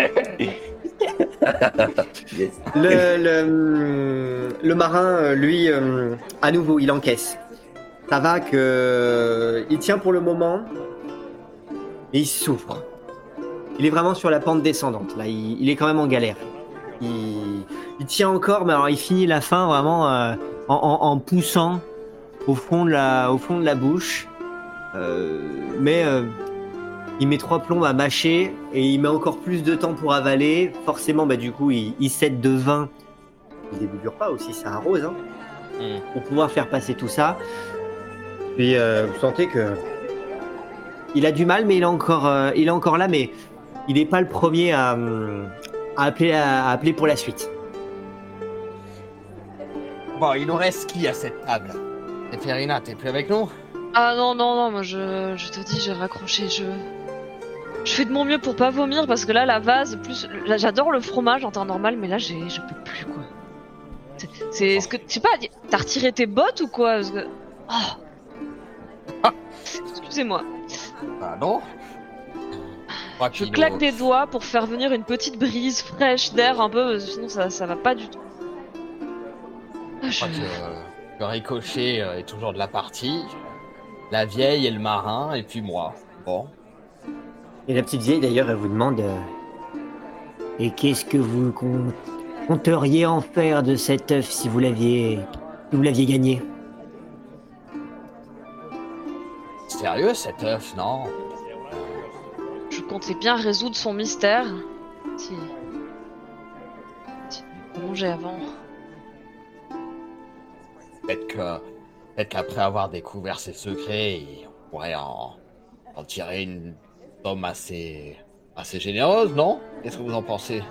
Yes. Le, le, le marin, euh, lui, euh, à nouveau, il encaisse. Ça va que. Il tient pour le moment, mais il souffre. Il est vraiment sur la pente descendante. Là, il, il est quand même en galère. Il, il tient encore, mais alors il finit la fin vraiment euh, en, en- en poussant au fond de la, au fond de la bouche. Euh, mais euh, il met trois plombs à mâcher et il met encore plus de temps pour avaler. Forcément, bah, du coup, il, il cède de vin. Il débouillure pas aussi, ça arrose, hein, Hmm. pour pouvoir faire passer tout ça. Puis euh, vous sentez que il a du mal, mais il est encore, euh, il est encore là, mais il n'est pas le premier à, hum, à appeler, à appeler pour la suite. Bon, il nous reste qui à cette table? Et Ferina, t'es plus avec nous? Ah non, non, non, moi je, je te dis, j'ai raccroché, je... Je fais de mon mieux pour pas vomir parce que là, la vase, plus... Là, j'adore le fromage en temps normal, mais là, j'ai, je peux plus, quoi. C'est... c'est est-ce que... Je sais pas, t'as retiré tes bottes ou quoi? Parce que... Oh. Excusez-moi. Ah non? Trois Je kilos. claque des doigts pour faire venir une petite brise fraîche d'air un peu, sinon ça, ça va pas du tout. Ah, Je je- crois que euh, le Ricochet euh, est toujours de la partie. La vieille et le marin, et puis moi. Bon. Et la petite vieille, d'ailleurs, elle vous demande euh, Et qu'est-ce que vous compte- compteriez en faire de cet œuf si vous l'aviez, si vous l'aviez gagné? Sérieux, cet œuf, non? Je comptais bien résoudre son mystère. Si... Si on mangeait avant. Peut-être que... Peut-être qu'après avoir découvert ses secrets, on pourrait en, en tirer une somme assez... assez généreuse, non? Qu'est-ce que vous en pensez?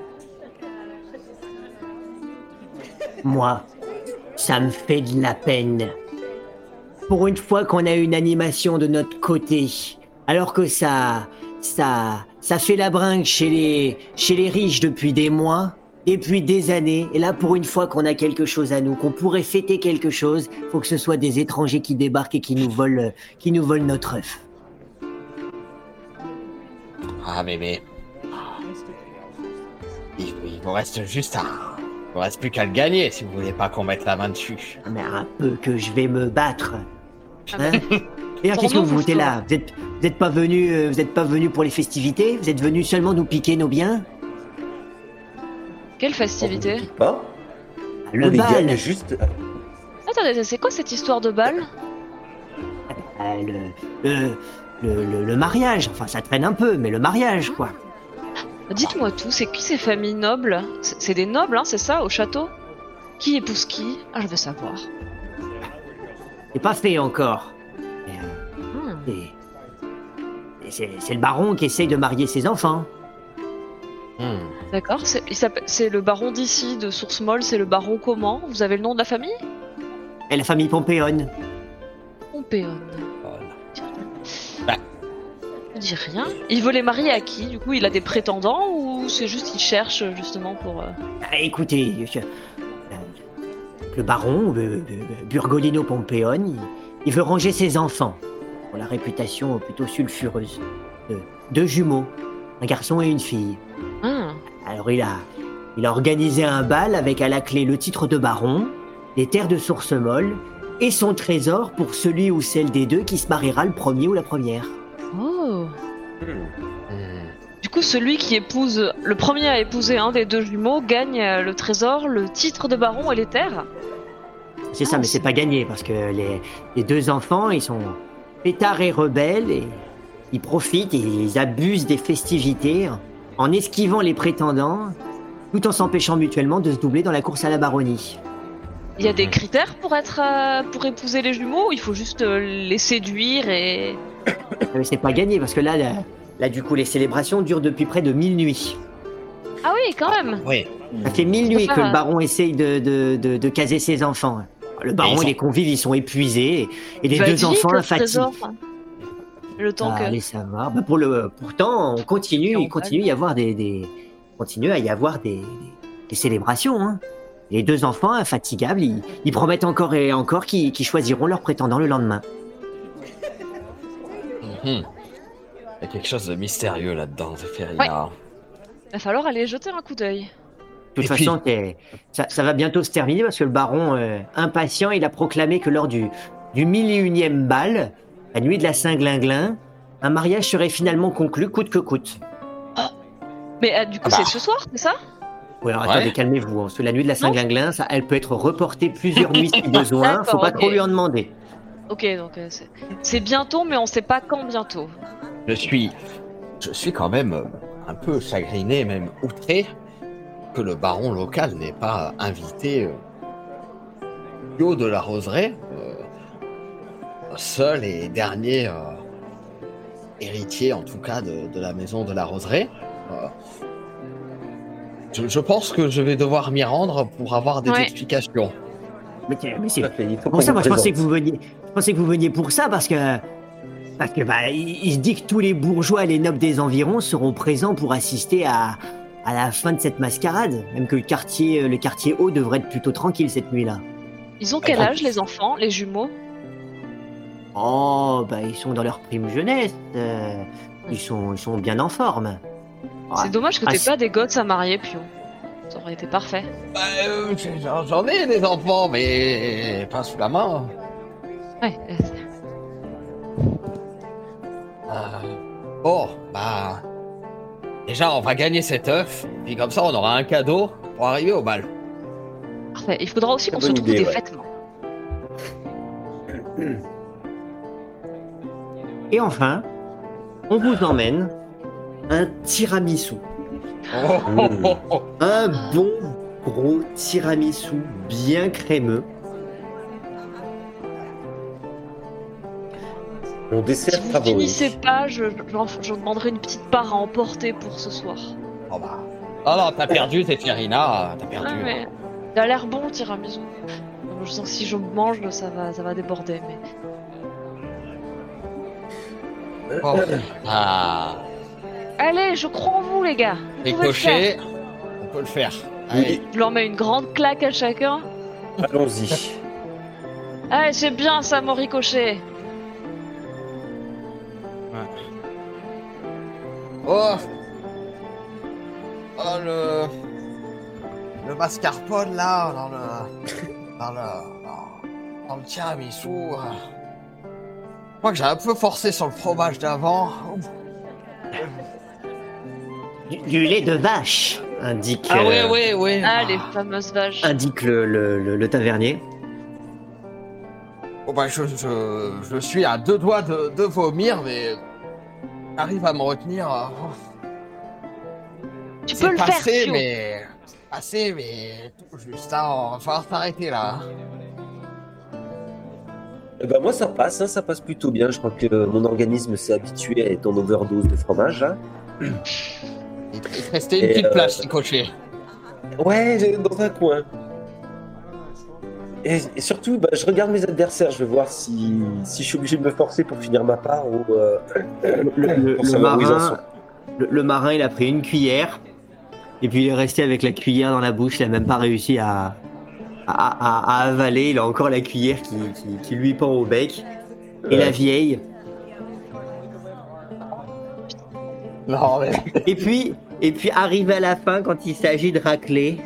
Moi, ça me fait de la peine. Pour une fois qu'on a une animation de notre côté, alors que ça, ça, ça fait la bringue chez les, chez les riches depuis des mois, depuis des années, et là pour une fois qu'on a quelque chose à nous, qu'on pourrait fêter quelque chose, faut que ce soit des étrangers qui débarquent et qui nous volent, qui nous volent notre œuf. Ah, mais mais... Il, il vous reste juste un... Il vous reste plus qu'à le gagner, si vous voulez pas qu'on mette la main dessus. Mais un peu que je vais me battre. Ah Hein bah, D'ailleurs, qu'est-ce que Pour vous nous, foutez faut- là Vous êtes, vous êtes pas venu, euh, vous êtes pas venu pour les festivités Vous êtes venu seulement nous piquer nos biens Quelle On festivité. vous pique pas. Le on les bal, gagne juste. Attendez, c'est quoi cette histoire de bal? euh, le, le, le, le- le mariage. Enfin, ça traîne un peu, mais le mariage, quoi. Dites-moi tout, c'est qui ces familles nobles? C'est c'est des nobles, hein, c'est ça, au château? Qui épouse qui? Ah, je veux savoir. C'est pas fait encore. Mais, euh, Hmm. c'est- c'est c'est le baron qui essaye de marier ses enfants. Hmm. D'accord, c'est il s'appelle- c'est le baron d'ici, de Source Molle, c'est le baron comment? Vous avez le nom de la famille? Et la famille Pompéone. Pompéon. Oh Je dis rien. Il veut les marier à qui? Du coup, il a des prétendants ou c'est juste qu'il cherche justement pour... Euh... Ah, écoutez, je- le baron, euh, euh, Burgolino Pompeone, il, il veut ranger ses enfants, pour la réputation plutôt sulfureuse. De, deux jumeaux, un garçon et une fille. Ah. Alors il a, il a organisé un bal avec à la clé le titre de baron, les terres de source molle et son trésor pour celui ou celle des deux qui se mariera le premier ou la première. Oh. Hmm. Du coup, celui qui épouse, le premier à épouser un des deux jumeaux gagne euh, le trésor, le titre de baron et les terres. C'est Ah, ça, mais c'est- c'est pas gagné parce que les, les deux enfants, ils sont pétards et rebelles et ils profitent et ils abusent des festivités en esquivant les prétendants tout en s'empêchant mutuellement de se doubler dans la course à la baronnie. Il y a des critères pour être, euh, pour épouser les jumeaux. Ou il faut juste euh, les séduire et. Mais c'est pas gagné parce que là, là, là, du coup, les célébrations durent depuis près de mille nuits. Ah oui, quand même. Oui. Ça fait mille nuits faire que un- le baron essaye de, de, de, de caser ses enfants. Le baron ils et sont- les convives, ils sont épuisés et, et les Il va deux être vite, enfants le fatigués. trésor. Le temps Ah, que. allez savoir. Bah, pour le, pourtant, on continue, Et on il continue à y avoir des, des, continue à y avoir des, des, des célébrations. Hein. Les deux enfants infatigables, ils, ils promettent encore et encore qu'ils qu'ils choisiront leur prétendant le lendemain. Mhm. Il y a quelque chose de mystérieux là-dedans, Zéphirina. Il va falloir aller jeter un coup d'œil. De toute Et puis- façon, t'es- ça, ça va bientôt se terminer parce que le baron, euh, impatient, il a proclamé que lors du, du mille et unième bal, la nuit de la Saint-Glinglin, un mariage serait finalement conclu coûte que coûte. Mais euh, du coup, Ah bah. c'est ce soir, c'est ça? Oui, alors Ouais. attendez, calmez-vous. hein, parce que la nuit de la Saint-Glinglin, ça, elle peut être reportée plusieurs nuits si besoin. Faut D'accord, pas ok. trop lui en demander. Ok, donc euh, c'est- c'est bientôt, mais on sait pas quand bientôt. Je suis, je suis quand même euh, un peu chagriné, même outré, que le baron local n'ait pas invité euh, Yo de la Roseraie, euh, seul et dernier euh, héritier, en tout cas, de, de la maison de la Roseraie. Euh, je, je pense que je vais devoir m'y rendre pour avoir des Ouais. explications. Mais, tiens, mais c'est Tout à fait, il faut Pour qu'on ça, vous moi, je pensais que présente. vous veniez. Je pensais que vous veniez pour ça parce que. Parce que bah, il, il se dit que tous les bourgeois et les nobles des environs seront présents pour assister à, à la fin de cette mascarade. Même que le quartier, le quartier haut devrait être plutôt tranquille cette nuit-là. Ils ont quel âge, les enfants, les jumeaux? Oh, bah ils sont dans leur prime jeunesse. euh, ils sont, ils sont bien en forme. C'est Ouais. dommage que Ah, t'aies c'est- pas des gosses à marier, Pio. Ça aurait été parfait. Bah, euh, j'en- J'en ai des enfants, mais pas sous la main. Ouais. euh, Euh, bon, bah. Déjà, on va gagner cet œuf, puis comme ça, on aura un cadeau pour arriver au bal. Parfait. Il faudra aussi Très qu'on se bonne trouve idée, des ouais. vêtements. Et enfin, on vous emmène un tiramisu. Oh, oh, oh, oh. Un bon gros tiramisu bien crémeux. Mon Si dessert vous favori. finissez pas, je, je, je demanderai une petite part à emporter pour ce soir. Oh, bah. Oh non, t'as perdu, Zéphirina, t'as perdu. Ah, mais il a l'air bon, le tiramisu. Je sens que si je mange, ça va, ça va déborder. Mais Bon. Ah, allez, je crois en vous, les gars. Vous pouvez le faire. Ricochet, on peut le faire. Allez. Je leur mets une grande claque à chacun. Allons-y. Allez, c'est bien ça, mon ricochet. Oh Oh le... Le mascarpone là, dans le... Dans le... Dans, dans le tiramisu... euh, Je crois que j'ai un peu forcé sur le fromage d'avant. Ouf. Du, du lait de vache, indique, Ah oui, euh, oui, oui. Ah, Ah. les fameuses vaches. indique le, le, le- le tavernier. Bon bah je, je, je suis à deux doigts de, de vomir, mais... J'arrive à me retenir. euh, Tu C'est peux le faire, passé, Pio. mais... C'est passé, mais... Tout juste, hein, on va falloir s'arrêter là. Eh ben, moi, ça passe, hein, ça passe plutôt bien. Je crois que euh, mon organisme s'est habitué à être en overdose de fromage. Hein. Il te il te restait une Et, petite euh, place, Ricochet. Ouais, j'ai- dans un coin. et, et surtout, bah, je regarde mes adversaires, je veux voir si, si je suis obligé de me forcer pour finir ma part ou euh, Le, le- pour le savoir où ils en sont. marin, le, le marin, il a pris une cuillère et puis il est resté avec la cuillère dans la bouche. Il a même pas réussi à, à, à- à avaler. Il a encore la cuillère qui, qui- qui lui pend au bec. Et la Ouais. vieille. Non, mais. Et puis, et puis arrivé à la fin, quand il s'agit de racler,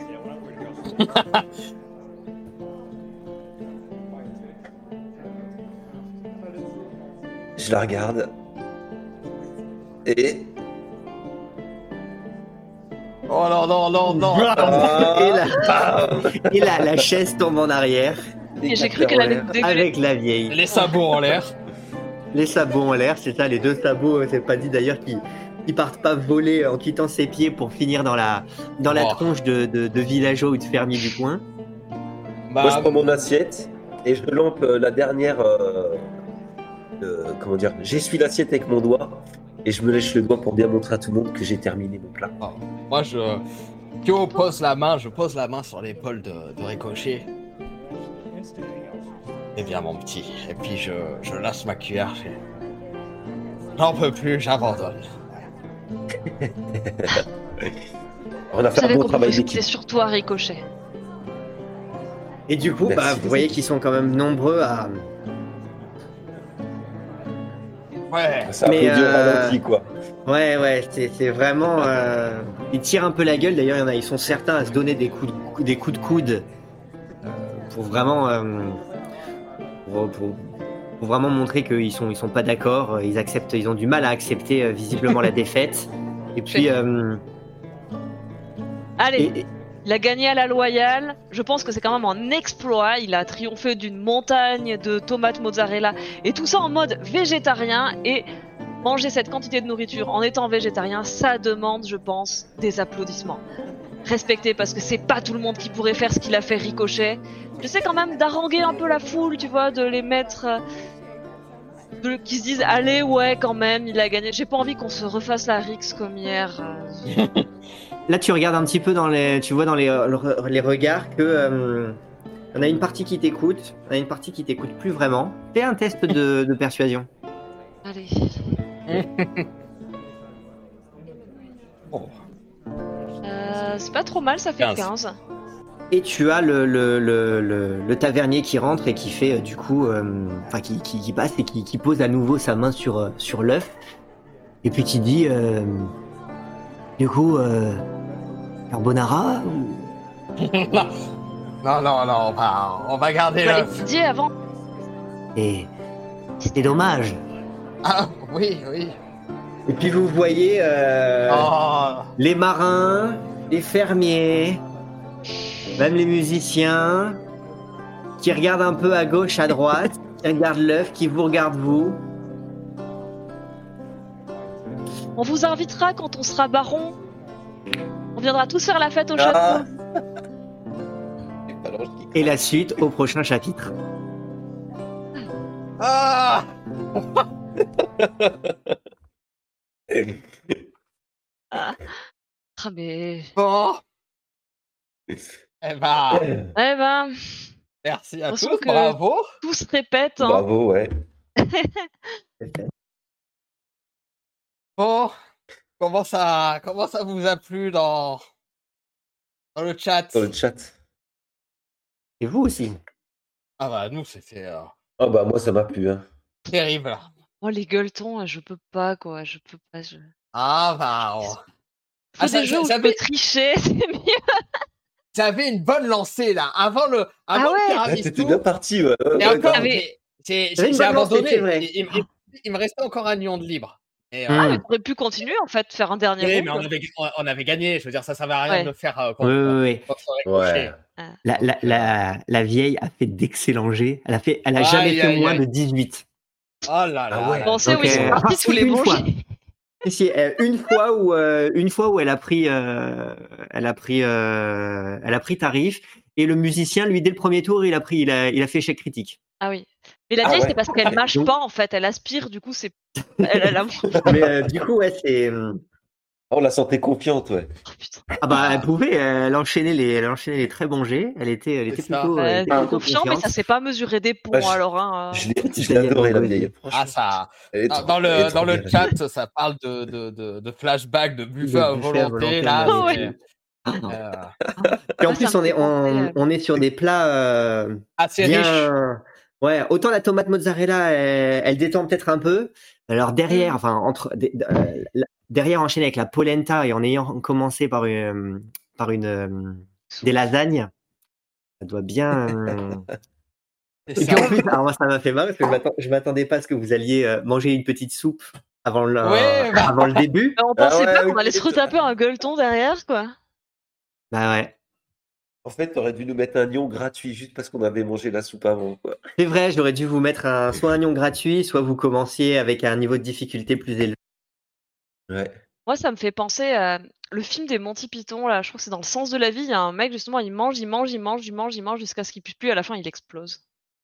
Je la regarde. Et. Oh non, non, non, non. et, la, et la, la chaise tombe en arrière Et j'ai cru qu'elle allait me dégueuler. avec la vieille. Les sabots en l'air. Les sabots en l'air, c'est ça, les deux sabots, c'est pas dit d'ailleurs qu'ils qui partent pas voler en quittant ses pieds pour finir dans la, dans la Oh. tronche de, de, de villageois ou de fermiers du coin. Bah, Moi, je prends mon assiette et je lampe euh, la dernière. euh, euh, comment dire? J'essuie l'assiette avec mon doigt et je me lèche le doigt pour bien montrer à tout le monde que j'ai terminé mon plat. moi, je. Kyo pose la main, je pose la main sur l'épaule de, de Ricochet. Eh bien, mon petit. Et puis, je, je lâche ma cuillère. je- J'en peux plus, j'abandonne. On a Vous fait un savez bon qu'on peut travail écouter d'équipe. surtout à Ricochet. Et du coup, Merci, bah, les vous voyez équipes. qu'ils sont quand même nombreux à. Ouais. Ça a Mais, applaudi au euh, ralenti, quoi. Ouais, ouais, c'est c'est vraiment. Euh... Ils tirent un peu la gueule. D'ailleurs, il y en a, ils sont certains à se donner des coups de, cou- des coups de coude euh, pour vraiment, euh, pour, pour- pour vraiment montrer qu'ils sont, ils sont pas d'accord. Ils acceptent, ils ont du mal à accepter euh, visiblement la défaite. Et puis, euh, Allez, et- et- il a gagné à la loyale. Je pense que c'est quand même un exploit. Il a triomphé d'une montagne de tomates mozzarella et tout ça en mode végétarien. Et manger cette quantité de nourriture en étant végétarien, ça demande, je pense, des applaudissements. Respecté parce que c'est pas tout le monde qui pourrait faire ce qu'il a fait Ricochet. J'essaie quand même d'haranguer un peu la foule, tu vois, de les mettre. euh, de- qui se disent allez ouais quand même il a gagné. J'ai pas envie qu'on se refasse la Rix comme hier. euh. là, tu regardes un petit peu dans les, tu vois dans les, euh, les regards que. Euh, on a une partie qui t'écoute, on a une partie qui t'écoute plus vraiment. Fais un test de, de persuasion. Allez. Bon. Euh, c'est pas trop mal, ça fait quinze. quinze. Et tu as le, le, le, le, le tavernier qui rentre et qui fait euh, du coup, euh, enfin qui, qui, qui passe et qui, qui pose à nouveau sa main sur, euh, sur l'œuf. Et puis tu dis, euh, du coup, euh, carbonara ou... non, non, non, on va, on va garder On va l'œuf. l'étudier avant. Et c'était dommage. Ah, oui, oui. Et puis vous voyez euh, Oh, les marins, les fermiers, même les musiciens, qui regardent un peu à gauche, à droite, qui regardent l'œuf, qui vous regardent vous. On vous invitera quand on sera baron. On viendra tous faire la fête au château. Ah. C'est pas logique. Et la suite au prochain chapitre. ah. Ah mais. Bon. Eh ben, Eh ben, merci à On sent tous, que- bravo. tout se répète. Hein. Bravo, ouais. Bon, comment ça, comment ça vous a plu dans, dans le chat? Dans le chat. Et vous aussi. Ah bah nous c'était euh, Ah bah moi ça m'a plu. Hein. terrible. Oh les gueuletons, je peux pas quoi, je peux pas. Je... Ah bah, on- Faut Ah, ça- des jeux où je j'avais- peux tricher, c'est mieux. j'avais une bonne lancée là, avant le, avant Ah ouais. le Ah, tiramisu. t'étais bien parti, ouais. ouais, Et ouais, encore, grave. j'ai, j'ai, J'avais une j'ai bonne lancée, abandonné. c'est vrai. Il, il- il- il me restait encore un nion de libre. Et, euh, Hmm. Ah mais t'aurais pu continuer en fait, faire un dernier oui, round. mais on avait, on, on avait gagné. Je veux dire, ça servait à rien Ouais. de le faire euh, Oui, contre, oui, oui. contre Ricochet. Ouais. La, la, la, la vieille a fait d'excellents jets. Elle a, fait, elle a Aïe, jamais fait aïe, moins aïe. de dix-huit. Oh là là. Ah ouais. là. Pensez Donc, où ils sont euh, partis ah, tous les une bons fois. jets. Si, si, euh, une fois où euh, une fois où elle a pris euh, elle a pris euh, elle a pris tarif et le musicien lui dès le premier tour il a pris il a il a fait échec critique. Ah oui. Mais la Ah vieille ouais. c'est parce qu'elle mâche Donc- pas en fait, elle aspire, du coup c'est. Elle, elle a... Mais euh, du coup ouais c'est On la sentait confiante, ouais. Oh putain. Ah bah elle pouvait, elle enchaînait les, elle enchaînait les très bons jets. Elle était, elle était C'est ça. plutôt, Euh, elle était plutôt confiant, mais confiante. ça s'est pas mesuré des ponts Ah, je- alors. Hein. Je l'ai, Petit je l'ai Daniel adoré, la Bogo vieille. aussi. Franchement, Ah, ça. elle est Dans, trop- dans elle est le, trop dans le bien, chat, ça parle de, de, de, de flashback, de buffet De à buffet à volonté. volonté, Là, on avait c'est- dit. euh, Puis en Ouais, ça plus me on fait est, on, penser, euh, on est sur des plats euh, assez riche. bien. Ouais, autant la tomate mozzarella, elle, elle détend peut-être un peu. Alors derrière, Mm. enfin entre des- euh, la- derrière enchaîner avec la polenta et en ayant commencé par une, par une euh, des lasagnes, ça doit bien. euh, C'est Et puis en ça. plus, alors moi ça m'a fait marrer parce que je m'attend- je m'attendais pas à ce que vous alliez euh, manger une petite soupe avant le, Ouais, bah. avant le début. On Ah pensait ouais, pas qu'on oui, allait se oui. retaper un gueuleton derrière, quoi. Bah ouais. En fait, t'aurais dû nous mettre un lion gratuit juste parce qu'on avait mangé la soupe avant, quoi. C'est vrai, j'aurais dû vous mettre un, soit un lion gratuit, soit vous commenciez avec un niveau de difficulté plus élevé. Ouais. Moi, ça me fait penser à le film des Monty Python, là. Je crois que c'est dans Le Sens de la vie. Il y a un mec, justement, il mange, il mange, il mange, il mange, il mange jusqu'à ce qu'il puisse plus. À la fin, il explose.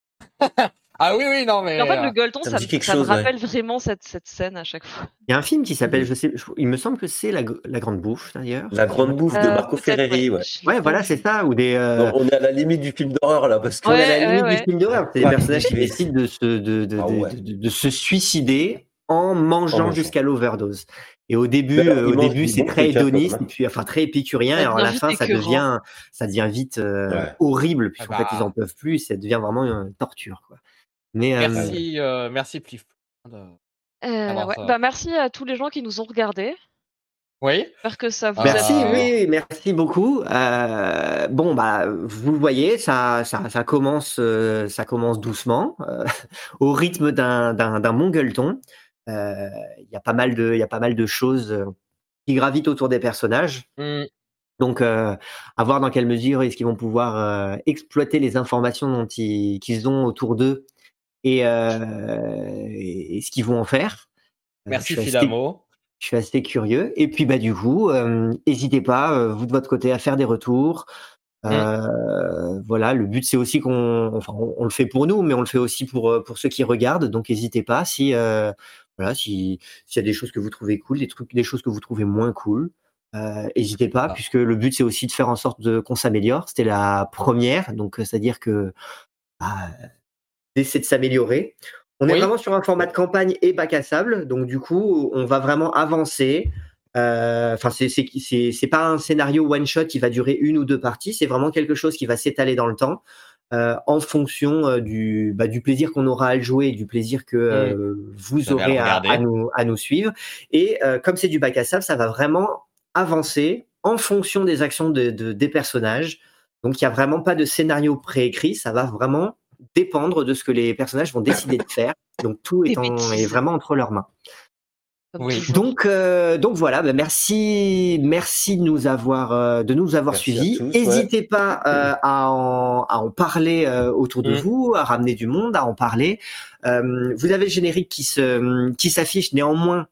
Ah oui, oui, non, mais. Et en fait, euh, le gueuleton, ça ça, me dit me, quelque ça me chose, ouais. rappelle vraiment cette, cette scène à chaque fois. Il y a un film qui s'appelle, je sais, je- il me semble que c'est la, la Grande Bouffe d'ailleurs. La grande bouffe de Euh, Marco peut-être, Ferreri, ouais. Je l'ai Ouais, pas voilà, vu. c'est ça, ou des. euh, Non, on est à la limite du film d'horreur, là, parce que. on est à Ouais, la limite ouais, du ouais. film d'horreur. C'est des Ouais. personnages qui décident de se, de, de, Ah de- ouais. de- de- de se suicider en mangeant, En mangeant. jusqu'à l'overdose. Et au début, Mais alors, euh, ils au mangent début, du c'est bon très truc, hein, quand hédoniste, même, hein. et puis enfin très épicurien, Ça et alors à la devient fin, vite ça écœurant. devient, ça devient vite euh, Ouais. horrible, puisqu'en Ah fait, bah. ils en peuvent plus, ça devient vraiment une torture, quoi. Mais euh, Merci, euh, merci Plif. de- Euh, Alors, ouais. euh, Bah, merci à tous les gens qui nous ont regardés. Oui. J'espère que ça vous Ah. Merci, a plu. oui, merci beaucoup. Euh, bon, bah, vous le voyez, ça, ça, ça commence, euh, ça commence doucement, euh, au rythme d'un, d'un, d'un bon gueuleton. Euh, Il y a pas mal de, il y a pas mal de choses euh, qui gravitent autour des personnages. Mm. Donc, euh, à voir dans quelle mesure est-ce qu'ils vont pouvoir euh, exploiter les informations dont ils, qu'ils ont autour d'eux et, euh, et, et ce qu'ils vont en faire. Euh, Merci je suis assez- Filamo. je suis assez curieux. Et puis, bah, du coup, euh, n'hésitez pas, euh, vous de votre côté, à faire des retours. Euh, Voilà, le but, c'est aussi qu'on, enfin, on, on le fait pour nous, mais on le fait aussi pour euh, pour ceux qui regardent. Donc, n'hésitez pas si, euh, voilà, si s'il y a des choses que vous trouvez cool, des trucs, des choses que vous trouvez moins cool. Euh, n'hésitez pas, Ah. puisque le but, c'est aussi de faire en sorte de qu'on s'améliore. C'était la première, donc euh, c'est-à-dire que bah, d'essayer de s'améliorer. On est Oui. vraiment sur un format de campagne et bac à sable, donc du coup, on va vraiment avancer. Euh, Enfin, c'est c'est c'est c'est pas un scénario one shot qui va durer une ou deux parties. C'est vraiment quelque chose qui va s'étaler dans le temps, euh, en fonction euh, du bah, du plaisir qu'on aura à le jouer, et du plaisir que euh, vous Vous avez à aurez le à, regarder. à nous à nous suivre. Et euh, comme c'est du bac à sable, ça va vraiment avancer en fonction des actions de, de- des personnages. Donc, il y a vraiment pas de scénario préécrit. Ça va vraiment dépendre de ce que les personnages vont décider de faire. Donc, tout Des est, en- bêtises. est vraiment entre leurs mains. Comme Oui. toujours. Donc, euh, donc voilà, bah, merci, merci de nous avoir, euh, de nous avoir Merci suivis. à tous, N'hésitez pas euh, à, en, à en parler euh, autour de Mm. vous, à ramener du monde, à en parler. Euh, vous avez le générique qui se, qui s'affiche. Néanmoins,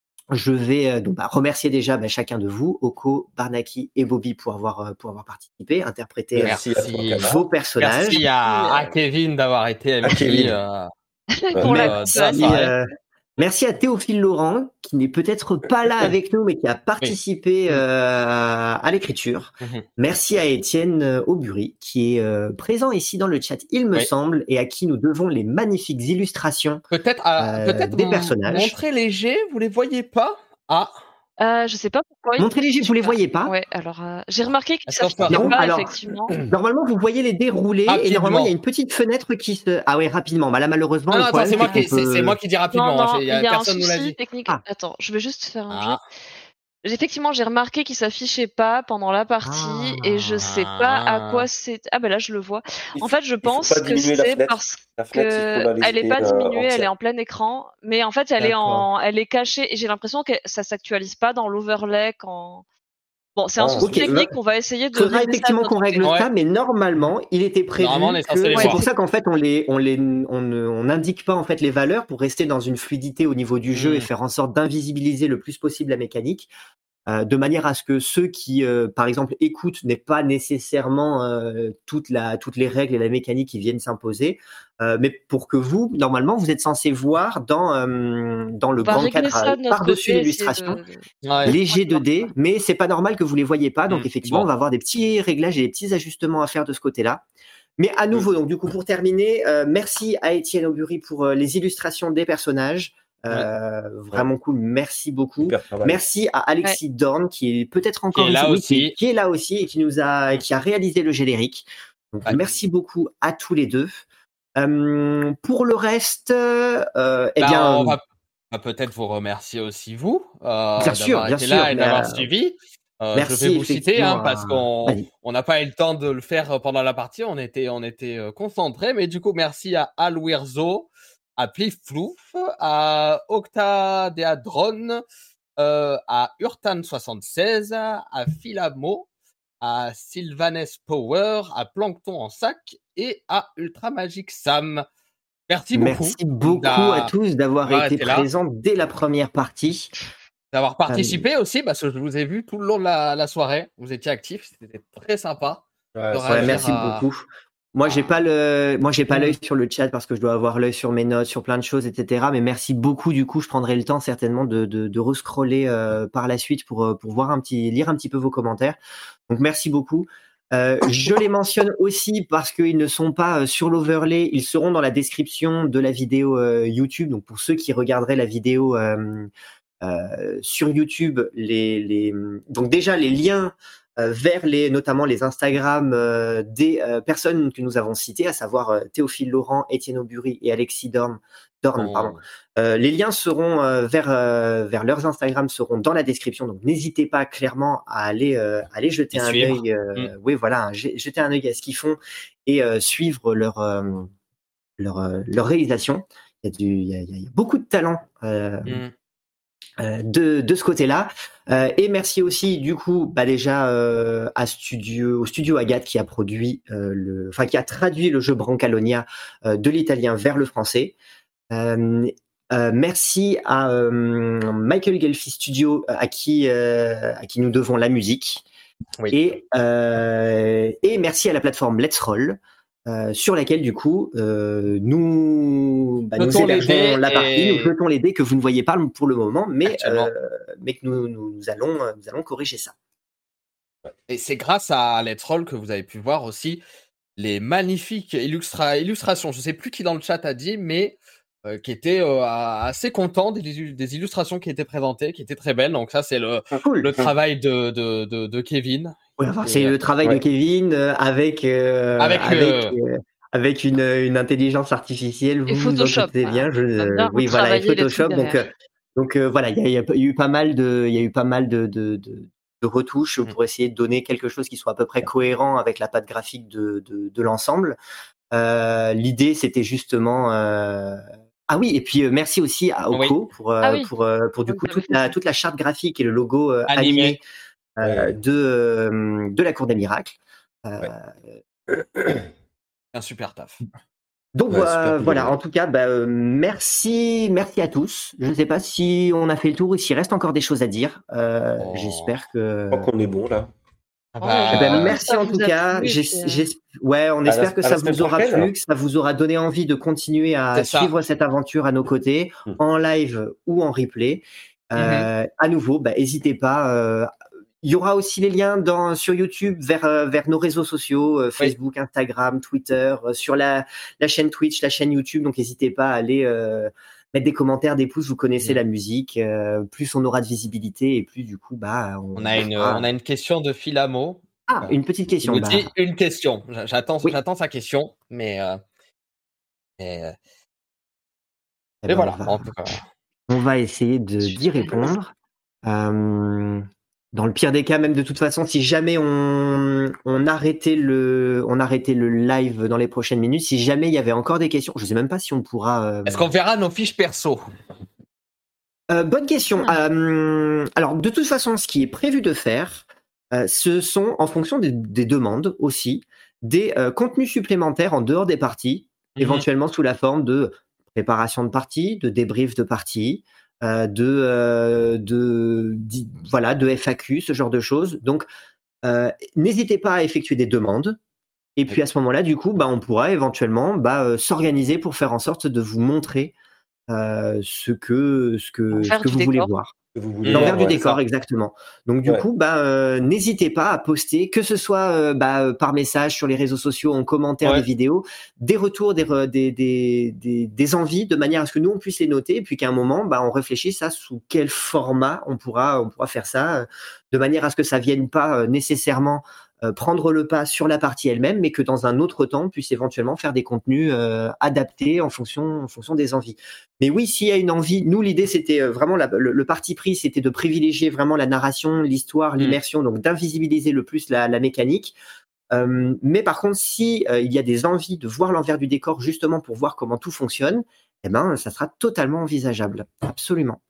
je vais euh, donc bah, remercier déjà bah, chacun de vous, Oko, Barnaki et Bobby, pour avoir, euh, pour avoir participé, interprété euh, Merci, Merci. à toi, Kamar. vos personnages. Merci à, à Kevin d'avoir été M J. Kevin. euh, Pour la euh, petite de la Merci, soirée. euh, merci à Théophile Laurent, qui n'est peut-être pas là avec nous, mais qui a participé Oui. euh, à l'écriture. Mhm. Merci à Étienne euh, Aubury, qui est euh, présent ici dans le chat, il me Oui. semble, et à qui nous devons les magnifiques illustrations. Peut-être à- Euh, peut-être des m- personnages. montrer léger, vous les voyez pas? Ah, Euh, je sais pas pourquoi. il- Montrez-les, vous les voyez pas? Ouais, alors euh, j'ai remarqué que Est-ce ça qu'on peut- s'affichait Non, pas, alors- effectivement. Normalement, vous voyez les dérouler, et Rapidement. normalement, il y a une petite fenêtre qui se... Ah ouais, rapidement. Bah là, malheureusement, non, le non, attends, problème, c'est moi, c'est qui- qu'on c'est peut- c'est moi qui dis rapidement. Non, non, j'ai- il y y a, a un personne nous l'a souci dit. technique. Ah. Attends, je vais juste faire un Ah. jet. Effectivement, j'ai remarqué qu'il s'affichait pas pendant la partie Ah. et je sais pas à quoi c'est. Ah ben là, je le vois. Il En faut- fait, je il faut pense pas que diminuer la c'est fenêtre. parce La fenêtre, il faut la que elle est laisser, pas euh, diminuée, elle est entière. en plein écran, mais en fait, elle est en, D'accord. elle est cachée et j'ai l'impression que ça s'actualise pas dans l'overlay quand. Bon, c'est un Ah, souci ok. technique. On va essayer de. Faudra régler ça de effectivement notre qu'on règle côté. Ouais. ça, mais normalement, il était prévu Normalement, on est censé que les c'est voir. pour ça qu'en fait on les on les on ne- on n'indique pas en fait les valeurs pour rester dans une fluidité au niveau du jeu Mm. et faire en sorte d'invisibiliser le plus possible la mécanique. euh, de manière à ce que ceux qui, euh, par exemple, écoutent n'aient pas nécessairement euh, toute la, toutes les règles et la mécanique qui viennent s'imposer, euh, mais pour que vous, normalement, vous êtes censé voir dans, euh, dans le On va grand régler cadre ça de notre par-dessus côté, essayer l'illustration. de- de- Ouais. Les jets de dés, mais c'est pas normal que vous les voyez pas. Donc Mm, effectivement, bon. on va avoir des petits réglages et des petits ajustements à faire de ce côté-là. Mais à nouveau, donc du coup, pour terminer, euh, merci à Étienne Aubury pour euh, les illustrations des personnages. Euh, Vraiment cool, merci beaucoup. Super travail. Merci à Alexis Dorn qui est peut-être encore est là ici, oui, aussi. qui, est, qui est là aussi et qui nous a, qui a réalisé le générique. Donc Ouais. merci beaucoup à tous les deux. Euh, pour le reste, euh, eh Bah, bien, on va, on va peut-être vous remercier aussi, vous, euh, Bien sûr, d'avoir bien été sûr, là et mais, d'avoir euh, suivi. Euh, merci, je vais vous citer effectivement, hein, parce à- qu'on Vas-y. on n'a pas eu le temps de le faire pendant la partie. On était, on était euh, concentrés, mais du coup, merci à Al Wirzo, à Pliflouf, à Octadeadron, euh, à Urtan soixante-seize, à Philamo, à Sylvanes Power, à Plankton en sac et à Ultra Magic Sam. Merci beaucoup. Merci beaucoup d'a- à tous d'avoir d'avoir été été là. présents dès la première partie. d'avoir participé aussi, parce que je vous ai vu tout le long de la, la soirée. Vous étiez actifs, c'était très sympa. Ouais, de c'est- Ouais, réagir merci à- beaucoup. Moi, j'ai à- pas le, moi, j'ai pas Mm. l'œil sur le chat parce que je dois avoir l'œil sur mes notes, sur plein de choses, et cetera. Mais merci beaucoup. Du coup, je prendrai le temps certainement de, de, de rescroller euh, par la suite pour, euh, pour voir un petit, lire un petit peu vos commentaires. Donc, merci beaucoup. Euh, je les mentionne aussi parce qu'ils ne sont pas euh, sur l'overlay. Ils seront dans la description de la vidéo euh, YouTube. Donc, pour ceux qui regarderaient la vidéo euh, euh, sur YouTube, les, les, donc déjà les liens euh, vers les, notamment les Instagram euh, des euh, personnes que nous avons citées, à savoir euh, Théophile Laurent, Étienne Aubury et Alexis Dorn. Dorn on- pardon. Euh, les liens seront euh, vers euh, vers leurs Instagram seront dans la description, donc n'hésitez pas clairement à aller euh, aller jeter Les un suivre. œil. Euh, Oui, voilà, hein, j- jeter un œil à ce qu'ils font et euh, suivre leur euh, leur euh, leur réalisation. Il y a du, il y a, il y a beaucoup de talent. Euh, Mm. euh, de, de ce côté-là. Euh, et merci aussi, du coup, bah déjà euh, à studio, au studio Agathe qui a produit, euh, le, enfin qui a traduit le jeu Brancalonia euh, de l'italien vers le français. Euh, euh, merci à euh, Michael Gelfi Studio à qui euh, à qui nous devons la musique. Oui. Et euh, et merci à la plateforme Let's Roll. Euh, sur laquelle du coup euh, nous bah, nous Jetons les hébergeons dés la partie, et- nous jetons les dés que vous ne voyez pas pour le moment, mais Actuellement. euh, mais que nous, nous, nous allons nous allons corriger ça. Et c'est grâce à Let's Roll que vous avez pu voir aussi les magnifiques illustra- illustrations. Je ne sais plus qui dans le chat a dit, mais euh, qui était euh, assez content des, des illustrations qui étaient présentées, qui étaient très belles. Donc ça, c'est le, Cool. le travail de, de, de, de Kevin. Ouais, enfin, Et, c'est le travail ouais. de Kevin euh, avec euh, Avec avec, le- euh, avec une, une intelligence artificielle. Et Vous vous en Photoshop, doutez bien. Je, On a bien oui, voilà, et retravaillé les trucs Photoshop. Donc derrière. euh, donc euh, voilà, il y a, il y a eu pas mal de il y a eu pas mal de de, de, de retouches Mhm. pour essayer de donner quelque chose qui soit à peu près cohérent avec la patte graphique de de, de l'ensemble. Euh, L'idée, c'était justement euh, ah oui, et puis euh, merci aussi à Oui. Oko pour euh, Ah oui. pour euh, pour du Oui, coup t'avais toute fait la ça. toute la charte graphique et le logo euh, Animé. animé euh, Ouais. de euh, de la Cour des Miracles. Euh, Un super taf. Donc Ouais, euh, super cool, voilà, ouais. en tout cas, bah, euh, merci, merci à tous. Je ne sais pas si on a fait le tour ou s'il reste encore des choses à dire. Euh, Oh. J'espère que. Je crois qu'on est bon là. Ah Oh, bah, Eh ben, Euh, merci ça en vous tout a cas. plu, et J'ai- puis, euh, j'ai- Ouais, on la- espère que à la ça semaine vous aura prochaine. plu, que ça vous aura donné envie de continuer à C'est ça. suivre cette aventure à nos côtés, Mm. en live ou en replay. Euh, À nouveau, bah, n'hésitez pas. euh, Il y aura aussi les liens dans, sur YouTube vers, euh, vers nos réseaux sociaux, euh, Facebook, Instagram, Twitter, euh, sur la, la chaîne Twitch, la chaîne YouTube. Donc, n'hésitez pas à aller euh, mettre des commentaires, des pouces. Vous connaissez Mhm. la musique. Euh, plus on aura de visibilité et plus, du coup, bah, on, On a, une, fera- on a une question de Philamo. Ah, une petite Il question. nous Bah, dit une question. J- J'attends, Oui. j'attends sa question, mais, euh, mais, euh, eh mais ben, voilà. on va- En tout cas, On va essayer de d'y répondre. Euh, dans le pire des cas, même de toute façon, si jamais on, on arrêtait le, on arrêtait le live dans les prochaines minutes, si jamais il y avait encore des questions, je sais même pas si on pourra. euh, est-ce qu'on verra nos fiches perso? Euh, bonne question. Ah. Euh, alors, de toute façon, ce qui est prévu de faire, euh, ce sont, en fonction des, des demandes aussi, des euh, contenus supplémentaires en dehors des parties, Mhm. éventuellement sous la forme de préparation de partie, de débrief de partie, euh, de, euh, de, de, voilà, de F A Q, ce genre de choses. Donc, euh, n'hésitez pas à effectuer des demandes. Et puis à ce moment-là, du coup, bah, on pourra éventuellement bah, euh, s'organiser pour faire en sorte de vous montrer euh, ce que, ce que, ce que vous voulez voir. L'envers du décor, ouais, exactement. Donc du ouais. coup, bah, euh, n'hésitez pas à poster, que ce soit euh, bah, par message sur les réseaux sociaux, en commentaire ouais. des vidéos, des retours, des, des, des, des, des envies, de manière à ce que nous, on puisse les noter, et puis qu'à un moment, bah, on réfléchisse à sous quel format on pourra, on pourra faire ça, de manière à ce que ça vienne pas euh, nécessairement euh, prendre le pas sur la partie elle-même, mais que dans un autre temps, on puisse éventuellement faire des contenus euh, adaptés en fonction, en fonction des envies. Mais oui, s'il y a une envie, nous, l'idée, c'était vraiment la, le, le parti pris, c'était de privilégier vraiment la narration, l'histoire, l'immersion, mmh. donc d'invisibiliser le plus la, la mécanique. Euh, mais par contre, si euh, il y a des envies de voir l'envers du décor, justement pour voir comment tout fonctionne, eh ben, ça sera totalement envisageable. Absolument.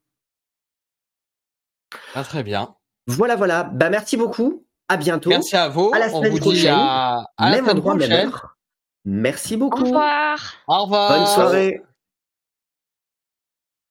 Ah, très bien. Voilà, voilà. Bah, merci beaucoup. À bientôt. Merci à vous. À la semaine On vous prochaine. Dit à, à même la endroit, prochaine. même heure. Merci beaucoup. Au revoir. Au revoir. Bonne soirée.